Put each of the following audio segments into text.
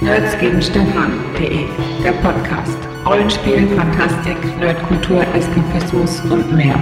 Nerds gegen Stefan.de, der Podcast. Rollenspiel, Fantastik, Nerdkultur, Eskapismus und mehr.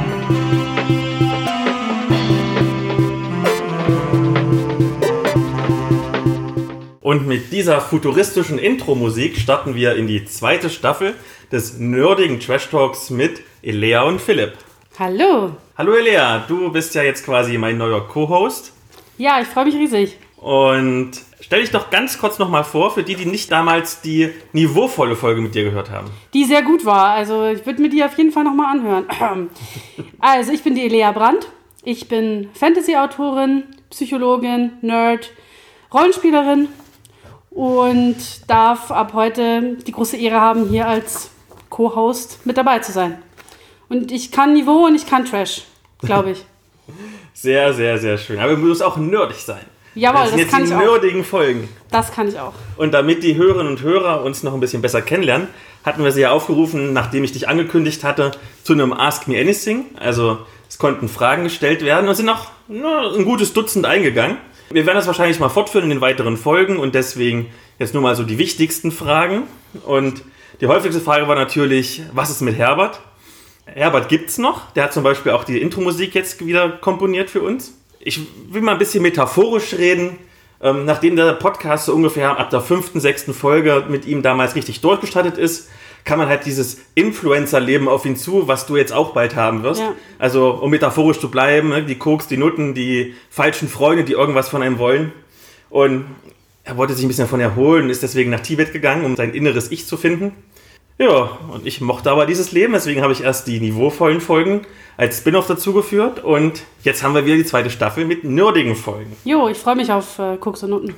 Und mit dieser futuristischen Intro-Musik starten wir in die zweite Staffel des nerdigen Trash Talks mit Elea und Philipp. Hallo. Hallo Elea, du bist ja jetzt quasi mein neuer Co-Host. Ja, ich freue mich riesig. Und stell dich doch ganz kurz nochmal vor, für die nicht damals die niveauvolle Folge mit dir gehört haben. Die sehr gut war, also ich würde mir die auf jeden Fall nochmal anhören. Also ich bin die Elea Brandt, ich bin Fantasy-Autorin, Psychologin, Nerd, Rollenspielerin und darf ab heute die große Ehre haben, hier als Co-Host mit dabei zu sein. Und ich kann Niveau und ich kann Trash, glaube ich. Sehr, sehr, sehr schön. Aber du musst auch nerdig sein. Jawohl, das kann ich auch. Das sind jetzt die nerdigen Folgen. Das kann ich auch. Und damit die Hörerinnen und Hörer uns noch ein bisschen besser kennenlernen, hatten wir sie ja aufgerufen, nachdem ich dich angekündigt hatte, zu einem Ask Me Anything. Also es konnten Fragen gestellt werden und sind noch ein gutes Dutzend eingegangen. Wir werden das wahrscheinlich mal fortführen in den weiteren Folgen und deswegen jetzt nur mal so die wichtigsten Fragen. Und die häufigste Frage war natürlich, was ist mit Herbert? Herbert gibt's noch. Der hat zum Beispiel auch die Intro-Musik jetzt wieder komponiert für uns. Ich will mal ein bisschen metaphorisch reden. Nachdem der Podcast so ungefähr ab der 5., 6. Folge mit ihm damals richtig durchgestartet ist, kam man halt dieses Influencer-Leben auf ihn zu, was du jetzt auch bald haben wirst. Ja. Also, um metaphorisch zu bleiben, die Koks, die Nutten, die falschen Freunde, die irgendwas von einem wollen. Und er wollte sich ein bisschen davon erholen und ist deswegen nach Tibet gegangen, um sein inneres Ich zu finden. Ja, und ich mochte aber dieses Leben, deswegen habe ich erst die niveauvollen Folgen als Spin-off dazugeführt und jetzt haben wir wieder die zweite Staffel mit nerdigen Folgen. Jo, ich freue mich auf Koks und Nutten.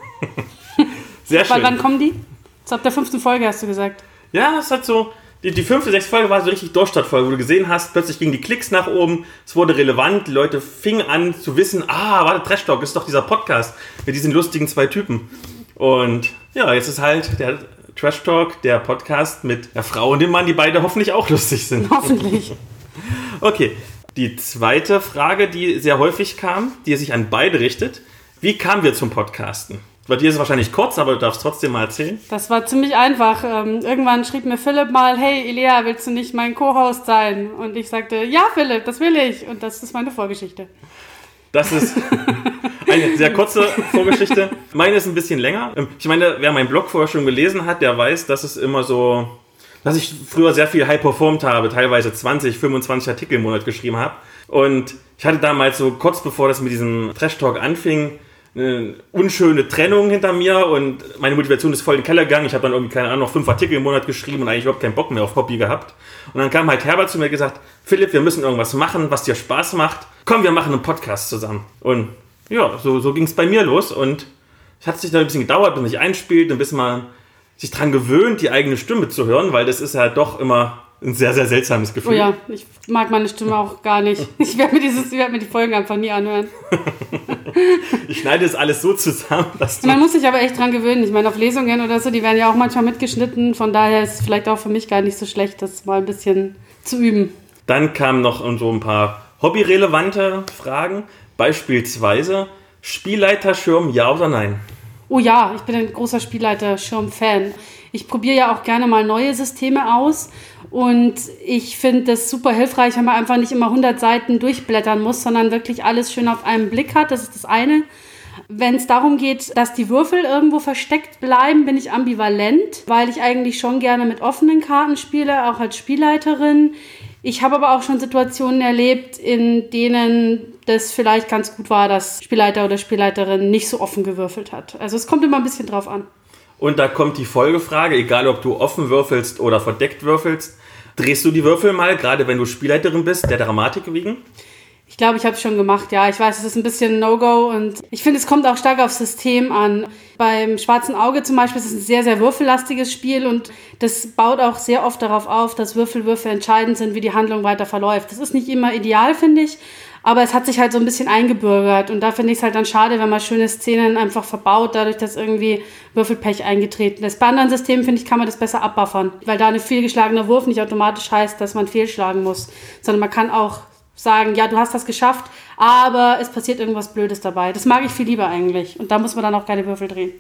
Sehr schön. Wann kommen die? So ab der 5. Folge hast du gesagt. Ja, es hat so, die 5., 6. Folge war so richtig Durchstartfolge, wo du gesehen hast, plötzlich gingen die Klicks nach oben, es wurde relevant, die Leute fingen an zu wissen, warte, Trash Talk ist doch dieser Podcast mit diesen lustigen 2 Typen. Und ja, jetzt ist halt der Trash Talk, der Podcast mit der Frau und dem Mann, die beide hoffentlich auch lustig sind. Hoffentlich. Okay, die zweite Frage, die sehr häufig kam, die sich an beide richtet. Wie kamen wir zum Podcasten? Bei dir ist es wahrscheinlich kurz, aber du darfst trotzdem mal erzählen. Das war ziemlich einfach. Irgendwann schrieb mir Philipp mal, hey Elea, willst du nicht mein Co-Host sein? Und ich sagte, ja Philipp, das will ich. Und das ist meine Vorgeschichte. Das ist eine sehr kurze Vorgeschichte. Meine ist ein bisschen länger. Ich meine, wer meinen Blog vorher schon gelesen hat, der weiß, dass es immer so, dass ich früher sehr viel high performt habe, teilweise 20, 25 Artikel im Monat geschrieben habe. Und ich hatte damals so kurz bevor das mit diesem Trash Talk anfing, eine unschöne Trennung hinter mir und meine Motivation ist voll in den Keller gegangen. Ich habe dann irgendwie, keine Ahnung, noch 5 Artikel im Monat geschrieben und eigentlich überhaupt keinen Bock mehr auf Hobby gehabt. Und dann kam halt Herbert zu mir und gesagt, Philipp, wir müssen irgendwas machen, was dir Spaß macht. Komm, wir machen einen Podcast zusammen. Und ja, so ging es bei mir los und es hat sich dann ein bisschen gedauert, bis man sich einspielt und bis man sich dran gewöhnt, die eigene Stimme zu hören, weil das ist ja doch immer ein sehr, sehr seltsames Gefühl. Oh ja, ich mag meine Stimme auch gar nicht. Ich werde mir die Folgen einfach nie anhören. Ich schneide das alles so zusammen, dass Man muss sich aber echt dran gewöhnen. Ich meine, auf Lesungen oder so, die werden ja auch manchmal mitgeschnitten. Von daher ist es vielleicht auch für mich gar nicht so schlecht, das mal ein bisschen zu üben. Dann kamen noch so ein paar hobbyrelevante Fragen. Beispielsweise Spielleiterschirm, ja oder nein? Oh ja, ich bin ein großer Spielleiterschirm-Fan. Ich probiere ja auch gerne mal neue Systeme aus und ich finde das super hilfreich, wenn man einfach nicht immer 100 Seiten durchblättern muss, sondern wirklich alles schön auf einen Blick hat. Das ist das eine. Wenn es darum geht, dass die Würfel irgendwo versteckt bleiben, bin ich ambivalent, weil ich eigentlich schon gerne mit offenen Karten spiele, auch als Spielleiterin. Ich habe aber auch schon Situationen erlebt, in denen das vielleicht ganz gut war, dass Spielleiter oder Spielleiterin nicht so offen gewürfelt hat. Also es kommt immer ein bisschen drauf an. Und da kommt die Folgefrage, egal ob du offen würfelst oder verdeckt würfelst, drehst du die Würfel mal, gerade wenn du Spielleiterin bist, der Dramatik wegen? Ich glaube, ich habe es schon gemacht, ja. Ich weiß, es ist ein bisschen No-Go und ich finde, es kommt auch stark aufs System an. Beim Schwarzen Auge zum Beispiel ist es ein sehr, sehr würfellastiges Spiel und das baut auch sehr oft darauf auf, dass Würfel entscheidend sind, wie die Handlung weiter verläuft. Das ist nicht immer ideal, finde ich, aber es hat sich halt so ein bisschen eingebürgert und da finde ich es halt dann schade, wenn man schöne Szenen einfach verbaut, dadurch, dass irgendwie Würfelpech eingetreten ist. Bei anderen Systemen, finde ich, kann man das besser abbuffern, weil da ein fehlgeschlagener Wurf nicht automatisch heißt, dass man fehlschlagen muss, sondern man kann auch sagen, ja, du hast das geschafft, aber es passiert irgendwas Blödes dabei. Das mag ich viel lieber eigentlich. Und da muss man dann auch keine Würfel drehen.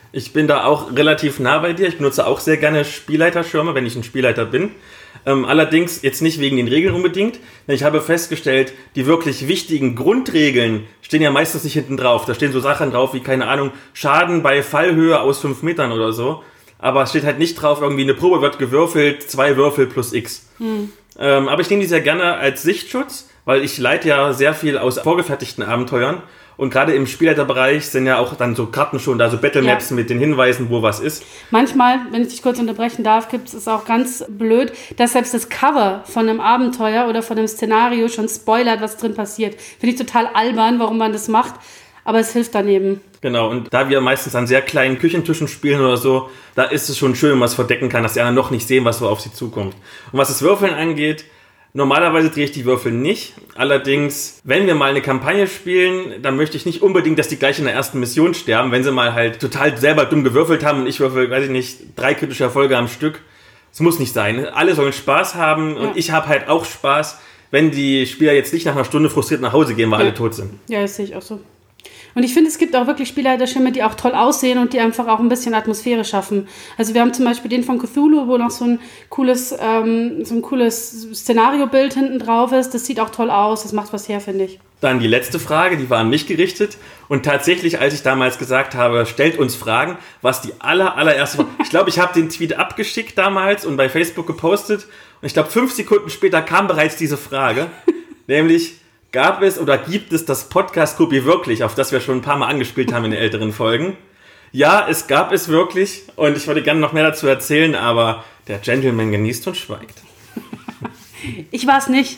Ich bin da auch relativ nah bei dir. Ich benutze auch sehr gerne Spielleiterschirme, wenn ich ein Spielleiter bin. Allerdings jetzt nicht wegen den Regeln unbedingt. Denn ich habe festgestellt, die wirklich wichtigen Grundregeln stehen ja meistens nicht hinten drauf. Da stehen so Sachen drauf wie, keine Ahnung, Schaden bei Fallhöhe aus 5 Metern oder so. Aber es steht halt nicht drauf, irgendwie eine Probe wird gewürfelt, 2 Würfel plus X. Aber ich nehme die sehr gerne als Sichtschutz, weil ich leite ja sehr viel aus vorgefertigten Abenteuern. Und gerade im Spielleiterbereich sind ja auch dann so Karten schon da, so Battlemaps mit den Hinweisen, wo was ist. Manchmal, wenn ich dich kurz unterbrechen darf, gibt es auch ganz blöd, dass selbst das Cover von einem Abenteuer oder von einem Szenario schon spoilert, was drin passiert. Finde ich total albern, warum man das macht, aber es hilft daneben. Genau, und da wir meistens an sehr kleinen Küchentischen spielen oder so, da ist es schon schön, wenn man es verdecken kann, dass die anderen noch nicht sehen, was so auf sie zukommt. Und was das Würfeln angeht, normalerweise drehe ich die Würfel nicht. Allerdings, wenn wir mal eine Kampagne spielen, dann möchte ich nicht unbedingt, dass die gleich in der ersten Mission sterben, wenn sie mal halt total selber dumm gewürfelt haben und ich würfel, weiß ich nicht, 3 kritische Erfolge am Stück. Das muss nicht sein. Alle sollen Spaß haben und ich habe halt auch Spaß, wenn die Spieler jetzt nicht nach einer Stunde frustriert nach Hause gehen, weil alle tot sind. Ja, das sehe ich auch so. Und ich finde, es gibt auch wirklich Spielleiterschirme, die auch toll aussehen und die einfach auch ein bisschen Atmosphäre schaffen. Also wir haben zum Beispiel den von Cthulhu, wo noch so ein cooles Szenariobild hinten drauf ist. Das sieht auch toll aus, das macht was her, finde ich. Dann die letzte Frage, die war an mich gerichtet. Und tatsächlich, als ich damals gesagt habe, stellt uns Fragen, was die allererste Frage. Ich glaube, ich habe den Tweet abgeschickt damals und bei Facebook gepostet. Und ich glaube, 5 Sekunden später kam bereits diese Frage. Nämlich, gab es oder gibt es das Podcast-Copy wirklich, auf das wir schon ein paar Mal angespielt haben in den älteren Folgen? Ja, es gab es wirklich. Und ich würde gerne noch mehr dazu erzählen, aber der Gentleman genießt und schweigt. Ich war es nicht.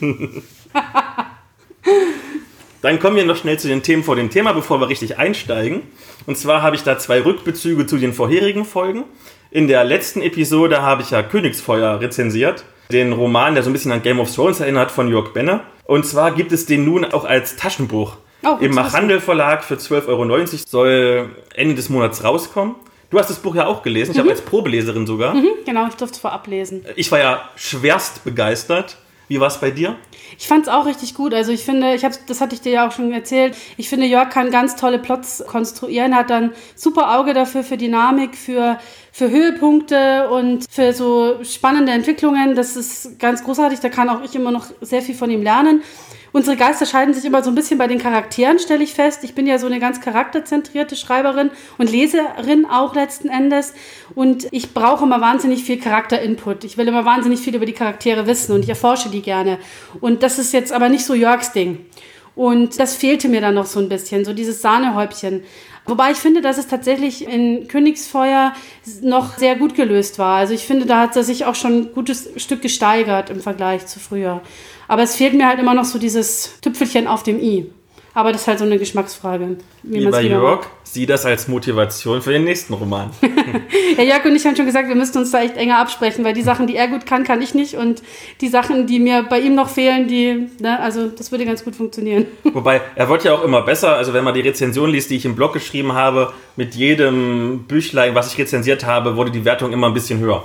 Dann kommen wir noch schnell zu den Themen vor dem Thema, bevor wir richtig einsteigen. Und zwar habe ich da 2 Rückbezüge zu den vorherigen Folgen. In der letzten Episode habe ich ja Königsfeuer rezensiert, den Roman, der so ein bisschen an Game of Thrones erinnert, von Jörg Benner. Und zwar gibt es den nun auch als Taschenbuch. Im Mach-Handel Verlag für 12,90 € soll Ende des Monats rauskommen. Du hast das Buch ja auch gelesen, ich habe als Probeleserin sogar. Genau, ich durfte es vorab lesen. Ich war ja schwerst begeistert. Wie war es bei dir? Ich fand es auch richtig gut. Also ich finde, das hatte ich dir ja auch schon erzählt, ich finde, Jörg kann ganz tolle Plots konstruieren, hat dann super Auge dafür, für Dynamik, für Höhepunkte und für so spannende Entwicklungen. Das ist ganz großartig, da kann auch ich immer noch sehr viel von ihm lernen. Unsere Geister scheiden sich immer so ein bisschen bei den Charakteren, stelle ich fest. Ich bin ja so eine ganz charakterzentrierte Schreiberin und Leserin auch letzten Endes. Und ich brauche immer wahnsinnig viel Charakterinput. Ich will immer wahnsinnig viel über die Charaktere wissen und ich erforsche die gerne. Und das ist jetzt aber nicht so Jörgs Ding. Und das fehlte mir dann noch so ein bisschen, so dieses Sahnehäubchen. Wobei ich finde, dass es tatsächlich in Königsfeuer noch sehr gut gelöst war. Also ich finde, da hat er sich auch schon ein gutes Stück gesteigert im Vergleich zu früher. Aber es fehlt mir halt immer noch so dieses Tüpfelchen auf dem i. Aber das ist halt so eine Geschmacksfrage. Wie bei Jörg, sieh das als Motivation für den nächsten Roman. Ja, Jörg und ich haben schon gesagt, wir müssten uns da echt enger absprechen, weil die Sachen, die er gut kann ich nicht. Und die Sachen, die mir bei ihm noch fehlen, also das würde ganz gut funktionieren. Wobei, er wird ja auch immer besser. Also wenn man die Rezension liest, die ich im Blog geschrieben habe, mit jedem Büchlein, was ich rezensiert habe, wurde die Wertung immer ein bisschen höher.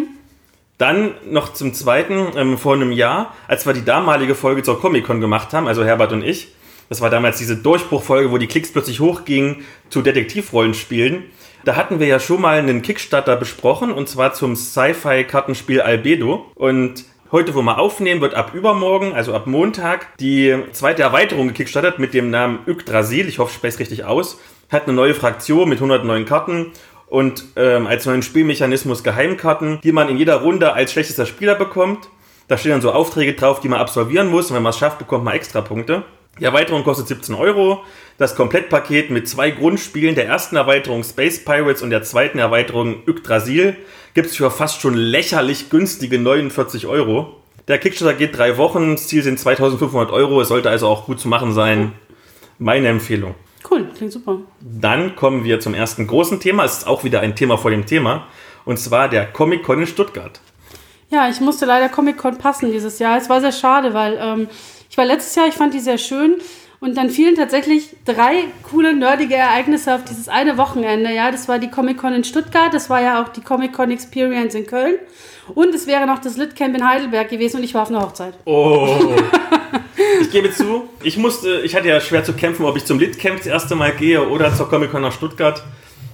Dann noch zum Zweiten, vor einem Jahr, als wir die damalige Folge zur Comic-Con gemacht haben, also Herbert und ich, das war damals diese Durchbruchfolge, wo die Klicks plötzlich hochgingen zu Detektivrollenspielen. Da hatten wir ja schon mal einen Kickstarter besprochen, und zwar zum Sci-Fi-Kartenspiel Albedo. Und heute, wo wir aufnehmen, wird ab übermorgen, also ab Montag, die zweite Erweiterung gekickstartet mit dem Namen Yggdrasil. Ich hoffe, ich spreche es richtig aus. Hat eine neue Fraktion mit 100 neuen Karten und als neuen Spielmechanismus Geheimkarten, die man in jeder Runde als schlechtester Spieler bekommt. Da stehen dann so Aufträge drauf, die man absolvieren muss. Und wenn man es schafft, bekommt man extra Punkte. Die Erweiterung kostet 17 €. Das Komplettpaket mit 2 Grundspielen, der ersten Erweiterung Space Pirates und der zweiten Erweiterung Yggdrasil, gibt es für fast schon lächerlich günstige 49 €. Der Kickstarter geht 3 Wochen, das Ziel sind 2.500 €. Es sollte also auch gut zu machen sein. Meine Empfehlung. Cool, klingt super. Dann kommen wir zum ersten großen Thema. Es ist auch wieder ein Thema vor dem Thema. Und zwar der Comic-Con in Stuttgart. Ja, ich musste leider Comic-Con passen dieses Jahr. Es war sehr schade, weil ich war letztes Jahr, ich fand die sehr schön. Und dann fielen tatsächlich 3 coole, nerdige Ereignisse auf dieses eine Wochenende. Ja, das war die Comic-Con in Stuttgart, das war ja auch die Comic-Con Experience in Köln. Und es wäre noch das Lit-Camp in Heidelberg gewesen und ich war auf einer Hochzeit. Oh. Ich gebe zu, ich hatte ja schwer zu kämpfen, ob ich zum Lit-Camp das erste Mal gehe oder zur Comic-Con nach Stuttgart.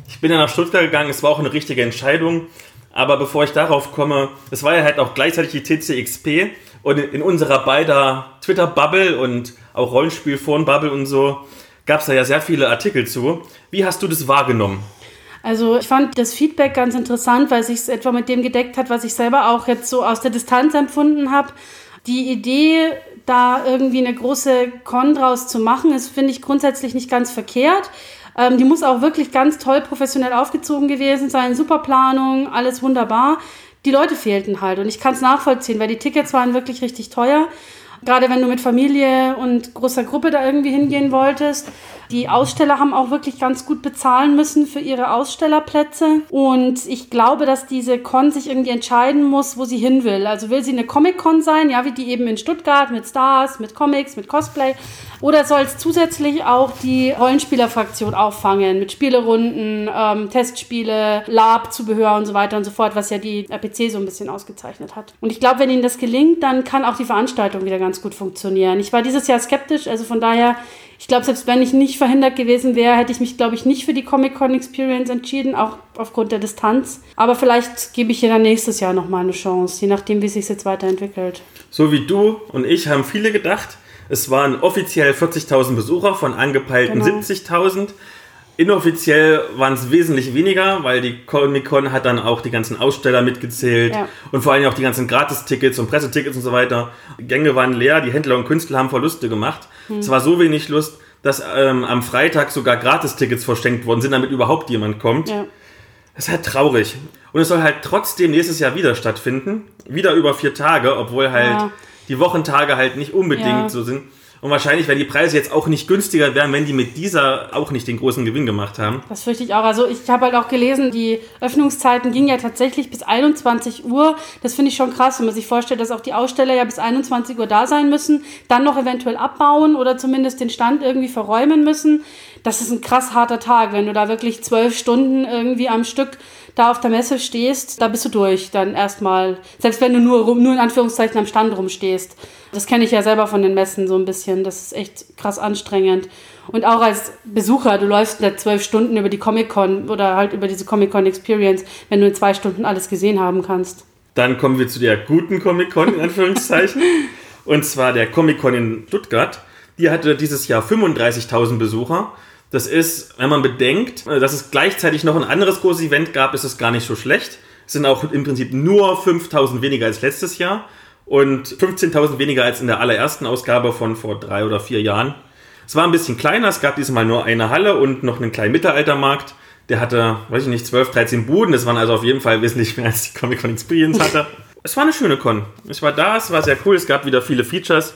Ich bin ja nach Stuttgart gegangen, es war auch eine richtige Entscheidung. Aber bevor ich darauf komme, es war ja halt auch gleichzeitig die TCXP und in unserer beider Twitter-Bubble und auch Rollenspiel-Foren-Bubble und so gab es da ja sehr viele Artikel zu. Wie hast du das wahrgenommen? Also ich fand das Feedback ganz interessant, weil sich es etwa mit dem gedeckt hat, was ich selber auch jetzt so aus der Distanz empfunden habe. Die Idee, da irgendwie eine große Con draus zu machen, ist, finde ich, grundsätzlich nicht ganz verkehrt. Die muss auch wirklich ganz toll professionell aufgezogen gewesen sein, super Planung, alles wunderbar. Die Leute fehlten halt und ich kann es nachvollziehen, weil die Tickets waren wirklich richtig teuer. Gerade wenn du mit Familie und großer Gruppe da irgendwie hingehen wolltest. Die Aussteller haben auch wirklich ganz gut bezahlen müssen für ihre Ausstellerplätze. Und ich glaube, dass diese Con sich irgendwie entscheiden muss, wo sie hin will. Also will sie eine Comic-Con sein, ja, wie die eben in Stuttgart mit Stars, mit Comics, mit Cosplay. Oder soll es zusätzlich auch die Rollenspielerfraktion auffangen mit Spielerunden, Testspiele, Lab-Zubehör und so weiter und so fort, was ja die RPC so ein bisschen ausgezeichnet hat. Und ich glaube, wenn ihnen das gelingt, dann kann auch die Veranstaltung wieder ganz gut funktionieren. Ich war dieses Jahr skeptisch, also von daher, ich glaube, selbst wenn ich nicht verhindert gewesen wäre, hätte ich mich, glaube ich, nicht für die Comic-Con-Experience entschieden, auch aufgrund der Distanz. Aber vielleicht gebe ich ihr dann nächstes Jahr nochmal eine Chance, je nachdem, wie es sich jetzt weiterentwickelt. So wie du und ich haben viele gedacht, es waren offiziell 40.000 Besucher von angepeilten 70.000. Inoffiziell waren es wesentlich weniger, weil die Comic-Con hat dann auch die ganzen Aussteller mitgezählt und vor allem auch die ganzen Gratis-Tickets und Pressetickets und so weiter. Die Gänge waren leer, die Händler und Künstler haben Verluste gemacht. Es war so wenig Lust, dass am Freitag sogar Gratis-Tickets verschenkt worden sind, damit überhaupt jemand kommt. Ja. Das ist halt traurig. Und es soll halt trotzdem nächstes Jahr wieder stattfinden. Wieder über 4 Tage, obwohl halt die Wochentage halt nicht unbedingt so sind. Und wahrscheinlich werden die Preise jetzt auch nicht günstiger werden, wenn die mit dieser auch nicht den großen Gewinn gemacht haben. Das fürchte ich auch. Also ich habe halt auch gelesen, die Öffnungszeiten gingen ja tatsächlich bis 21 Uhr. Das finde ich schon krass, wenn man sich vorstellt, dass auch die Aussteller ja bis 21 Uhr da sein müssen, dann noch eventuell abbauen oder zumindest den Stand irgendwie verräumen müssen. Das ist ein krass harter Tag, wenn du da wirklich 12 Stunden irgendwie am Stück da auf der Messe stehst, da bist du durch dann erstmal. Selbst wenn du nur in Anführungszeichen am Stand rumstehst. Das kenne ich ja selber von den Messen so ein bisschen. Das ist echt krass anstrengend. Und auch als Besucher, du läufst da 12 Stunden über die Comic-Con oder halt über diese Comic-Con-Experience, wenn du in 2 Stunden alles gesehen haben kannst. Dann kommen wir zu der guten Comic-Con, in Anführungszeichen. Und zwar der Comic-Con in Stuttgart. Die hatte dieses Jahr 35.000 Besucher. Das ist, wenn man bedenkt, dass es gleichzeitig noch ein anderes großes Event gab, ist es gar nicht so schlecht. Es sind auch im Prinzip nur 5.000 weniger als letztes Jahr und 15.000 weniger als in der allerersten Ausgabe von vor 3 oder 4 Jahren. Es war ein bisschen kleiner, es gab diesmal nur eine Halle und noch einen kleinen Mittelaltermarkt. Der hatte, weiß ich nicht, 12, 13 Buden. Das waren also auf jeden Fall wesentlich mehr, als die Comic-Con Experience hatte. Es war eine schöne Con. Ich war da, es war sehr cool, es gab wieder viele Features.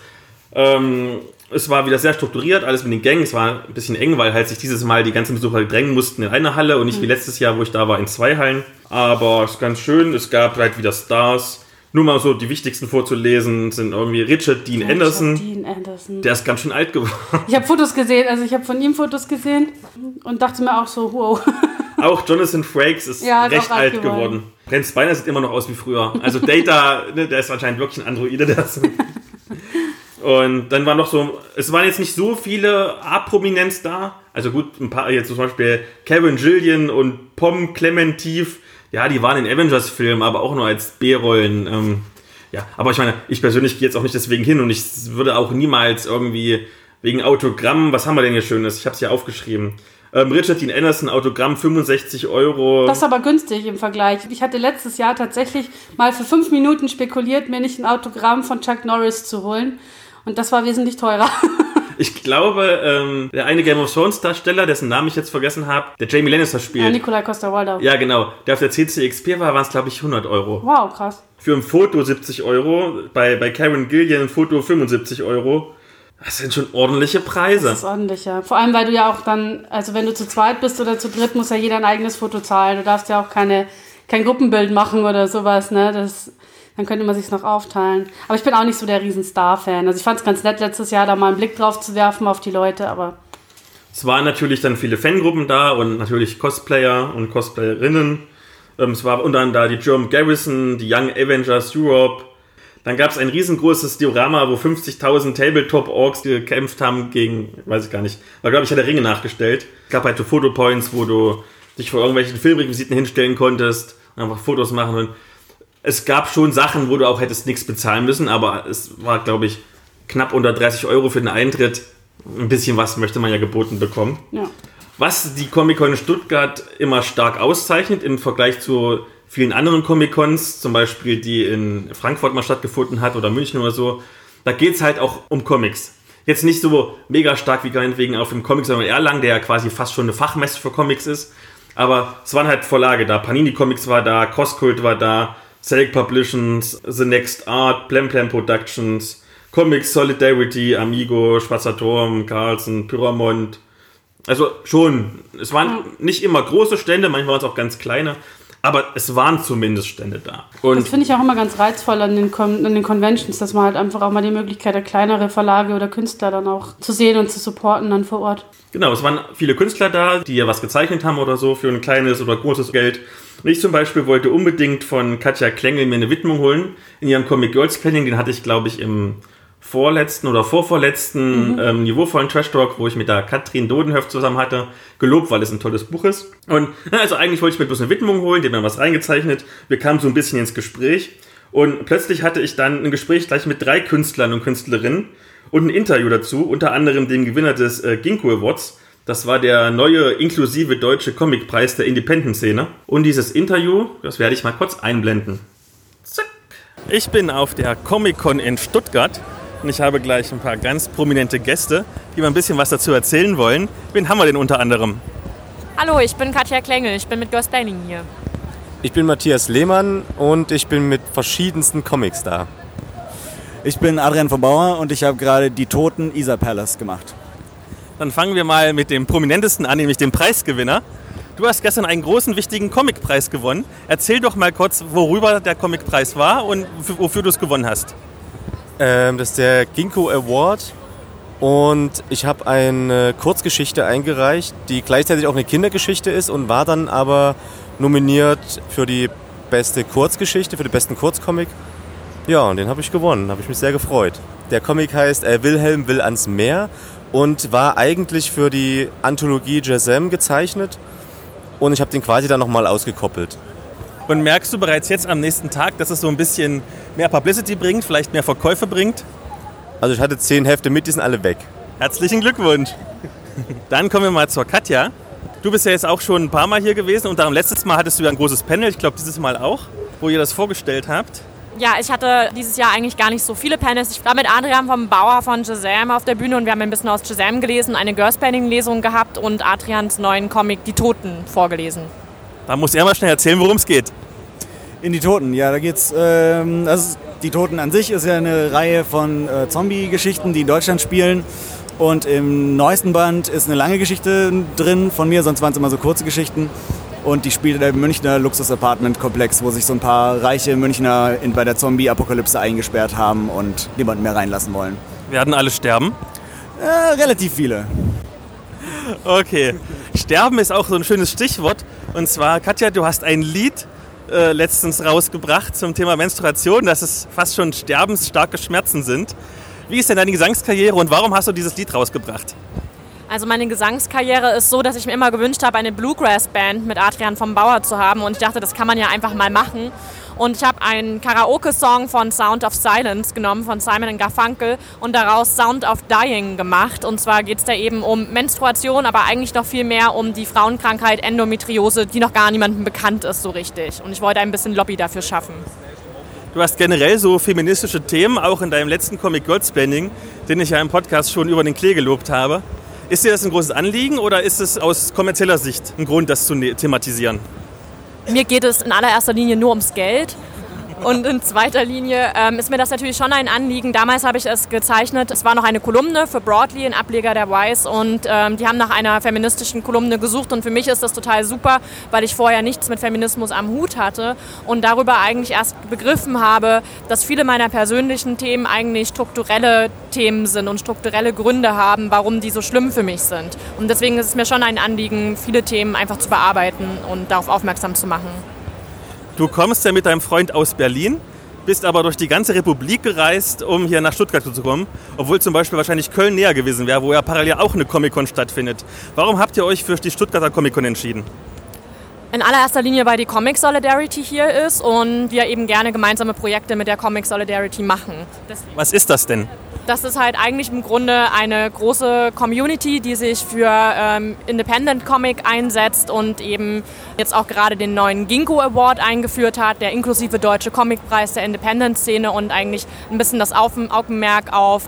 Es war wieder sehr strukturiert, alles mit den Gängen. Es war ein bisschen eng, weil halt sich dieses Mal die ganzen Besucher drängen mussten in einer Halle und nicht wie letztes Jahr, wo ich da war, in 2 Hallen. Aber es ist ganz schön. Es gab halt wieder Stars. Nur mal so die wichtigsten vorzulesen sind irgendwie Richard Dean Anderson. Der ist ganz schön alt geworden. Ich habe Fotos gesehen, also ich habe von ihm Fotos gesehen und dachte mir auch so, wow. Auch Jonathan Frakes ist recht alt geworden. Brent Spiner sieht immer noch aus wie früher. Also Data, ne, der ist anscheinend wirklich ein Androide. Der ist und dann war noch so, es waren jetzt nicht so viele A-Prominenz da. Also gut, ein paar, jetzt zum Beispiel Karen Gillian und Pom Clementif. Ja, die waren in Avengers-Filmen, aber auch nur als B-Rollen. Ja, aber ich meine, ich persönlich gehe jetzt auch nicht deswegen hin und ich würde auch niemals irgendwie wegen Autogramm, was haben wir denn hier Schönes? Ich habe es hier aufgeschrieben. Richard Dean Anderson, Autogramm 65 €. Das ist aber günstig im Vergleich. Ich hatte letztes Jahr tatsächlich mal für 5 Minuten spekuliert, mir nicht ein Autogramm von Chuck Norris zu holen. Und das war wesentlich teurer. Ich glaube, der eine Game of Thrones Darsteller, dessen Namen ich jetzt vergessen habe, der Jamie Lannister spielt. Ja, Nikolai Coster-Waldau. Ja, genau. Der auf der CCXP war es, glaube ich, 100 €. Wow, krass. Für ein Foto 70 €, bei Karen Gillian ein Foto 75 €. Das sind schon ordentliche Preise. Das ist ordentlich, ja. Vor allem, weil du ja auch dann, also wenn du zu zweit bist oder zu dritt, muss ja jeder ein eigenes Foto zahlen. Du darfst ja auch kein Gruppenbild machen oder sowas, ne? Dann könnte man sich noch aufteilen. Aber ich bin auch nicht so der riesen Star-Fan. Also ich fand es ganz nett, letztes Jahr da mal einen Blick drauf zu werfen auf die Leute, aber... Es waren natürlich dann viele Fangruppen da und natürlich Cosplayer und Cosplayerinnen. Es war unter anderem da die German Garrison, die Young Avengers Europe. Dann gab es ein riesengroßes Diorama, wo 50.000 Tabletop-Orks gekämpft haben gegen, weiß ich gar nicht, war glaube ich, hat der Ringe nachgestellt. Es gab halt so Fotopoints, wo du dich vor irgendwelchen Filmrequisiten hinstellen konntest und einfach Fotos machen. Und es gab schon Sachen, wo du auch hättest nichts bezahlen müssen, aber es war, glaube ich, knapp unter 30 € für den Eintritt. Ein bisschen was möchte man ja geboten bekommen. Ja. Was die Comic-Con in Stuttgart immer stark auszeichnet im Vergleich zu vielen anderen Comic-Cons, zum Beispiel die in Frankfurt mal stattgefunden hat oder München oder so, da geht es halt auch um Comics. Jetzt nicht so mega stark wie meinetwegen auf dem Comic Salon Erlangen, der ja quasi fast schon eine Fachmesse für Comics ist. Aber es waren halt Verlage da. Panini Comics war da, Crosscult war da, Select Publications, The Next Art, Plam Plam Productions, Comics Solidarity, Amigo, Schwarzer Turm, Carlsen, Pyramond. Also schon, es waren nicht immer große Stände, manchmal waren es auch ganz kleine, aber es waren zumindest Stände da. Und das finde ich auch immer ganz reizvoll an den Conventions, dass man halt einfach auch mal die Möglichkeit hat, kleinere Verlage oder Künstler dann auch zu sehen und zu supporten dann vor Ort. Genau, es waren viele Künstler da, die ja was gezeichnet haben oder so für ein kleines oder großes Geld. Und ich zum Beispiel wollte unbedingt von Katja Klengel mir eine Widmung holen in ihrem Comic Girls Planning. Den hatte ich, glaube ich, im vorletzten oder vorvorletzten niveauvollen Trash Talk, wo ich mit der Katrin Dodenhöft zusammen hatte, gelobt, weil es ein tolles Buch ist. Und also eigentlich wollte ich mir bloß eine Widmung holen, die hat mir was reingezeichnet. Wir kamen so ein bisschen ins Gespräch und plötzlich hatte ich dann ein Gespräch gleich mit 3 Künstlern und Künstlerinnen und ein Interview dazu, unter anderem dem Gewinner des Ginkgo Awards. Das war der neue inklusive deutsche Comicpreis der Independent-Szene. Und dieses Interview, das werde ich mal kurz einblenden. Zack. Ich bin auf der Comic-Con in Stuttgart. Und ich habe gleich ein paar ganz prominente Gäste, die mir ein bisschen was dazu erzählen wollen. Wen haben wir denn unter anderem? Hallo, ich bin Katja Klengel, ich bin mit Girls Planning hier. Ich bin Matthias Lehmann und ich bin mit verschiedensten Comics da. Ich bin Adrian von Bauer und ich habe gerade die Toten Isar Palace gemacht. Dann fangen wir mal mit dem Prominentesten an, nämlich dem Preisgewinner. Du hast gestern einen großen, wichtigen Comicpreis gewonnen. Erzähl doch mal kurz, worüber der Comicpreis war und wofür du es gewonnen hast. Das ist der Ginkgo Award und ich habe eine Kurzgeschichte eingereicht, die gleichzeitig auch eine Kindergeschichte ist und war dann aber nominiert für die beste Kurzgeschichte, für den besten Kurzcomic. Ja, und den habe ich gewonnen, habe ich mich sehr gefreut. Der Comic heißt Wilhelm will ans Meer und war eigentlich für die Anthologie Jazam gezeichnet und ich habe den quasi dann nochmal ausgekoppelt. Und merkst du bereits jetzt am nächsten Tag, dass es so ein bisschen mehr Publicity bringt, vielleicht mehr Verkäufe bringt? Also ich hatte 10 Hefte mit, die sind alle weg. Herzlichen Glückwunsch. Dann kommen wir mal zur Katja. Du bist ja jetzt auch schon ein paar Mal hier gewesen und darum letztes Mal hattest du ja ein großes Panel, ich glaube dieses Mal auch, wo ihr das vorgestellt habt. Ja, ich hatte dieses Jahr eigentlich gar nicht so viele Panels. Ich war mit Adrian vom Bauer von Jazam auf der Bühne und wir haben ein bisschen aus Jazam gelesen, eine Girls Planning-Lesung gehabt und Adrians neuen Comic Die Toten vorgelesen. Da muss er mal schnell erzählen, worum es geht. In Die Toten, ja, da geht's, also Die Toten an sich ist ja eine Reihe von Zombie-Geschichten, die in Deutschland spielen. Und im neuesten Band ist eine lange Geschichte drin von mir, sonst waren es immer so kurze Geschichten. Und die spielt im Münchner Luxus-Apartment-Komplex, wo sich so ein paar reiche Münchner bei der Zombie-Apokalypse eingesperrt haben und niemanden mehr reinlassen wollen. Werden alle sterben? Relativ viele. Okay, Sterben ist auch so ein schönes Stichwort. Und zwar, Katja, du hast ein Lied letztens rausgebracht zum Thema Menstruation, dass es fast schon sterbensstarke Schmerzen sind. Wie ist denn deine Gesangskarriere und warum hast du dieses Lied rausgebracht? Also meine Gesangskarriere ist so, dass ich mir immer gewünscht habe, eine Bluegrass-Band mit Adrian vom Bauer zu haben. Und ich dachte, das kann man ja einfach mal machen. Und ich habe einen Karaoke-Song von Sound of Silence genommen, von Simon & Garfunkel, und daraus Sound of Dying gemacht. Und zwar geht es da eben um Menstruation, aber eigentlich noch viel mehr um die Frauenkrankheit Endometriose, die noch gar niemandem bekannt ist so richtig. Und ich wollte ein bisschen Lobby dafür schaffen. Du hast generell so feministische Themen, auch in deinem letzten Comic Girls Planning, den ich ja im Podcast schon über den Klee gelobt habe. Ist dir das ein großes Anliegen oder ist es aus kommerzieller Sicht ein Grund, das zu thematisieren? Mir geht es in allererster Linie nur ums Geld. Und in zweiter Linie ist mir das natürlich schon ein Anliegen. Damals habe ich es gezeichnet. Es war noch eine Kolumne für Broadly, ein Ableger der Vice. Und die haben nach einer feministischen Kolumne gesucht. Und für mich ist das total super, weil ich vorher nichts mit Feminismus am Hut hatte. Und darüber eigentlich erst begriffen habe, dass viele meiner persönlichen Themen eigentlich strukturelle Themen sind und strukturelle Gründe haben, warum die so schlimm für mich sind. Und deswegen ist es mir schon ein Anliegen, viele Themen einfach zu bearbeiten und darauf aufmerksam zu machen. Du kommst ja mit deinem Freund aus Berlin, bist aber durch die ganze Republik gereist, um hier nach Stuttgart zu kommen, obwohl zum Beispiel wahrscheinlich Köln näher gewesen wäre, wo ja parallel auch eine Comic-Con stattfindet. Warum habt ihr euch für die Stuttgarter Comic-Con entschieden? In allererster Linie, weil die Comic Solidarity hier ist und wir eben gerne gemeinsame Projekte mit der Comic Solidarity machen. Deswegen. Was ist das denn? Das ist halt eigentlich im Grunde eine große Community, die sich für Independent Comic einsetzt und eben jetzt auch gerade den neuen Ginkgo Award eingeführt hat, der inklusive Deutsche Comicpreis der Independent-Szene und eigentlich ein bisschen das Augenmerk auf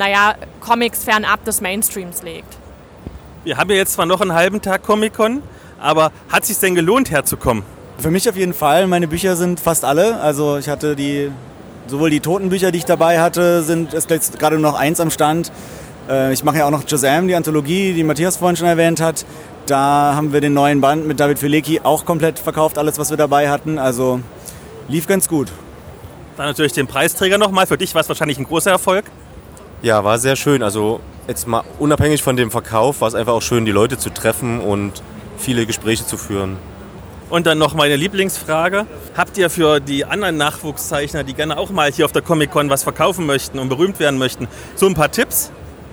Comics fernab des Mainstreams legt. Wir haben ja jetzt zwar noch einen halben Tag Comic-Con, aber hat es sich denn gelohnt, herzukommen? Für mich auf jeden Fall. Meine Bücher sind fast alle. Also ich hatte sowohl die Totenbücher, die ich dabei hatte, ist jetzt gerade nur noch eins am Stand. Ich mache ja auch noch Shazam, die Anthologie, die Matthias vorhin schon erwähnt hat. Da haben wir den neuen Band mit David Filecki auch komplett verkauft, alles, was wir dabei hatten. Also lief ganz gut. Dann natürlich den Preisträger nochmal. Für dich war es wahrscheinlich ein großer Erfolg. Ja, war sehr schön. Also jetzt mal unabhängig von dem Verkauf war es einfach auch schön, die Leute zu treffen und viele Gespräche zu führen. Und dann noch meine Lieblingsfrage. Habt ihr für die anderen Nachwuchszeichner, die gerne auch mal hier auf der Comic-Con was verkaufen möchten und berühmt werden möchten, so ein paar Tipps?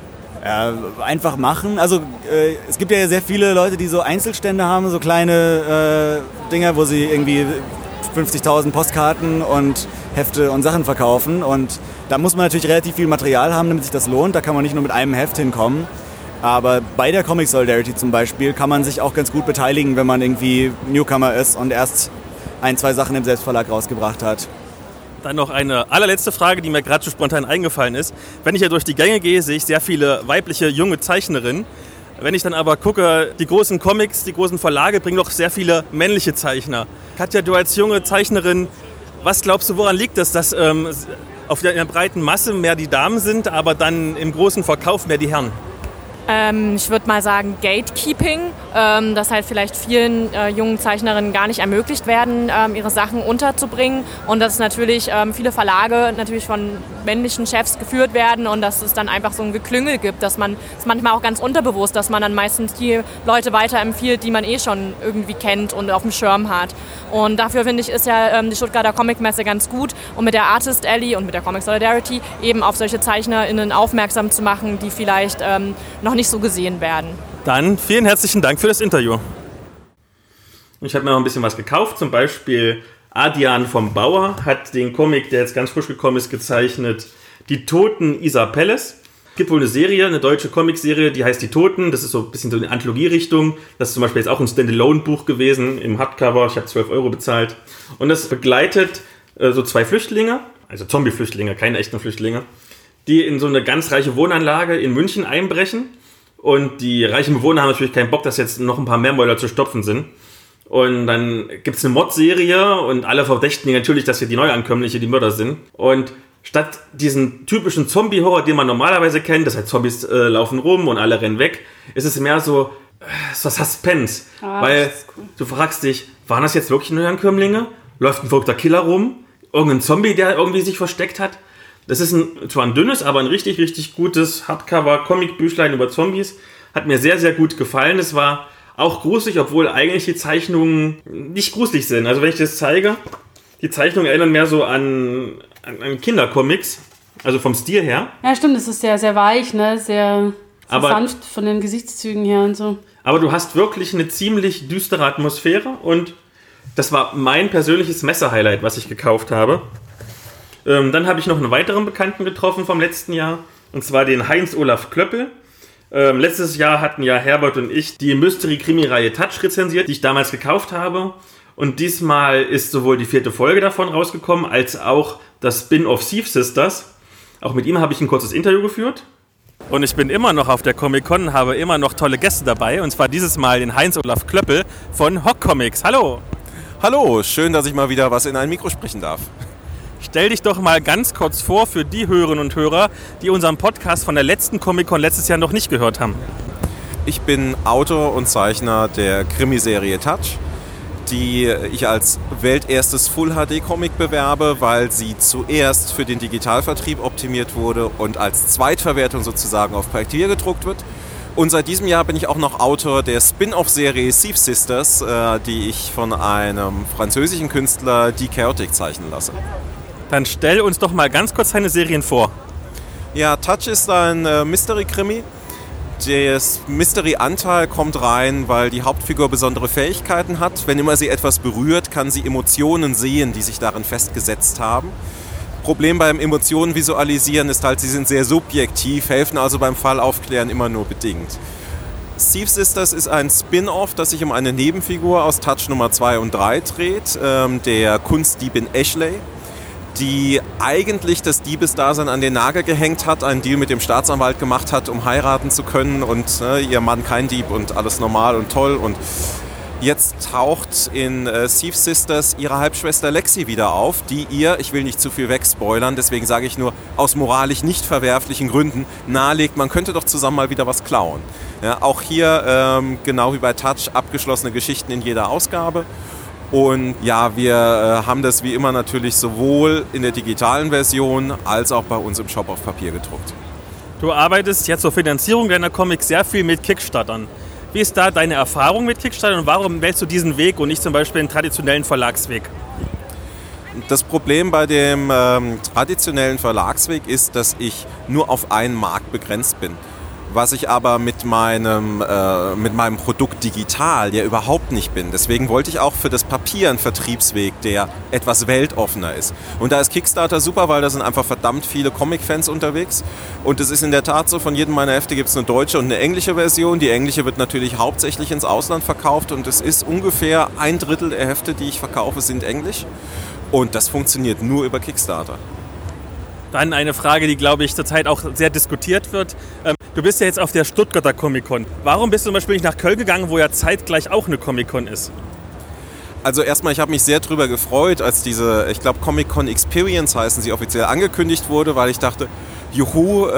Einfach machen. Also es gibt ja sehr viele Leute, die so Einzelstände haben, so kleine Dinger, wo sie irgendwie 50.000 Postkarten und Hefte und Sachen verkaufen. Und da muss man natürlich relativ viel Material haben, damit sich das lohnt. Da kann man nicht nur mit einem Heft hinkommen. Aber bei der Comic Solidarity zum Beispiel kann man sich auch ganz gut beteiligen, wenn man irgendwie Newcomer ist und erst 1-2 Sachen im Selbstverlag rausgebracht hat. Dann noch eine allerletzte Frage, die mir gerade so spontan eingefallen ist. Wenn ich hier durch die Gänge gehe, sehe ich sehr viele weibliche, junge Zeichnerinnen. Wenn ich dann aber gucke, die großen Comics, die großen Verlage bringen doch sehr viele männliche Zeichner. Katja, du als junge Zeichnerin, was glaubst du, woran liegt es, dass auf der breiten Masse mehr die Damen sind, aber dann im großen Verkauf mehr die Herren? Ich würde mal sagen Gatekeeping, dass halt vielleicht vielen jungen Zeichnerinnen gar nicht ermöglicht werden, ihre Sachen unterzubringen und dass natürlich viele Verlage natürlich von männlichen Chefs geführt werden und dass es dann einfach so ein Geklüngel gibt, dass man es manchmal auch ganz unterbewusst, dass man dann meistens die Leute weiterempfiehlt, die man eh schon irgendwie kennt und auf dem Schirm hat. Und dafür finde ich, ist ja die Stuttgarter Comicmesse ganz gut, um mit der Artist Alley und mit der Comic Solidarity eben auf solche ZeichnerInnen aufmerksam zu machen, die vielleicht noch nicht so gesehen werden. Dann vielen herzlichen Dank für das Interview. Ich habe mir noch ein bisschen was gekauft, zum Beispiel Adrian vom Bauer hat den Comic, der jetzt ganz frisch gekommen ist, gezeichnet, Die Toten Isar Pelles. Es gibt wohl eine Serie, eine deutsche Comicserie, die heißt Die Toten. Das ist so ein bisschen so eine Anthologie-Richtung. Das ist zum Beispiel jetzt auch ein Standalone-Buch gewesen im Hardcover. Ich habe 12 € bezahlt. Und das begleitet so 2 Flüchtlinge, also Zombie-Flüchtlinge, keine echten Flüchtlinge, die in so eine ganz reiche Wohnanlage in München einbrechen. Und die reichen Bewohner haben natürlich keinen Bock, dass jetzt noch ein paar mehr Mäuler zu stopfen sind. Und dann gibt es eine Mod-Serie und alle verdächten natürlich, dass hier die Neuankömmlinge die Mörder sind. Und statt diesen typischen Zombie-Horror, den man normalerweise kennt, das heißt Zombies laufen rum und alle rennen weg, ist es mehr so Suspense. Weil cool. Du fragst dich, waren das jetzt wirklich Neuankömmlinge? Läuft ein verrückter Killer rum? Irgendein Zombie, der irgendwie sich versteckt hat? Das ist zwar ein dünnes, aber ein richtig, richtig gutes Hardcover-Comic-Büchlein über Zombies. Hat mir sehr, sehr gut gefallen. Es war auch gruselig, obwohl eigentlich die Zeichnungen nicht gruselig sind. Also wenn ich das zeige, die Zeichnungen erinnern mehr so an Kindercomics, also vom Stil her. Ja, stimmt, es ist sehr, sehr weich, ne? Sehr sanft von den Gesichtszügen her und so. Aber du hast wirklich eine ziemlich düstere Atmosphäre und das war mein persönliches Messe-Highlight, was ich gekauft habe. Dann habe ich noch einen weiteren Bekannten getroffen vom letzten Jahr, und zwar den Heinz-Olaf Klöppel. Letztes Jahr hatten ja Herbert und ich die Mystery-Krimi-Reihe Touch rezensiert, die ich damals gekauft habe. Und diesmal ist sowohl die 4. Folge davon rausgekommen, als auch das Spin-off Thief Sisters. Auch mit ihm habe ich ein kurzes Interview geführt. Und ich bin immer noch auf der Comic-Con, habe immer noch tolle Gäste dabei. Und zwar dieses Mal den Heinz-Olaf Klöppel von Hock Comics. Hallo! Hallo, schön, dass ich mal wieder was in ein Mikro sprechen darf. Stell dich doch mal ganz kurz vor für die Hörerinnen und Hörer, die unseren Podcast von der letzten Comic-Con letztes Jahr noch nicht gehört haben. Ich bin Autor und Zeichner der Krimiserie Touch, die ich als welterstes Full-HD-Comic bewerbe, weil sie zuerst für den Digitalvertrieb optimiert wurde und als Zweitverwertung sozusagen auf Papier gedruckt wird. Und seit diesem Jahr bin ich auch noch Autor der Spin-off-Serie Thief Sisters, die ich von einem französischen Künstler Die Chaotic zeichnen lasse. Dann stell uns doch mal ganz kurz deine Serien vor. Ja, Touch ist ein Mystery-Krimi, Der Mystery-Anteil kommt rein, weil die Hauptfigur besondere Fähigkeiten hat. Wenn immer sie etwas berührt, kann sie Emotionen sehen, die sich darin festgesetzt haben. Problem beim Emotionen visualisieren ist halt, sie sind sehr subjektiv, helfen also beim Fallaufklären immer nur bedingt. Thief Sisters ist ein Spin-Off, das sich um eine Nebenfigur aus Touch Nummer 2 und 3 dreht, der Kunstdiebin Ashley, die eigentlich das Diebesdasein an den Nagel gehängt hat, einen Deal mit dem Staatsanwalt gemacht hat, um heiraten zu können und ihr Mann kein Dieb und alles normal und toll. Und jetzt taucht in Thief Sisters ihre Halbschwester Lexi wieder auf, die ihr, ich will nicht zu viel wegspoilern, deswegen sage ich nur, aus moralisch nicht verwerflichen Gründen nahelegt, man könnte doch zusammen mal wieder was klauen. Ja, auch hier, genau wie bei Touch, abgeschlossene Geschichten in jeder Ausgabe. Und ja, wir haben das wie immer natürlich sowohl in der digitalen Version als auch bei uns im Shop auf Papier gedruckt. Du arbeitest ja zur Finanzierung deiner Comics sehr viel mit Kickstartern. Wie ist da deine Erfahrung mit Kickstartern und warum wählst du diesen Weg und nicht zum Beispiel den traditionellen Verlagsweg? Das Problem bei dem traditionellen Verlagsweg ist, dass ich nur auf einen Markt begrenzt bin. Was ich aber mit meinem Produkt digital ja überhaupt nicht bin. Deswegen wollte ich auch für das Papier einen Vertriebsweg, der etwas weltoffener ist. Und da ist Kickstarter super, weil da sind einfach verdammt viele Comic-Fans unterwegs. Und es ist in der Tat so, von jedem meiner Hefte gibt es eine deutsche und eine englische Version. Die englische wird natürlich hauptsächlich ins Ausland verkauft und es ist ungefähr 1/3 der Hefte, die ich verkaufe, sind englisch. Und das funktioniert nur über Kickstarter. Dann eine Frage, die, glaube ich, zurzeit auch sehr diskutiert wird. Du bist ja jetzt auf der Stuttgarter Comic-Con. Warum bist du zum Beispiel nicht nach Köln gegangen, wo ja zeitgleich auch eine Comic-Con ist? Also erstmal, ich habe mich sehr drüber gefreut, als diese, ich glaube Comic-Con Experience heißen sie, offiziell angekündigt wurde, weil ich dachte, juhu,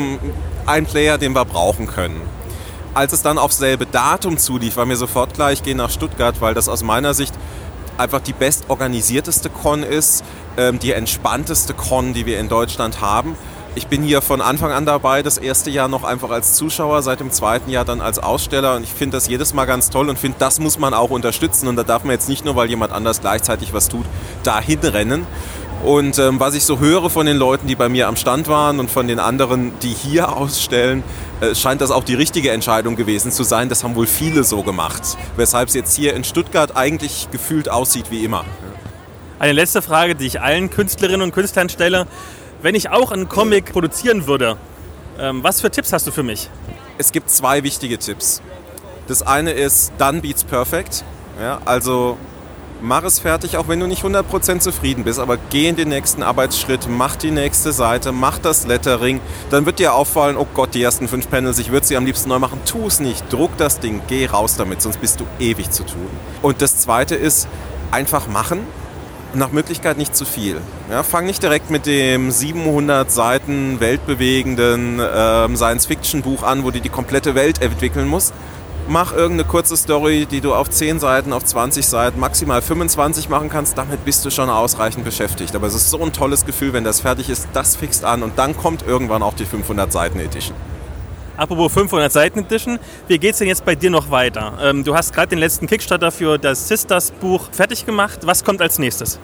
ein Player, den wir brauchen können. Als es dann aufs selbe Datum zulief, war mir sofort klar, ich gehe nach Stuttgart, weil das aus meiner Sicht einfach die bestorganisierteste Con ist, die entspannteste Con, die wir in Deutschland haben. Ich bin hier von Anfang an dabei, das erste Jahr noch einfach als Zuschauer, seit dem zweiten Jahr dann als Aussteller und ich finde das jedes Mal ganz toll und finde, das muss man auch unterstützen und da darf man jetzt nicht nur, weil jemand anders gleichzeitig was tut, dahin rennen. Und was ich so höre von den Leuten, die bei mir am Stand waren und von den anderen, die hier ausstellen, scheint das auch die richtige Entscheidung gewesen zu sein. Das haben wohl viele so gemacht, weshalb es jetzt hier in Stuttgart eigentlich gefühlt aussieht wie immer. Eine letzte Frage, die ich allen Künstlerinnen und Künstlern stelle. Wenn ich auch einen Comic produzieren würde, was für Tipps hast du für mich? Es gibt 2 wichtige Tipps. Das eine ist, done beats perfect. Ja, also mach es fertig, auch wenn du nicht 100% zufrieden bist, aber geh in den nächsten Arbeitsschritt, mach die nächste Seite, mach das Lettering, dann wird dir auffallen, oh Gott, die ersten 5 Panels, ich würde sie am liebsten neu machen. Tu es nicht, druck das Ding, geh raus damit, sonst bist du ewig zu tun. Und das zweite ist, einfach machen. Nach Möglichkeit nicht zu viel. Ja, fang nicht direkt mit dem 700 Seiten weltbewegenden Science-Fiction-Buch an, wo du die komplette Welt entwickeln musst. Mach irgendeine kurze Story, die du auf 10 Seiten, auf 20 Seiten, maximal 25 machen kannst. Damit bist du schon ausreichend beschäftigt. Aber es ist so ein tolles Gefühl, wenn das fertig ist, das fixt an und dann kommt irgendwann auch die 500 Seiten Edition. Apropos 500 Seiten Edition, wie geht's denn jetzt bei dir noch weiter? Du hast gerade den letzten Kickstarter für das Sisters-Buch fertig gemacht. Was kommt als nächstes?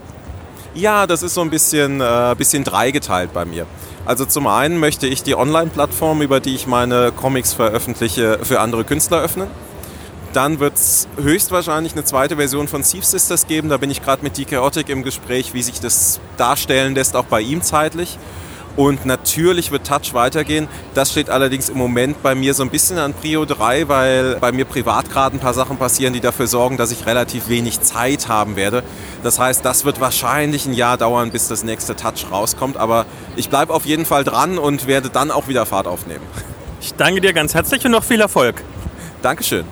Ja, das ist so ein bisschen dreigeteilt bei mir. Also zum einen möchte ich die Online-Plattform, über die ich meine Comics veröffentliche, für andere Künstler öffnen. Dann wird es höchstwahrscheinlich eine zweite Version von Thief Sisters geben. Da bin ich gerade mit DK Otic im Gespräch, wie sich das darstellen lässt, auch bei ihm zeitlich. Und natürlich wird Touch weitergehen. Das steht allerdings im Moment bei mir so ein bisschen an Prio 3, weil bei mir privat gerade ein paar Sachen passieren, die dafür sorgen, dass ich relativ wenig Zeit haben werde. Das heißt, das wird wahrscheinlich ein Jahr dauern, bis das nächste Touch rauskommt. Aber ich bleibe auf jeden Fall dran und werde dann auch wieder Fahrt aufnehmen. Ich danke dir ganz herzlich und noch viel Erfolg. Dankeschön.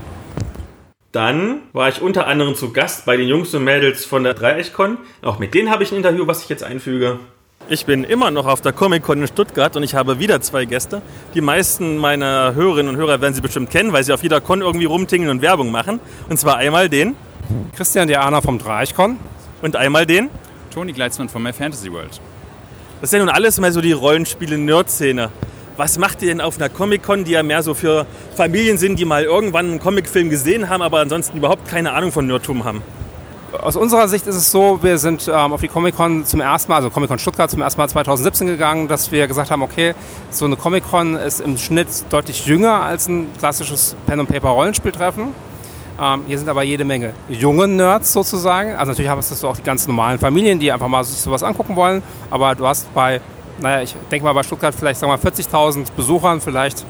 Dann war ich unter anderem zu Gast bei den Jungs und Mädels von der Dreieichkon. Auch mit denen habe ich ein Interview, was ich jetzt einfüge. Ich bin immer noch auf der Comic-Con in Stuttgart und ich habe wieder 2 Gäste. Die meisten meiner Hörerinnen und Hörer werden sie bestimmt kennen, weil sie auf jeder Con irgendwie rumtingeln und Werbung machen. Und zwar einmal den Christian Diana vom Dreieichkon und einmal den Toni Gleitzmann von My Fantasy World. Das ist ja nun alles mal so die Rollenspiele-Nerd-Szene. Was macht ihr denn auf einer Comic-Con, die ja mehr so für Familien sind, die mal irgendwann einen Comicfilm gesehen haben, aber ansonsten überhaupt keine Ahnung von Nerdtum haben? Aus unserer Sicht ist es so, wir sind auf die Comic-Con zum ersten Mal, also Comic-Con Stuttgart zum ersten Mal 2017 gegangen, dass wir gesagt haben, okay, so eine Comic-Con ist im Schnitt deutlich jünger als ein klassisches Pen-and-Paper-Rollenspieltreffen. Hier sind aber jede Menge junge Nerds sozusagen. Also natürlich hast du auch die ganz normalen Familien, die einfach mal sowas angucken wollen. Aber du hast ich denke mal bei Stuttgart vielleicht, sagen wir mal, 40.000 Besuchern, vielleicht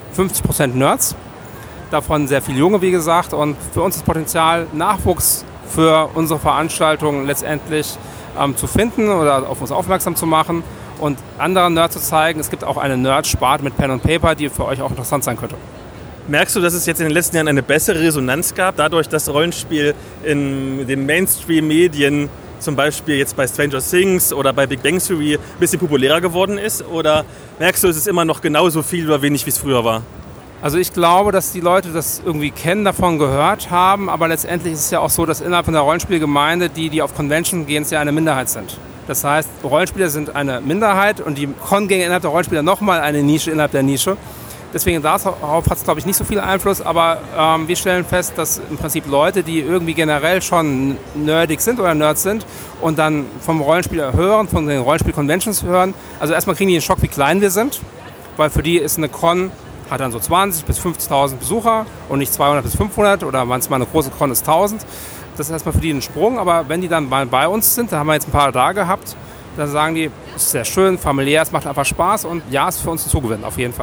50% Nerds. Davon sehr viele Junge, wie gesagt. Und für uns ist Potenzial, Nachwuchs für unsere Veranstaltung letztendlich zu finden oder auf uns aufmerksam zu machen und anderen Nerds zu zeigen. Es gibt auch eine Nerd-Sparte mit Pen und Paper, die für euch auch interessant sein könnte. Merkst du, dass es jetzt in den letzten Jahren eine bessere Resonanz gab, dadurch, dass Rollenspiel in den Mainstream-Medien, zum Beispiel jetzt bei Stranger Things oder bei Big Bang Theory, ein bisschen populärer geworden ist? Oder merkst du, es ist immer noch genauso viel oder wenig, wie es früher war? Also ich glaube, dass die Leute das irgendwie kennen, davon gehört haben, aber letztendlich ist es ja auch so, dass innerhalb von der Rollenspielgemeinde die auf Convention gehen, ja eine Minderheit sind. Das heißt, Rollenspieler sind eine Minderheit und die Con-Gänge innerhalb der Rollenspieler nochmal eine Nische innerhalb der Nische. Deswegen darauf hat es, glaube ich, nicht so viel Einfluss, aber wir stellen fest, dass im Prinzip Leute, die irgendwie generell schon nerdig sind oder Nerds sind und dann vom Rollenspieler hören, von den Rollenspiel-Conventions hören, also erstmal kriegen die den Schock, wie klein wir sind, weil für die ist eine Con, hat dann so 20.000 bis 50.000 Besucher und nicht 200 bis 500 oder manchmal eine große Con ist 1.000. Das ist erstmal für die ein Sprung, aber wenn die dann mal bei uns sind, da haben wir jetzt ein paar da gehabt, dann sagen die, es ist sehr schön, familiär, es macht einfach Spaß und ja, es ist für uns ein Zugewinn, auf jeden Fall.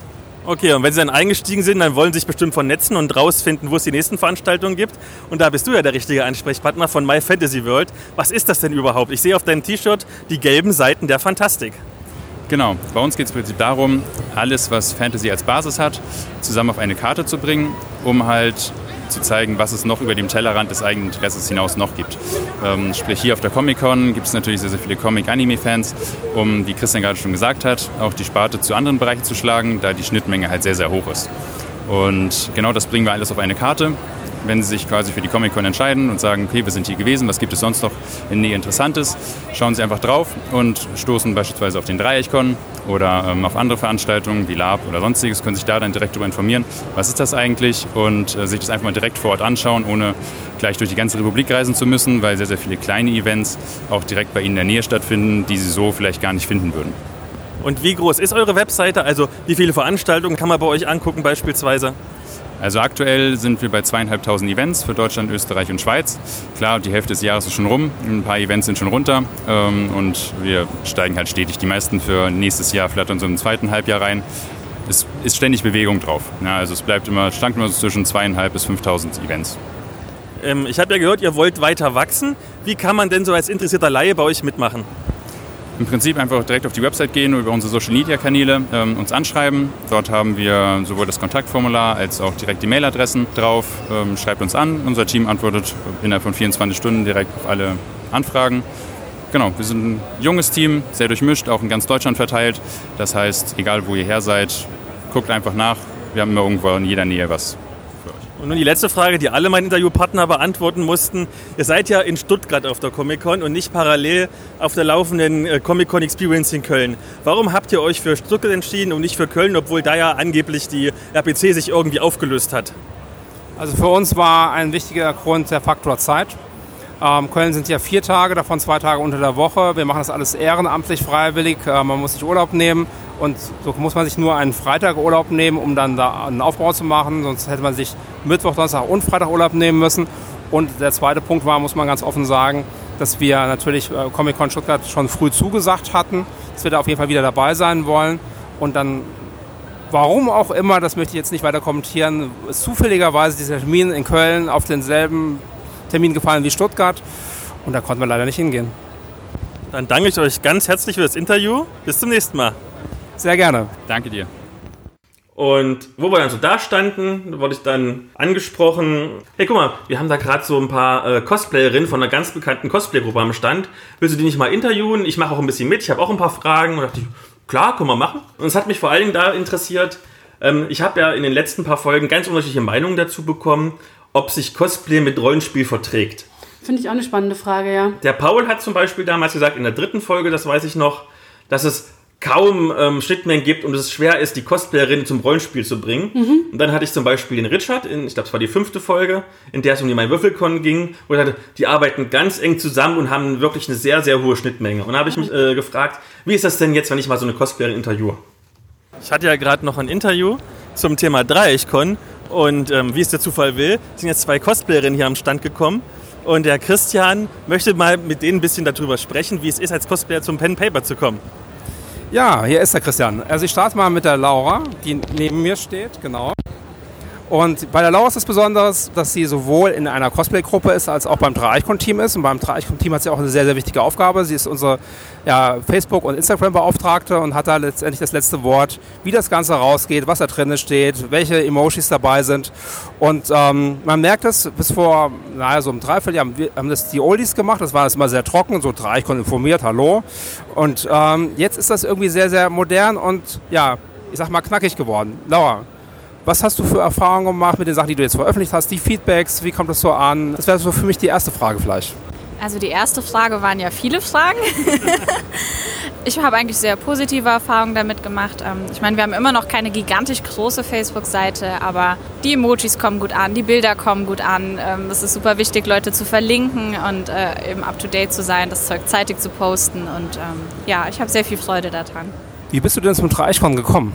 Okay, und wenn Sie dann eingestiegen sind, dann wollen Sie sich bestimmt vernetzen und rausfinden, wo es die nächsten Veranstaltungen gibt. Und da bist du ja der richtige Ansprechpartner von My Fantasy World. Was ist das denn überhaupt? Ich sehe auf deinem T-Shirt die gelben Seiten der Fantastik. Genau, bei uns geht es im Prinzip darum, alles, was Fantasy als Basis hat, zusammen auf eine Karte zu bringen, um halt zu zeigen, was es noch über dem Tellerrand des eigenen Interesses hinaus noch gibt. Sprich, hier auf der Comic-Con gibt es natürlich sehr, sehr viele Comic-Anime-Fans, um, wie Christian gerade schon gesagt hat, auch die Sparte zu anderen Bereichen zu schlagen, da die Schnittmenge halt sehr, sehr hoch ist. Und genau das bringen wir alles auf eine Karte. Wenn Sie sich quasi für die Comic-Con entscheiden und sagen, okay, wir sind hier gewesen, was gibt es sonst noch in Nähe Interessantes, schauen Sie einfach drauf und stoßen beispielsweise auf den Dreieckkon oder auf andere Veranstaltungen wie Lab oder sonstiges, können sich da dann direkt darüber informieren, was ist das eigentlich und sich das einfach mal direkt vor Ort anschauen, ohne gleich durch die ganze Republik reisen zu müssen, weil sehr, sehr viele kleine Events auch direkt bei Ihnen in der Nähe stattfinden, die Sie so vielleicht gar nicht finden würden. Und wie groß ist eure Webseite? Also wie viele Veranstaltungen kann man bei euch angucken beispielsweise? Also aktuell sind wir bei 2.500 Events für Deutschland, Österreich und Schweiz. Klar, die Hälfte des Jahres ist schon rum, ein paar Events sind schon runter und wir steigen halt stetig. Die meisten für nächstes Jahr flattern so im zweiten Halbjahr rein. Es ist ständig Bewegung drauf. Ja, also es bleibt immer, schwankt immer so zwischen 2.500 bis 5.000 Events. Ich habe ja gehört, ihr wollt weiter wachsen. Wie kann man denn so als interessierter Laie bei euch mitmachen? Im Prinzip einfach direkt auf die Website gehen oder über unsere Social-Media-Kanäle uns anschreiben. Dort haben wir sowohl das Kontaktformular als auch direkt die Mailadressen drauf. Schreibt uns an. Unser Team antwortet innerhalb von 24 Stunden direkt auf alle Anfragen. Genau, wir sind ein junges Team, sehr durchmischt, auch in ganz Deutschland verteilt. Das heißt, egal wo ihr her seid, guckt einfach nach. Wir haben immer irgendwo in jeder Nähe was. Und nun die letzte Frage, die alle meine Interviewpartner beantworten mussten. Ihr seid ja in Stuttgart auf der Comic-Con und nicht parallel auf der laufenden Comic-Con Experience in Köln. Warum habt ihr euch für Stuttgart entschieden und nicht für Köln, obwohl da ja angeblich die RPC sich irgendwie aufgelöst hat? Also für uns war ein wichtiger Grund der Faktor Zeit. Köln sind ja 4 Tage, davon 2 Tage unter der Woche. Wir machen das alles ehrenamtlich, freiwillig. Man muss sich Urlaub nehmen. Und so muss man sich nur einen Freitag Urlaub nehmen, um dann da einen Aufbau zu machen. Sonst hätte man sich Mittwoch, Donnerstag und Freitag Urlaub nehmen müssen. Und der zweite Punkt war, muss man ganz offen sagen, dass wir natürlich Comic-Con Stuttgart schon früh zugesagt hatten, dass wir da auf jeden Fall wieder dabei sein wollen. Und dann, warum auch immer, das möchte ich jetzt nicht weiter kommentieren, ist zufälligerweise dieser Termin in Köln auf denselben Termin gefallen wie Stuttgart. Und da konnten wir leider nicht hingehen. Dann danke ich euch ganz herzlich für das Interview. Bis zum nächsten Mal. Sehr gerne. Danke dir. Und wo wir dann so da standen, wurde ich dann angesprochen, hey, guck mal, wir haben da gerade so ein paar Cosplayerinnen von einer ganz bekannten Cosplay-Gruppe am Stand. Willst du die nicht mal interviewen? Ich mache auch ein bisschen mit, ich habe auch ein paar Fragen. Und dachte ich, klar, können wir machen. Und es hat mich vor allen Dingen da interessiert, ich habe ja in den letzten paar Folgen ganz unterschiedliche Meinungen dazu bekommen, ob sich Cosplay mit Rollenspiel verträgt. Finde ich auch eine spannende Frage, ja. Der Paul hat zum Beispiel damals gesagt, in der 3. Folge, das weiß ich noch, dass es kaum Schnittmengen gibt und es schwer ist, die Cosplayerin zum Rollenspiel zu bringen. Und dann hatte ich zum Beispiel den Richard, ich glaube, es war die 5. Folge, in der es um die MyWürfelCon ging, wo ich hatte, die arbeiten ganz eng zusammen und haben wirklich eine sehr, sehr hohe Schnittmenge. Und da habe ich mich gefragt, wie ist das denn jetzt, wenn ich mal so eine Cosplayerin interviewe? Ich hatte ja gerade noch ein Interview zum Thema Dreieichkon und wie es der Zufall will, sind jetzt 2 Cosplayerinnen hier am Stand gekommen. Und der Christian möchte mal mit denen ein bisschen darüber sprechen, wie es ist, als Cosplayer zum Pen Paper zu kommen. Ja, hier ist der Christian. Also ich starte mal mit der Laura, die neben mir steht, genau. Und bei der Laura ist es besonders, dass sie sowohl in einer Cosplay-Gruppe ist, als auch beim Dreieichkon-Team ist. Und beim Dreieichkon-Team hat sie auch eine sehr, sehr wichtige Aufgabe. Sie ist unsere Facebook- und Instagram-Beauftragte und hat da letztendlich das letzte Wort, wie das Ganze rausgeht, was da drin steht, welche Emojis dabei sind. Und man merkt es, bis vor so einem Dreivierteljahr haben das die Oldies gemacht. Das war das immer sehr trocken, so Dreieichkon informiert, hallo. Und jetzt ist das irgendwie sehr, sehr modern und ja, ich sag mal knackig geworden. Laura, was hast du für Erfahrungen gemacht mit den Sachen, die du jetzt veröffentlicht hast? Die Feedbacks, wie kommt das so an? Das wäre so für mich die erste Frage vielleicht. Also die erste Frage waren ja viele Fragen. Ich habe eigentlich sehr positive Erfahrungen damit gemacht. Ich meine, wir haben immer noch keine gigantisch große Facebook-Seite, aber die Emojis kommen gut an, die Bilder kommen gut an. Es ist super wichtig, Leute zu verlinken und eben up-to-date zu sein, das Zeug zeitig zu posten. Und ja, ich habe sehr viel Freude daran. Wie bist du denn zum Dreieichkon gekommen?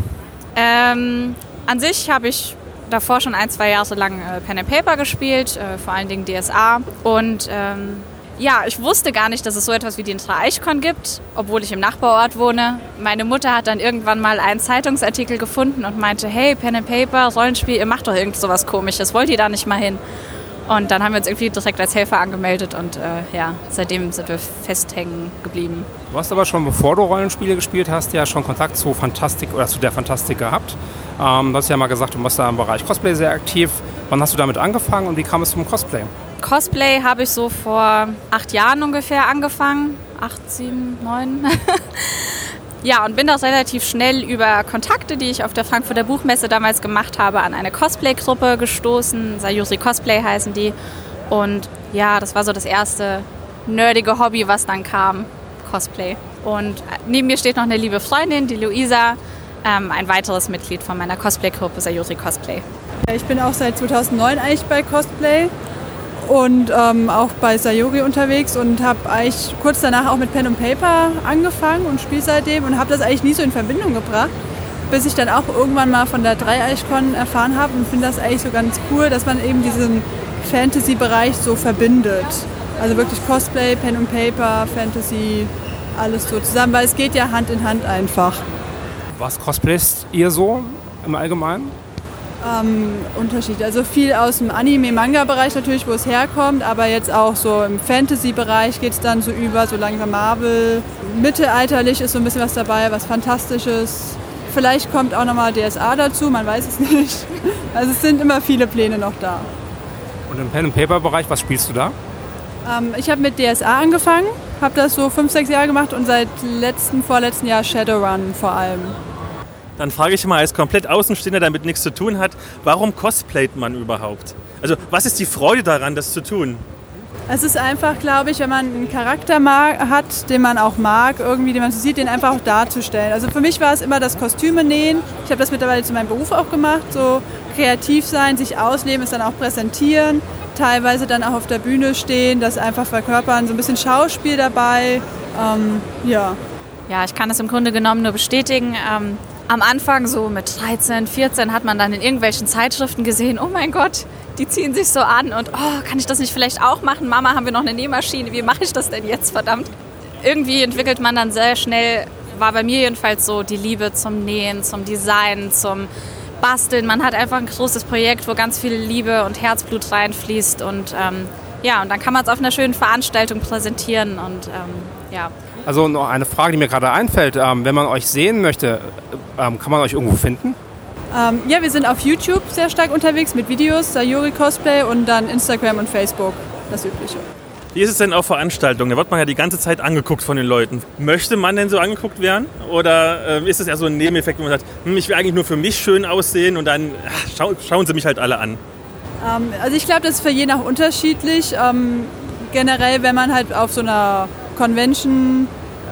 An sich habe ich davor schon 1-2 Jahre lang Pen and Paper gespielt, vor allen Dingen DSA. Und ja, ich wusste gar nicht, dass es so etwas wie den Dreieichkon gibt, obwohl ich im Nachbarort wohne. Meine Mutter hat dann irgendwann mal einen Zeitungsartikel gefunden und meinte, hey, Pen and Paper, Rollenspiel, ihr macht doch irgend sowas Komisches, wollt ihr da nicht mal hin? Und dann haben wir uns irgendwie direkt als Helfer angemeldet und ja, seitdem sind wir festhängen geblieben. Du hast aber schon, bevor du Rollenspiele gespielt hast, ja schon Kontakt zu Fantastik oder zu der Fantastik gehabt. Du hast ja mal gesagt, du warst da im Bereich Cosplay sehr aktiv. Wann hast du damit angefangen und wie kam es zum Cosplay? Cosplay habe ich so vor 8 Jahren ungefähr angefangen. 8, 7, 9. Ja, und bin da relativ schnell über Kontakte, die ich auf der Frankfurter Buchmesse damals gemacht habe, an eine Cosplay-Gruppe gestoßen. Sayuri Cosplay heißen die. Und ja, das war so das erste nerdige Hobby, was dann kam, Cosplay. Und neben mir steht noch eine liebe Freundin, die Luisa, ein weiteres Mitglied von meiner Cosplay-Gruppe Sayuri Cosplay. Ich bin auch seit 2009 eigentlich bei Cosplay und auch bei Sayuri unterwegs und habe eigentlich kurz danach auch mit Pen and Paper angefangen und spiele seitdem und habe das eigentlich nie so in Verbindung gebracht, bis ich dann auch irgendwann mal von der Dreieichkon erfahren habe und finde das eigentlich so ganz cool, dass man eben diesen Fantasy-Bereich so verbindet. Also wirklich Cosplay, Pen and Paper, Fantasy, alles so zusammen, weil es geht ja Hand in Hand einfach. Was cosplayst ihr so im Allgemeinen? Unterschied. Also viel aus dem Anime-Manga-Bereich natürlich, wo es herkommt, aber jetzt auch so im Fantasy-Bereich geht es dann so über, so langsam Marvel. Mittelalterlich ist so ein bisschen was dabei, was Fantastisches. Vielleicht kommt auch nochmal DSA dazu, man weiß es nicht. Also es sind immer viele Pläne noch da. Und im Pen-and-Paper-Bereich, was spielst du da? Ich habe mit DSA angefangen, habe das so 5-6 Jahre gemacht und seit vorletzten Jahr Shadowrun vor allem. Dann frage ich mal, als komplett Außenstehender, der damit nichts zu tun hat, warum cosplayt man überhaupt? Also was ist die Freude daran, das zu tun? Es ist einfach, glaube ich, wenn man einen Charakter hat, den man auch mag, irgendwie, den man so sieht, den einfach auch darzustellen. Also für mich war es immer das Kostüme nähen. Ich habe das mittlerweile zu meinem Beruf auch gemacht, so kreativ sein, sich ausleben, es dann auch präsentieren, teilweise dann auch auf der Bühne stehen, das einfach verkörpern, so ein bisschen Schauspiel dabei, ja. Ja, ich kann es im Grunde genommen nur bestätigen. Am Anfang, so mit 13, 14, hat man dann in irgendwelchen Zeitschriften gesehen, oh mein Gott, die ziehen sich so an und oh, kann ich das nicht vielleicht auch machen? Mama, haben wir noch eine Nähmaschine, wie mache ich das denn jetzt, verdammt? Irgendwie entwickelt man dann sehr schnell, war bei mir jedenfalls so, die Liebe zum Nähen, zum Design, zum Basteln. Man hat einfach ein großes Projekt, wo ganz viel Liebe und Herzblut reinfließt und ja, und dann kann man es auf einer schönen Veranstaltung präsentieren und ja. Also noch eine Frage, die mir gerade einfällt. Wenn man euch sehen möchte, kann man euch irgendwo finden? Ja, wir sind auf YouTube sehr stark unterwegs mit Videos, Sayuri Cosplay und dann Instagram und Facebook, das Übliche. Wie ist es denn auf Veranstaltungen? Da wird man ja die ganze Zeit angeguckt von den Leuten. Möchte man denn so angeguckt werden? Oder ist es ja so ein Nebeneffekt, wo man sagt, ich will eigentlich nur für mich schön aussehen und dann schauen sie mich halt alle an? Also ich glaube, das ist für jeden auch unterschiedlich. Generell, wenn man halt auf so einer Convention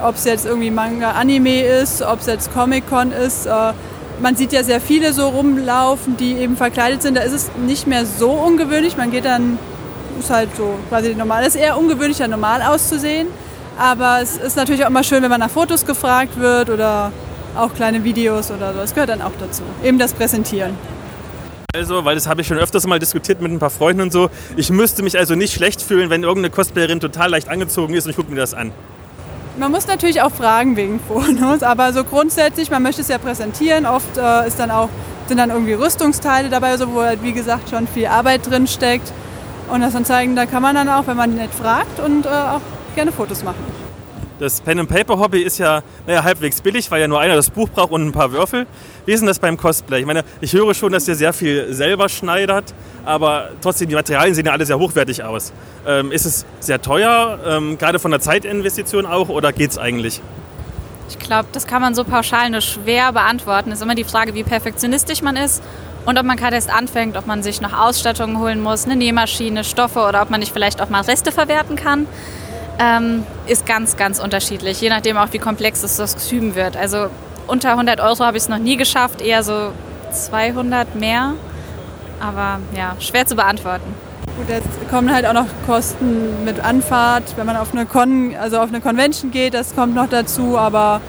ob es jetzt irgendwie Manga, Anime ist, ob es jetzt Comic-Con ist. Man sieht ja sehr viele so rumlaufen, die eben verkleidet sind. Da ist es nicht mehr so ungewöhnlich. Man geht dann, ist halt so quasi normal. Es ist eher ungewöhnlicher, normal auszusehen. Aber es ist natürlich auch immer schön, wenn man nach Fotos gefragt wird oder auch kleine Videos oder so. Das gehört dann auch dazu. Eben das Präsentieren. Also, weil das habe ich schon öfters mal diskutiert mit ein paar Freunden und so. Ich müsste mich also nicht schlecht fühlen, wenn irgendeine Cosplayerin total leicht angezogen ist und ich gucke mir das an. Man muss natürlich auch fragen wegen Fotos, aber so grundsätzlich, man möchte es ja präsentieren. Oft sind dann irgendwie Rüstungsteile dabei, so, wo halt, wie gesagt, schon viel Arbeit drin steckt. Und das dann zeigen, da kann man dann auch, wenn man nett fragt und auch gerne Fotos machen. Das Pen-and-Paper-Hobby ist ja halbwegs billig, weil ja nur einer das Buch braucht und ein paar Würfel. Wie ist denn das beim Cosplay? Ich meine, ich höre schon, dass ihr sehr viel selber schneidert, aber trotzdem, die Materialien sehen ja alle sehr hochwertig aus. Ist es sehr teuer, gerade von der Zeitinvestition auch, oder geht's eigentlich? Ich glaube, das kann man so pauschal nur schwer beantworten. Es ist immer die Frage, wie perfektionistisch man ist und ob man gerade erst anfängt, ob man sich noch Ausstattungen holen muss, eine Nähmaschine, Stoffe oder ob man nicht vielleicht auch mal Reste verwerten kann. Ist ganz, ganz unterschiedlich, je nachdem auch, wie komplex das Kostüm wird. Also unter 100 € habe ich es noch nie geschafft, eher so 200 mehr. Aber ja, schwer zu beantworten. Gut, jetzt kommen halt auch noch Kosten mit Anfahrt, wenn man auf eine Convention geht, das kommt noch dazu. Aber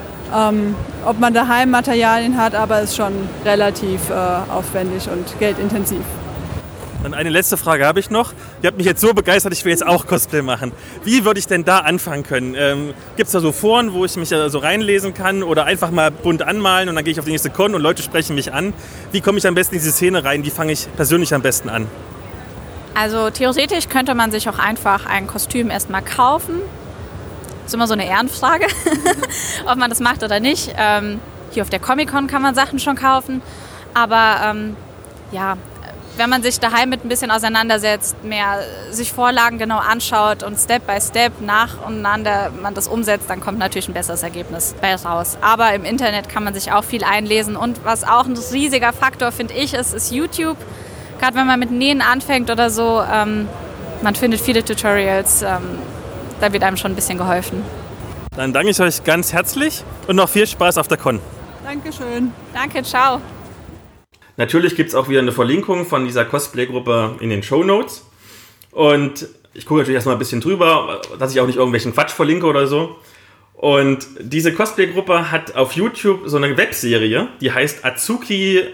ob man daheim Materialien hat, aber ist schon relativ aufwendig und geldintensiv. Dann eine letzte Frage habe ich noch. Ihr habt mich jetzt so begeistert, ich will jetzt auch Cosplay machen. Wie würde ich denn da anfangen können? Gibt es da so Foren, wo ich mich so reinlesen kann oder einfach mal bunt anmalen und dann gehe ich auf die nächste Con und Leute sprechen mich an? Wie komme ich am besten in diese Szene rein? Wie fange ich persönlich am besten an? Also theoretisch könnte man sich auch einfach ein Kostüm erstmal kaufen. Das ist immer so eine Ehrenfrage, ob man das macht oder nicht. Hier auf der Comic-Con kann man Sachen schon kaufen. Aber wenn man sich daheim mit ein bisschen auseinandersetzt, mehr sich Vorlagen genau anschaut und Step by Step nacheinander man das umsetzt, dann kommt natürlich ein besseres Ergebnis bei raus. Aber im Internet kann man sich auch viel einlesen. Und was auch ein riesiger Faktor, finde ich, ist YouTube. Gerade wenn man mit Nähen anfängt oder so, man findet viele Tutorials, da wird einem schon ein bisschen geholfen. Dann danke ich euch ganz herzlich und noch viel Spaß auf der Con. Dankeschön. Danke, ciao. Natürlich gibt es auch wieder eine Verlinkung von dieser Cosplay-Gruppe in den Shownotes. Und ich gucke natürlich erstmal ein bisschen drüber, dass ich auch nicht irgendwelchen Quatsch verlinke oder so. Und diese Cosplay-Gruppe hat auf YouTube so eine Webserie, die heißt Azuki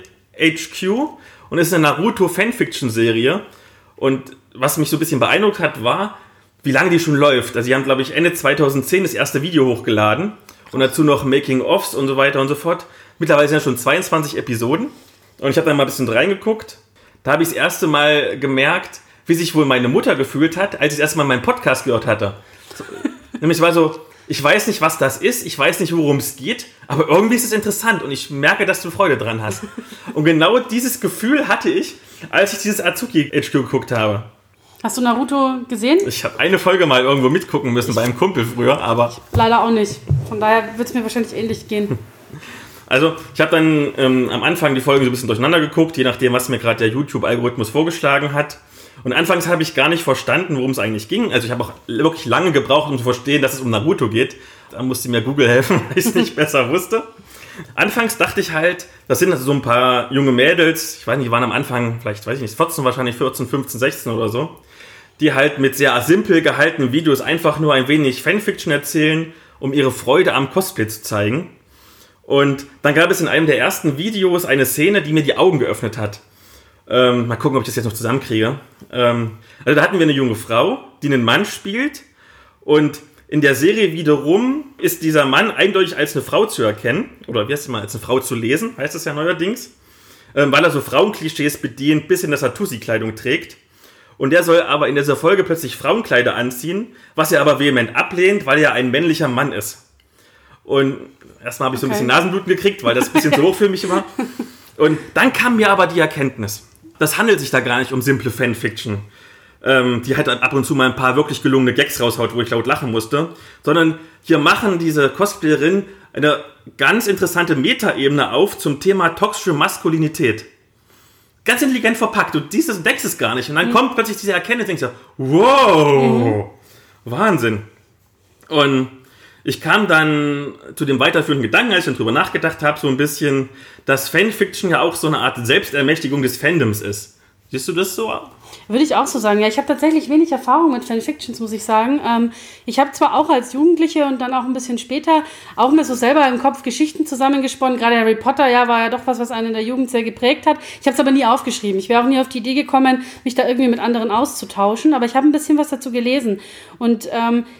HQ und ist eine Naruto-Fanfiction-Serie. Und was mich so ein bisschen beeindruckt hat, war, wie lange die schon läuft. Also sie haben, glaube ich, Ende 2010 das erste Video hochgeladen und dazu noch Making-ofs und so weiter und so fort. Mittlerweile sind ja schon 22 Episoden. Und ich habe dann mal ein bisschen reingeguckt. Da habe ich das erste Mal gemerkt, wie sich wohl meine Mutter gefühlt hat, als ich das erste Mal meinen Podcast gehört hatte. Nämlich war so, ich weiß nicht, was das ist, ich weiß nicht, worum es geht, aber irgendwie ist es interessant und ich merke, dass du Freude dran hast. Und genau dieses Gefühl hatte ich, als ich dieses Azuki HQ geguckt habe. Hast du Naruto gesehen? Ich habe eine Folge mal irgendwo mitgucken müssen bei einem Kumpel früher, aber... Leider auch nicht. Von daher wird es mir wahrscheinlich ähnlich gehen. Also, ich habe dann am Anfang die Folgen so ein bisschen durcheinander geguckt, je nachdem, was mir gerade der YouTube-Algorithmus vorgeschlagen hat. Und anfangs habe ich gar nicht verstanden, worum es eigentlich ging. Also ich habe auch wirklich lange gebraucht, um zu verstehen, dass es um Naruto geht. Da musste mir Google helfen, weil ich es nicht besser wusste. Anfangs dachte ich halt, das sind also so ein paar junge Mädels, ich weiß nicht, die waren am Anfang vielleicht, 14 wahrscheinlich, 14, 15, 16 oder so, die halt mit sehr simpel gehaltenen Videos einfach nur ein wenig Fanfiction erzählen, um ihre Freude am Cosplay zu zeigen. Und dann gab es in einem der ersten Videos eine Szene, die mir die Augen geöffnet hat. Mal gucken, ob ich das jetzt noch zusammenkriege. Also da hatten wir eine junge Frau, die einen Mann spielt. Und in der Serie wiederum ist dieser Mann eindeutig als eine Frau zu erkennen. Oder wie heißt es mal, als eine Frau zu lesen, heißt es ja neuerdings. Weil er so Frauenklischees bedient, bis in das Tussi-Kleidung trägt. Und der soll aber in dieser Folge plötzlich Frauenkleider anziehen, was er aber vehement ablehnt, weil er ein männlicher Mann ist. Und erstmal habe ich so ein bisschen Nasenbluten gekriegt, weil das ein bisschen zu hoch für mich war. Und dann kam mir aber die Erkenntnis, das handelt sich da gar nicht um simple Fanfiction, die halt ab und zu mal ein paar wirklich gelungene Gags raushaut, wo ich laut lachen musste, sondern hier machen diese Cosplayerinnen eine ganz interessante Metaebene auf zum Thema toxische Maskulinität. Ganz intelligent verpackt. Du siehst es und denkst es gar nicht. Und dann kommt plötzlich diese Erkenntnis und denkst du, wow, Wahnsinn. Und ich kam dann zu dem weiterführenden Gedanken, als ich dann drüber nachgedacht habe, so ein bisschen, dass Fanfiction ja auch so eine Art Selbstermächtigung des Fandoms ist. Siehst du das so? Würde ich auch so sagen. Ja, ich habe tatsächlich wenig Erfahrung mit Fanfictions, muss ich sagen. Ich habe zwar auch als Jugendliche und dann auch ein bisschen später auch mir so selber im Kopf Geschichten zusammengesponnen. Gerade Harry Potter, ja, war ja doch was einen in der Jugend sehr geprägt hat. Ich habe es aber nie aufgeschrieben. Ich wäre auch nie auf die Idee gekommen, mich da irgendwie mit anderen auszutauschen. Aber ich habe ein bisschen was dazu gelesen. Und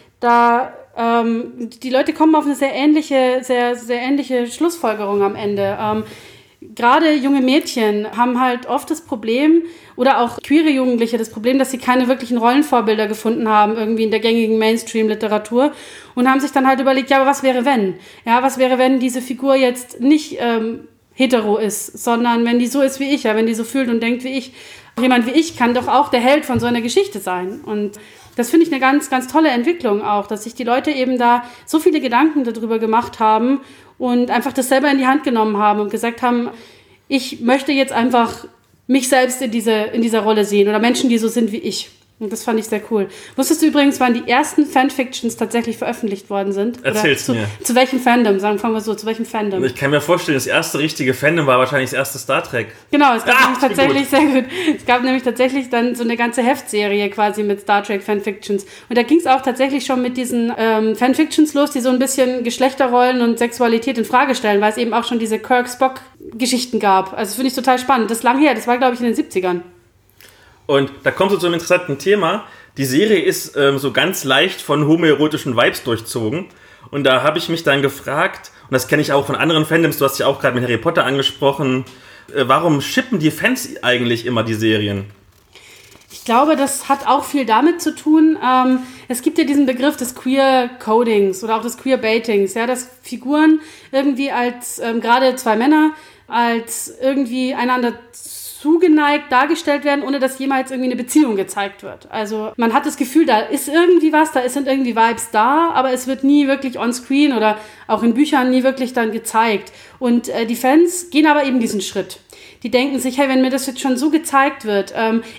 die Leute kommen auf eine sehr ähnliche Schlussfolgerung am Ende. Gerade junge Mädchen haben halt oft das Problem, oder auch queere Jugendliche das Problem, dass sie keine wirklichen Rollenvorbilder gefunden haben, irgendwie in der gängigen Mainstream-Literatur, und haben sich dann halt überlegt, ja, aber was wäre wenn? Ja, was wäre, wenn diese Figur jetzt nicht hetero ist, sondern wenn die so ist wie ich, ja, wenn die so fühlt und denkt wie ich. Jemand wie ich kann doch auch der Held von so einer Geschichte sein. Und das finde ich eine ganz, ganz tolle Entwicklung auch, dass sich die Leute eben da so viele Gedanken darüber gemacht haben und einfach das selber in die Hand genommen haben und gesagt haben, ich möchte jetzt einfach mich selbst in dieser Rolle sehen oder Menschen, die so sind wie ich. Und das fand ich sehr cool. Wusstest du übrigens, wann die ersten Fanfictions tatsächlich veröffentlicht worden sind? Erzähl's mir. Zu welchem Fandom? Fangen wir so, zu welchem Fandom? Ich kann mir vorstellen, das erste richtige Fandom war wahrscheinlich das erste Star Trek. Genau, es gab nämlich tatsächlich, sehr gut. Es gab nämlich tatsächlich dann so eine ganze Heftserie quasi mit Star Trek Fanfictions. Und da ging es auch tatsächlich schon mit diesen Fanfictions los, die so ein bisschen Geschlechterrollen und Sexualität in Frage stellen, weil es eben auch schon diese Kirk-Spock-Geschichten gab. Also das finde ich total spannend. Das ist lang her, das war, glaube ich, in den 70ern. Und da kommst du zu einem interessanten Thema. Die Serie ist so ganz leicht von homoerotischen Vibes durchzogen. Und da habe ich mich dann gefragt, und das kenne ich auch von anderen Fandoms, du hast ja auch gerade mit Harry Potter angesprochen, warum shippen die Fans eigentlich immer die Serien? Ich glaube, das hat auch viel damit zu tun. Es gibt ja diesen Begriff des Queer-Codings oder auch des Queer-Baitings, ja, dass Figuren irgendwie als, gerade zwei Männer, als irgendwie einander zugeneigt dargestellt werden, ohne dass jemals irgendwie eine Beziehung gezeigt wird. Also man hat das Gefühl, da ist irgendwie was, sind irgendwie Vibes da, aber es wird nie wirklich on-screen oder auch in Büchern nie wirklich dann gezeigt. Und die Fans gehen aber eben diesen Schritt. Die denken sich, hey, wenn mir das jetzt schon so gezeigt wird,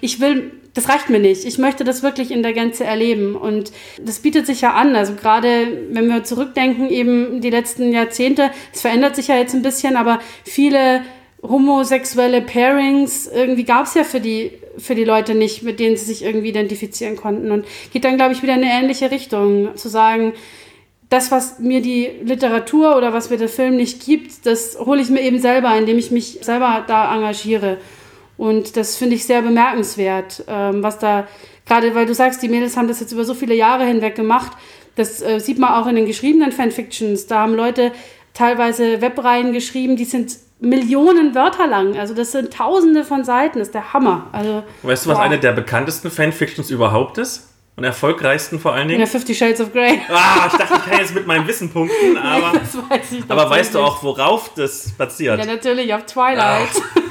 das reicht mir nicht. Ich möchte das wirklich in der Gänze erleben. Und das bietet sich ja an. Also gerade, wenn wir zurückdenken, eben die letzten Jahrzehnte, es verändert sich ja jetzt ein bisschen, aber viele homosexuelle Pairings irgendwie gab es ja für die Leute nicht, mit denen sie sich irgendwie identifizieren konnten. Und geht dann, glaube ich, wieder in eine ähnliche Richtung. Zu sagen, das, was mir die Literatur oder was mir der Film nicht gibt, das hole ich mir eben selber, indem ich mich selber da engagiere. Und das finde ich sehr bemerkenswert, was da, gerade weil du sagst, die Mädels haben das jetzt über so viele Jahre hinweg gemacht, das sieht man auch in den geschriebenen Fanfictions. Da haben Leute teilweise Webreihen geschrieben, die sind Millionen Wörter lang. Also das sind Tausende von Seiten. Das ist der Hammer. Also, weißt du, was eine der bekanntesten Fanfictions überhaupt ist? Und erfolgreichsten vor allen Dingen? Ja, 50 Shades of Grey. Ich dachte, ich kann jetzt mit meinem Wissen punkten, aber, das weiß ich aber weißt du auch, worauf das basiert? Ja, natürlich, auf Twilight.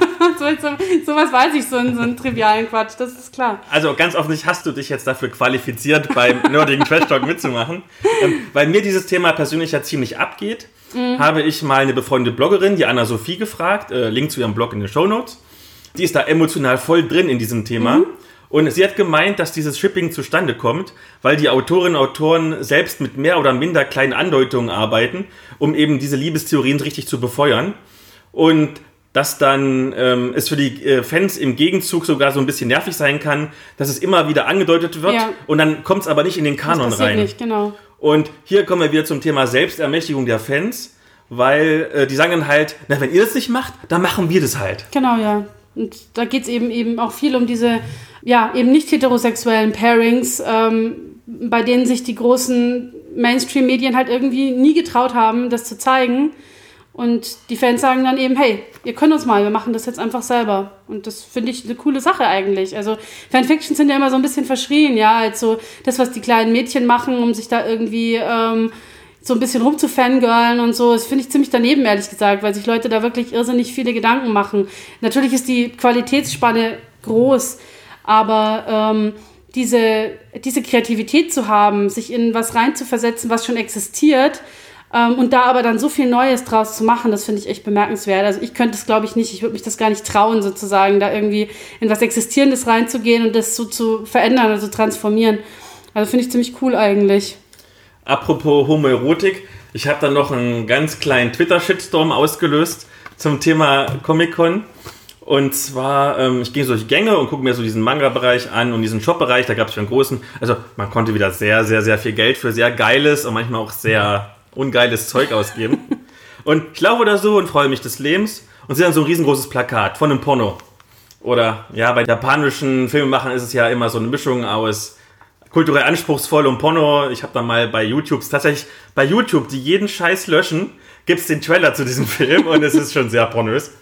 Sowas weiß ich, so einen trivialen Quatsch, das ist klar. Also ganz offensichtlich hast du dich jetzt dafür qualifiziert, beim nerdigen Trash Talk mitzumachen. Weil mir dieses Thema persönlich ja ziemlich abgeht, habe ich mal eine befreundete Bloggerin, die Anna-Sophie, gefragt, Link zu ihrem Blog in den Shownotes. Die ist da emotional voll drin in diesem Thema. Und sie hat gemeint, dass dieses Shipping zustande kommt, weil die Autorinnen und Autoren selbst mit mehr oder minder kleinen Andeutungen arbeiten, um eben diese Liebestheorien richtig zu befeuern. Und dass dann es für die Fans im Gegenzug sogar so ein bisschen nervig sein kann, dass es immer wieder angedeutet wird, und dann kommt es aber nicht in den Kanon rein. Nicht, genau. Und hier kommen wir wieder zum Thema Selbstermächtigung der Fans, weil die sagen dann halt, na, wenn ihr das nicht macht, dann machen wir das halt. Genau, ja. Und da geht es eben auch viel um diese, ja, eben nicht heterosexuellen Pairings, bei denen sich die großen Mainstream-Medien halt irgendwie nie getraut haben, das zu zeigen. Und die Fans sagen dann eben, hey, ihr könnt uns mal, wir machen das jetzt einfach selber. Und das finde ich eine coole Sache eigentlich. Also Fanfictions sind ja immer so ein bisschen verschrien, ja, als so das, was die kleinen Mädchen machen, um sich da irgendwie so ein bisschen rumzufangirlen und so. Das finde ich ziemlich daneben, ehrlich gesagt, weil sich Leute da wirklich irrsinnig viele Gedanken machen. Natürlich ist die Qualitätsspanne groß, aber diese Kreativität zu haben, sich in was reinzuversetzen, was schon existiert, und da aber dann so viel Neues draus zu machen, das finde ich echt bemerkenswert. Also ich könnte es, glaube ich, nicht. Ich würde mich das gar nicht trauen, sozusagen, da irgendwie in was Existierendes reinzugehen und das so zu verändern, also transformieren. Also finde ich ziemlich cool eigentlich. Apropos Homoerotik, ich habe dann noch einen ganz kleinen Twitter-Shitstorm ausgelöst zum Thema Comic-Con. Und zwar, ich gehe so durch die Gänge und gucke mir so diesen Manga-Bereich an und diesen Shop-Bereich, da gab es schon einen großen, also man konnte wieder sehr, sehr, sehr viel Geld für sehr geiles und manchmal auch sehr ungeiles Zeug ausgeben. Und ich laufe da so und freue mich des Lebens und sehe dann so ein riesengroßes Plakat von einem Porno. Oder, ja, bei japanischen Filmemachern ist es ja immer so eine Mischung aus kulturell anspruchsvoll und Porno. Ich habe da mal bei YouTube, die jeden Scheiß löschen, gibt es den Trailer zu diesem Film und es ist schon sehr pornös.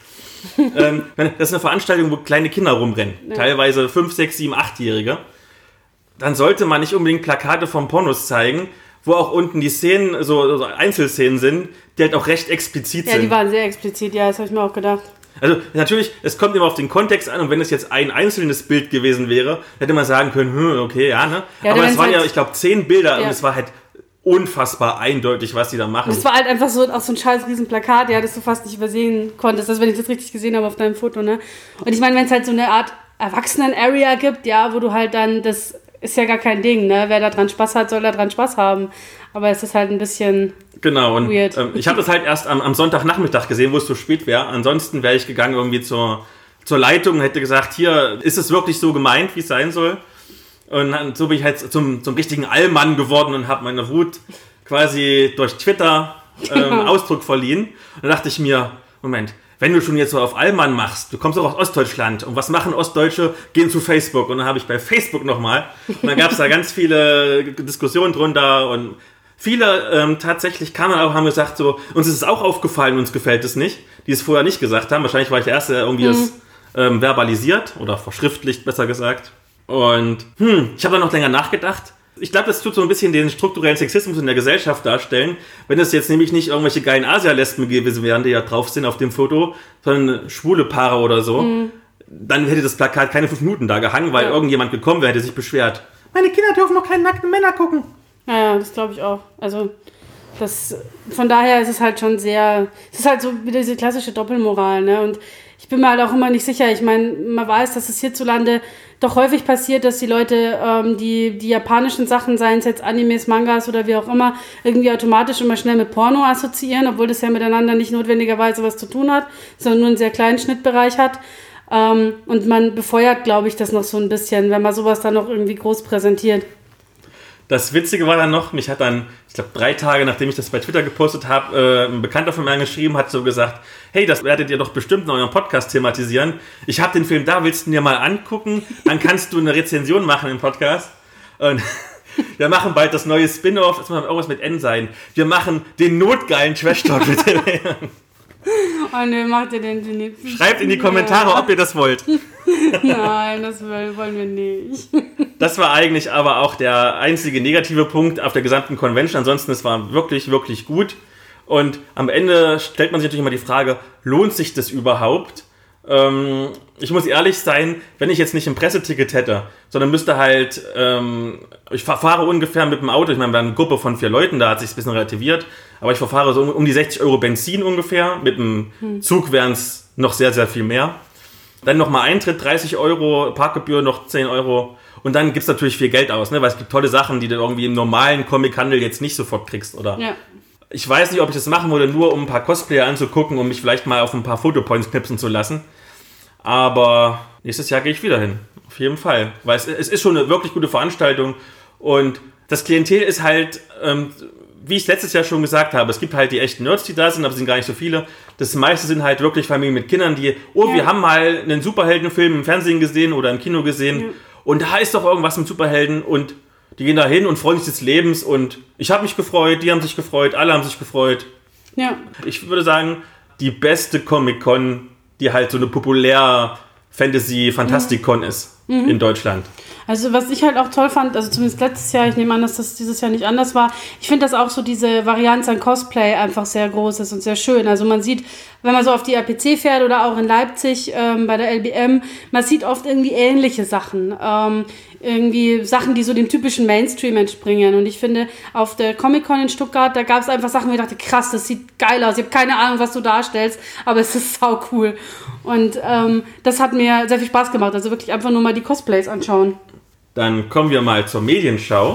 Das ist eine Veranstaltung, wo kleine Kinder rumrennen, teilweise 5, 6, 7, 8-Jährige. Dann sollte man nicht unbedingt Plakate von Pornos zeigen, wo auch unten die Szenen, so Einzelszenen sind, die halt auch recht explizit sind. Ja, die waren sehr explizit, ja, das habe ich mir auch gedacht. Also natürlich, es kommt immer auf den Kontext an und wenn es jetzt ein einzelnes Bild gewesen wäre, hätte man sagen können, okay, ja, ne? Ja, aber es waren ja, ich glaube, 10 Bilder und es war halt unfassbar eindeutig, was die da machen. Das war halt einfach so, auch so ein scheiß Riesenplakat, ja, das du fast nicht übersehen konntest, also wenn ich das richtig gesehen habe auf deinem Foto, ne? Und ich meine, wenn es halt so eine Art Erwachsenen-Area gibt, ja, wo du halt dann, das ist ja gar kein Ding, ne? Wer da dran Spaß hat, soll da dran Spaß haben. Aber es ist halt ein bisschen weird. Ich habe das halt erst am Sonntagnachmittag gesehen, wo es so spät wäre. Ansonsten wäre ich gegangen irgendwie zur Leitung und hätte gesagt, hier, ist es wirklich so gemeint, wie es sein soll? Und dann, so bin ich halt zum richtigen Allmann geworden und habe meine Wut quasi durch Twitter Ausdruck verliehen. Und dann dachte ich mir, Moment, wenn du schon jetzt so auf Allmann machst, du kommst auch aus Ostdeutschland und was machen Ostdeutsche? Gehen zu Facebook. Und dann habe ich bei Facebook nochmal, und dann gab es da ganz viele Diskussionen drunter und viele tatsächlich kamen auch, haben gesagt, so, uns ist es auch aufgefallen, uns gefällt es nicht, die es vorher nicht gesagt haben. Wahrscheinlich war ich der Erste, der irgendwie das verbalisiert oder verschriftlicht, besser gesagt. Und ich habe dann noch länger nachgedacht. Ich glaube, das tut so ein bisschen den strukturellen Sexismus in der Gesellschaft darstellen. Wenn es jetzt nämlich nicht irgendwelche geilen Asialesben gewesen wären, die ja drauf sind auf dem Foto, sondern schwule Paare oder so, dann hätte das Plakat keine 5 Minuten da gehangen, weil irgendjemand gekommen wäre, hätte sich beschwert. Meine Kinder dürfen noch keine nackten Männer gucken. Ja, das glaube ich auch. Also, von daher ist es halt schon sehr, es ist halt so wieder diese klassische Doppelmoral, ne? Und ich bin mir halt auch immer nicht sicher. Ich meine, man weiß, dass es hierzulande doch häufig passiert, dass die Leute die japanischen Sachen, seien es jetzt Animes, Mangas oder wie auch immer, irgendwie automatisch immer schnell mit Porno assoziieren, obwohl das ja miteinander nicht notwendigerweise was zu tun hat, sondern nur einen sehr kleinen Schnittbereich hat. Und man befeuert, glaube ich, das noch so ein bisschen, wenn man sowas dann noch irgendwie groß präsentiert. Das Witzige war dann noch, mich hat dann, ich glaube 3 Tage, nachdem ich das bei Twitter gepostet habe, ein Bekannter von mir angeschrieben, hat so gesagt, hey, das werdet ihr doch bestimmt in eurem Podcast thematisieren. Ich habe den Film da, willst du ihn dir mal angucken? Dann kannst du eine Rezension machen im Podcast. Und wir machen bald das neue Spin-Off, das muss irgendwas mit N sein. Wir machen den notgeilen Trash-Talk mit dem. Und wer macht ihr denn den? Schreibt in die Kommentare, ob ihr das wollt. Nein, das wollen wir nicht. Das war eigentlich aber auch der einzige negative Punkt auf der gesamten Convention. Ansonsten, es war wirklich, wirklich gut. Und am Ende stellt man sich natürlich immer die Frage, lohnt sich das überhaupt? Ich muss ehrlich sein, wenn ich jetzt nicht ein Presseticket hätte, sondern müsste halt, ich fahre ungefähr mit dem Auto, ich meine, wir haben eine Gruppe von 4 Leuten, da hat sich ein bisschen relativiert, aber ich verfahre so um die 60 Euro Benzin ungefähr, mit dem Zug wären es noch sehr, sehr viel mehr. Dann nochmal Eintritt, 30 Euro, Parkgebühr noch 10 Euro und dann gibt es natürlich viel Geld aus, ne? Weil es gibt tolle Sachen, die du irgendwie im normalen Comichandel jetzt nicht sofort kriegst, oder? Ja. Ich weiß nicht, ob ich das machen würde, nur um ein paar Cosplayer anzugucken, um mich vielleicht mal auf ein paar Fotopoints knipsen zu lassen. Aber nächstes Jahr gehe ich wieder hin. Auf jeden Fall. Weil es ist schon eine wirklich gute Veranstaltung. Und das Klientel ist halt, wie ich letztes Jahr schon gesagt habe, es gibt halt die echten Nerds, die da sind, aber es sind gar nicht so viele. Das meiste sind halt wirklich Familien mit Kindern, die, wir haben mal einen Superheldenfilm im Fernsehen gesehen oder im Kino gesehen. Ja. Und da ist doch irgendwas mit Superhelden und die gehen da hin und freuen sich des Lebens und ich habe mich gefreut, die haben sich gefreut, alle haben sich gefreut. Ja. Ich würde sagen, die beste Comic-Con, die halt so eine populär Fantasy-Fantastik-Con ist in Deutschland. Also was ich halt auch toll fand, also zumindest letztes Jahr, ich nehme an, dass das dieses Jahr nicht anders war, ich finde, dass auch so diese Varianz an Cosplay einfach sehr groß ist und sehr schön. Also man sieht, wenn man so auf die RPC fährt oder auch in Leipzig bei der LBM, man sieht oft irgendwie ähnliche Sachen. Irgendwie Sachen, die so dem typischen Mainstream entspringen. Und ich finde, auf der Comic-Con in Stuttgart, da gab es einfach Sachen, wo ich dachte, krass, das sieht geil aus. Ich habe keine Ahnung, was du darstellst, aber es ist sau cool. Und das hat mir sehr viel Spaß gemacht. Also wirklich einfach nur mal die Cosplays anschauen. Dann kommen wir mal zur Medienschau.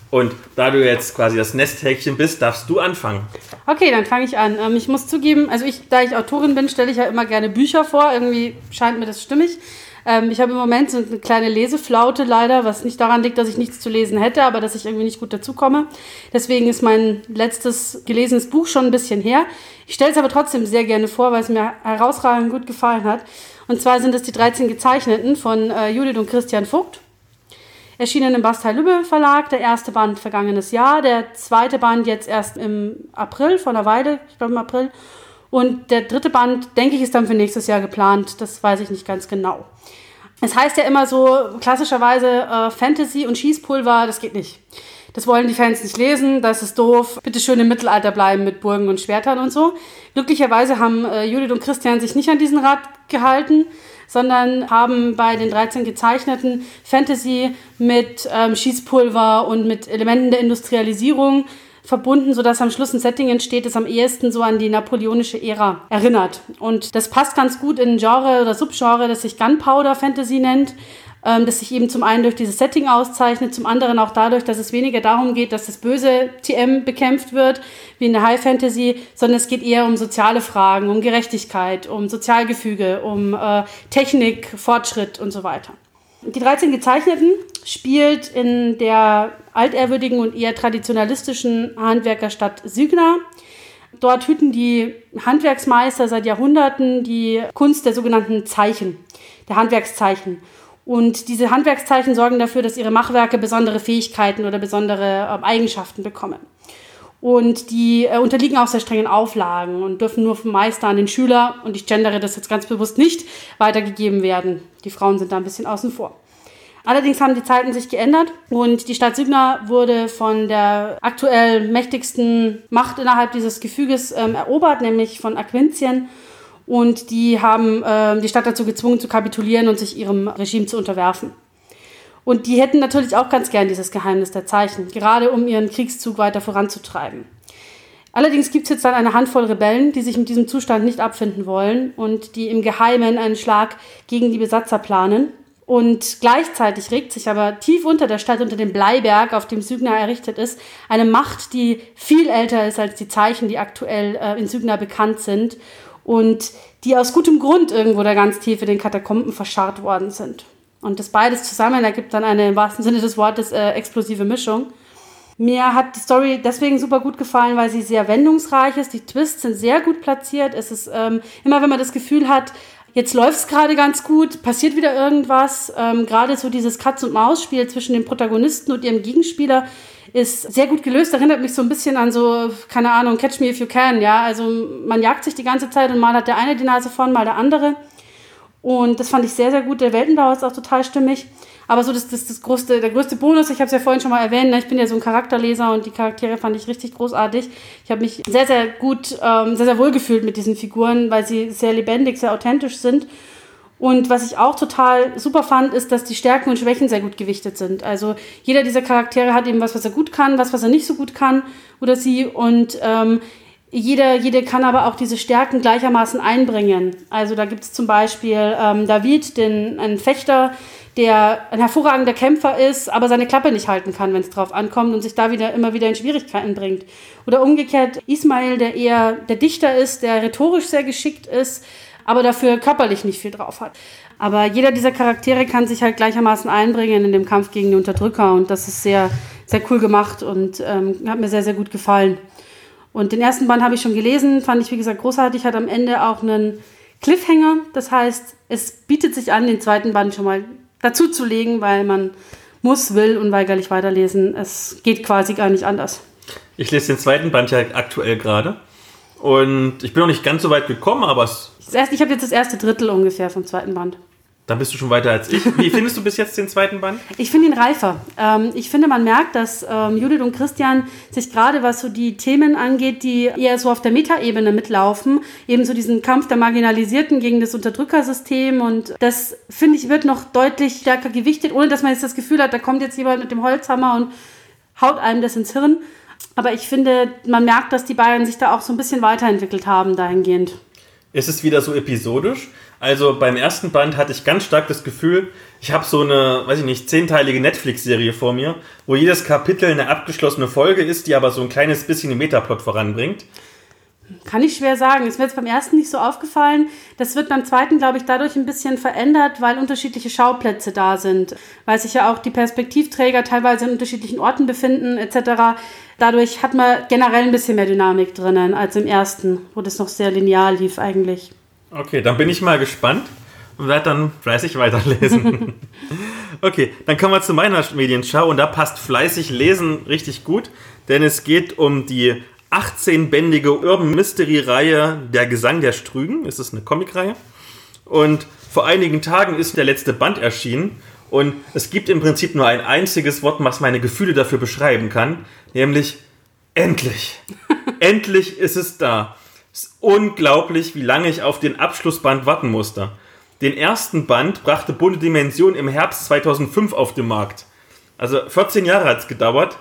Und da du jetzt quasi das Nesthäkchen bist, darfst du anfangen. Okay, dann fange ich an. Ich muss zugeben, also da ich Autorin bin, stelle ich ja immer gerne Bücher vor. Irgendwie scheint mir das stimmig. Ich habe im Moment so eine kleine Leseflaute leider, was nicht daran liegt, dass ich nichts zu lesen hätte, aber dass ich irgendwie nicht gut dazukomme. Deswegen ist mein letztes gelesenes Buch schon ein bisschen her. Ich stelle es aber trotzdem sehr gerne vor, weil es mir herausragend gut gefallen hat. Und zwar sind es die 13 Gezeichneten von Judith und Christian Vogt. Erschienen im Bastei-Lübbe Verlag, der erste Band vergangenes Jahr, der zweite Band jetzt erst im April, vor einer Weile, ich glaube im April. Und der dritte Band, denke ich, ist dann für nächstes Jahr geplant, das weiß ich nicht ganz genau. Es heißt ja immer so, klassischerweise Fantasy und Schießpulver, das geht nicht. Das wollen die Fans nicht lesen, das ist doof. Bitte schön im Mittelalter bleiben mit Burgen und Schwertern und so. Glücklicherweise haben Judith und Christian sich nicht an diesen Rat gehalten, sondern haben bei den 13 Gezeichneten Fantasy mit Schießpulver und mit Elementen der Industrialisierung verbunden, sodass am Schluss ein Setting entsteht, das am ehesten so an die napoleonische Ära erinnert. Und das passt ganz gut in ein Genre oder Subgenre, das sich Gunpowder Fantasy nennt, das sich eben zum einen durch dieses Setting auszeichnet, zum anderen auch dadurch, dass es weniger darum geht, dass das böse TM bekämpft wird, wie in der High Fantasy, sondern es geht eher um soziale Fragen, um Gerechtigkeit, um Sozialgefüge, um Technik, Fortschritt und so weiter. Die 13 Gezeichneten spielt in der altehrwürdigen und eher traditionalistischen Handwerkerstadt Sygna. Dort hüten die Handwerksmeister seit Jahrhunderten die Kunst der sogenannten Zeichen, der Handwerkszeichen. Und diese Handwerkszeichen sorgen dafür, dass ihre Machwerke besondere Fähigkeiten oder besondere Eigenschaften bekommen. Und die unterliegen auch sehr strengen Auflagen und dürfen nur vom Meister an den Schüler, und ich gendere das jetzt ganz bewusst nicht, weitergegeben werden. Die Frauen sind da ein bisschen außen vor. Allerdings haben die Zeiten sich geändert und die Stadt Sygna wurde von der aktuell mächtigsten Macht innerhalb dieses Gefüges erobert, nämlich von Aquintien. Und die haben die Stadt dazu gezwungen zu kapitulieren und sich ihrem Regime zu unterwerfen. Und die hätten natürlich auch ganz gern dieses Geheimnis der Zeichen, gerade um ihren Kriegszug weiter voranzutreiben. Allerdings gibt es jetzt dann eine Handvoll Rebellen, die sich mit diesem Zustand nicht abfinden wollen und die im Geheimen einen Schlag gegen die Besatzer planen. Und gleichzeitig regt sich aber tief unter der Stadt, unter dem Bleiberg, auf dem Sygna errichtet ist, eine Macht, die viel älter ist als die Zeichen, die aktuell in Sygna bekannt sind und die aus gutem Grund irgendwo da ganz tief in den Katakomben verscharrt worden sind. Und das beides zusammen ergibt dann eine, im wahrsten Sinne des Wortes, explosive Mischung. Mir hat die Story deswegen super gut gefallen, weil sie sehr wendungsreich ist. Die Twists sind sehr gut platziert. Es ist immer, wenn man das Gefühl hat, jetzt läuft es gerade ganz gut, passiert wieder irgendwas. Gerade so dieses Katz-und-Maus-Spiel zwischen dem Protagonisten und ihrem Gegenspieler ist sehr gut gelöst. Erinnert mich so ein bisschen an so, keine Ahnung, Catch Me If You Can. Ja? Also man jagt sich die ganze Zeit und mal hat der eine die Nase vorn, mal der andere. Und das fand ich sehr, sehr gut. Der Weltenbau ist auch total stimmig. Aber so der größte Bonus, ich habe es ja vorhin schon mal erwähnt, ne? Ich bin ja so ein Charakterleser und die Charaktere fand ich richtig großartig. Ich habe mich sehr, sehr gut, sehr, sehr wohl gefühlt mit diesen Figuren, weil sie sehr lebendig, sehr authentisch sind. Und was ich auch total super fand, ist, dass die Stärken und Schwächen sehr gut gewichtet sind. Also jeder dieser Charaktere hat eben was er gut kann, was er nicht so gut kann oder sie. Und jede kann aber auch diese Stärken gleichermaßen einbringen. Also da gibt es zum Beispiel David, einen Fechter, der ein hervorragender Kämpfer ist, aber seine Klappe nicht halten kann, wenn es drauf ankommt und sich da immer wieder in Schwierigkeiten bringt. Oder umgekehrt Ismail, der eher der Dichter ist, der rhetorisch sehr geschickt ist, aber dafür körperlich nicht viel drauf hat. Aber jeder dieser Charaktere kann sich halt gleichermaßen einbringen in dem Kampf gegen die Unterdrücker und das ist sehr, sehr cool gemacht und hat mir sehr, sehr gut gefallen. Und den ersten Band habe ich schon gelesen, fand ich, wie gesagt, großartig, hat am Ende auch einen Cliffhanger. Das heißt, es bietet sich an, den zweiten Band schon mal dazu zu legen, weil man will unweigerlich weiterlesen. Es geht quasi gar nicht anders. Ich lese den zweiten Band ja aktuell gerade und ich bin noch nicht ganz so weit gekommen, aber ich habe jetzt das erste Drittel ungefähr vom zweiten Band. Da bist du schon weiter als ich. Wie findest du bis jetzt den zweiten Band? Ich finde ihn reifer. Ich finde, man merkt, dass Judith und Christian sich gerade, was so die Themen angeht, die eher so auf der Metaebene mitlaufen, eben so diesen Kampf der Marginalisierten gegen das Unterdrückersystem und das, finde ich, wird noch deutlich stärker gewichtet, ohne dass man jetzt das Gefühl hat, da kommt jetzt jemand mit dem Holzhammer und haut einem das ins Hirn. Aber ich finde, man merkt, dass die beiden sich da auch so ein bisschen weiterentwickelt haben dahingehend. Ist es wieder so episodisch? Also beim ersten Band hatte ich ganz stark das Gefühl, ich habe so eine, 10-teilige Netflix-Serie vor mir, wo jedes Kapitel eine abgeschlossene Folge ist, die aber so ein kleines bisschen den Metaplot voranbringt. Kann ich schwer sagen. Ist mir jetzt beim ersten nicht so aufgefallen. Das wird beim zweiten, glaube ich, dadurch ein bisschen verändert, weil unterschiedliche Schauplätze da sind. Weil sich ja auch die Perspektivträger teilweise in unterschiedlichen Orten befinden, etc. Dadurch hat man generell ein bisschen mehr Dynamik drinnen als im ersten, wo das noch sehr linear lief eigentlich. Okay, dann bin ich mal gespannt und werde dann fleißig weiterlesen. Okay, dann kommen wir zu meiner Medienschau und da passt fleißig lesen richtig gut, denn es geht um die 18-bändige Urban Mystery-Reihe Der Gesang der Strügen. Das ist eine Comicreihe. Und vor einigen Tagen ist der letzte Band erschienen. Und es gibt im Prinzip nur ein einziges Wort, was meine Gefühle dafür beschreiben kann. Nämlich endlich. Endlich ist es da. Es ist unglaublich, wie lange ich auf den Abschlussband warten musste. Den ersten Band brachte Bunte Dimension im Herbst 2005 auf den Markt. Also 14 Jahre hat es gedauert.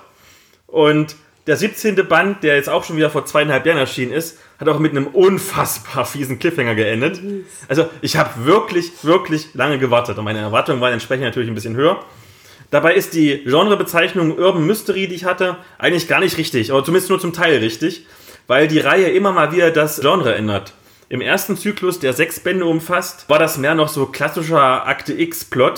Und der 17. Band, der jetzt auch schon wieder vor 2,5 Jahren erschienen ist, hat auch mit einem unfassbar fiesen Cliffhanger geendet. Also ich habe wirklich, wirklich lange gewartet und meine Erwartungen waren entsprechend natürlich ein bisschen höher. Dabei ist die Genrebezeichnung Urban Mystery, die ich hatte, eigentlich gar nicht richtig, aber zumindest nur zum Teil richtig, weil die Reihe immer mal wieder das Genre ändert. Im ersten Zyklus, der 6 Bände umfasst, war das mehr noch so klassischer Akte X-Plot,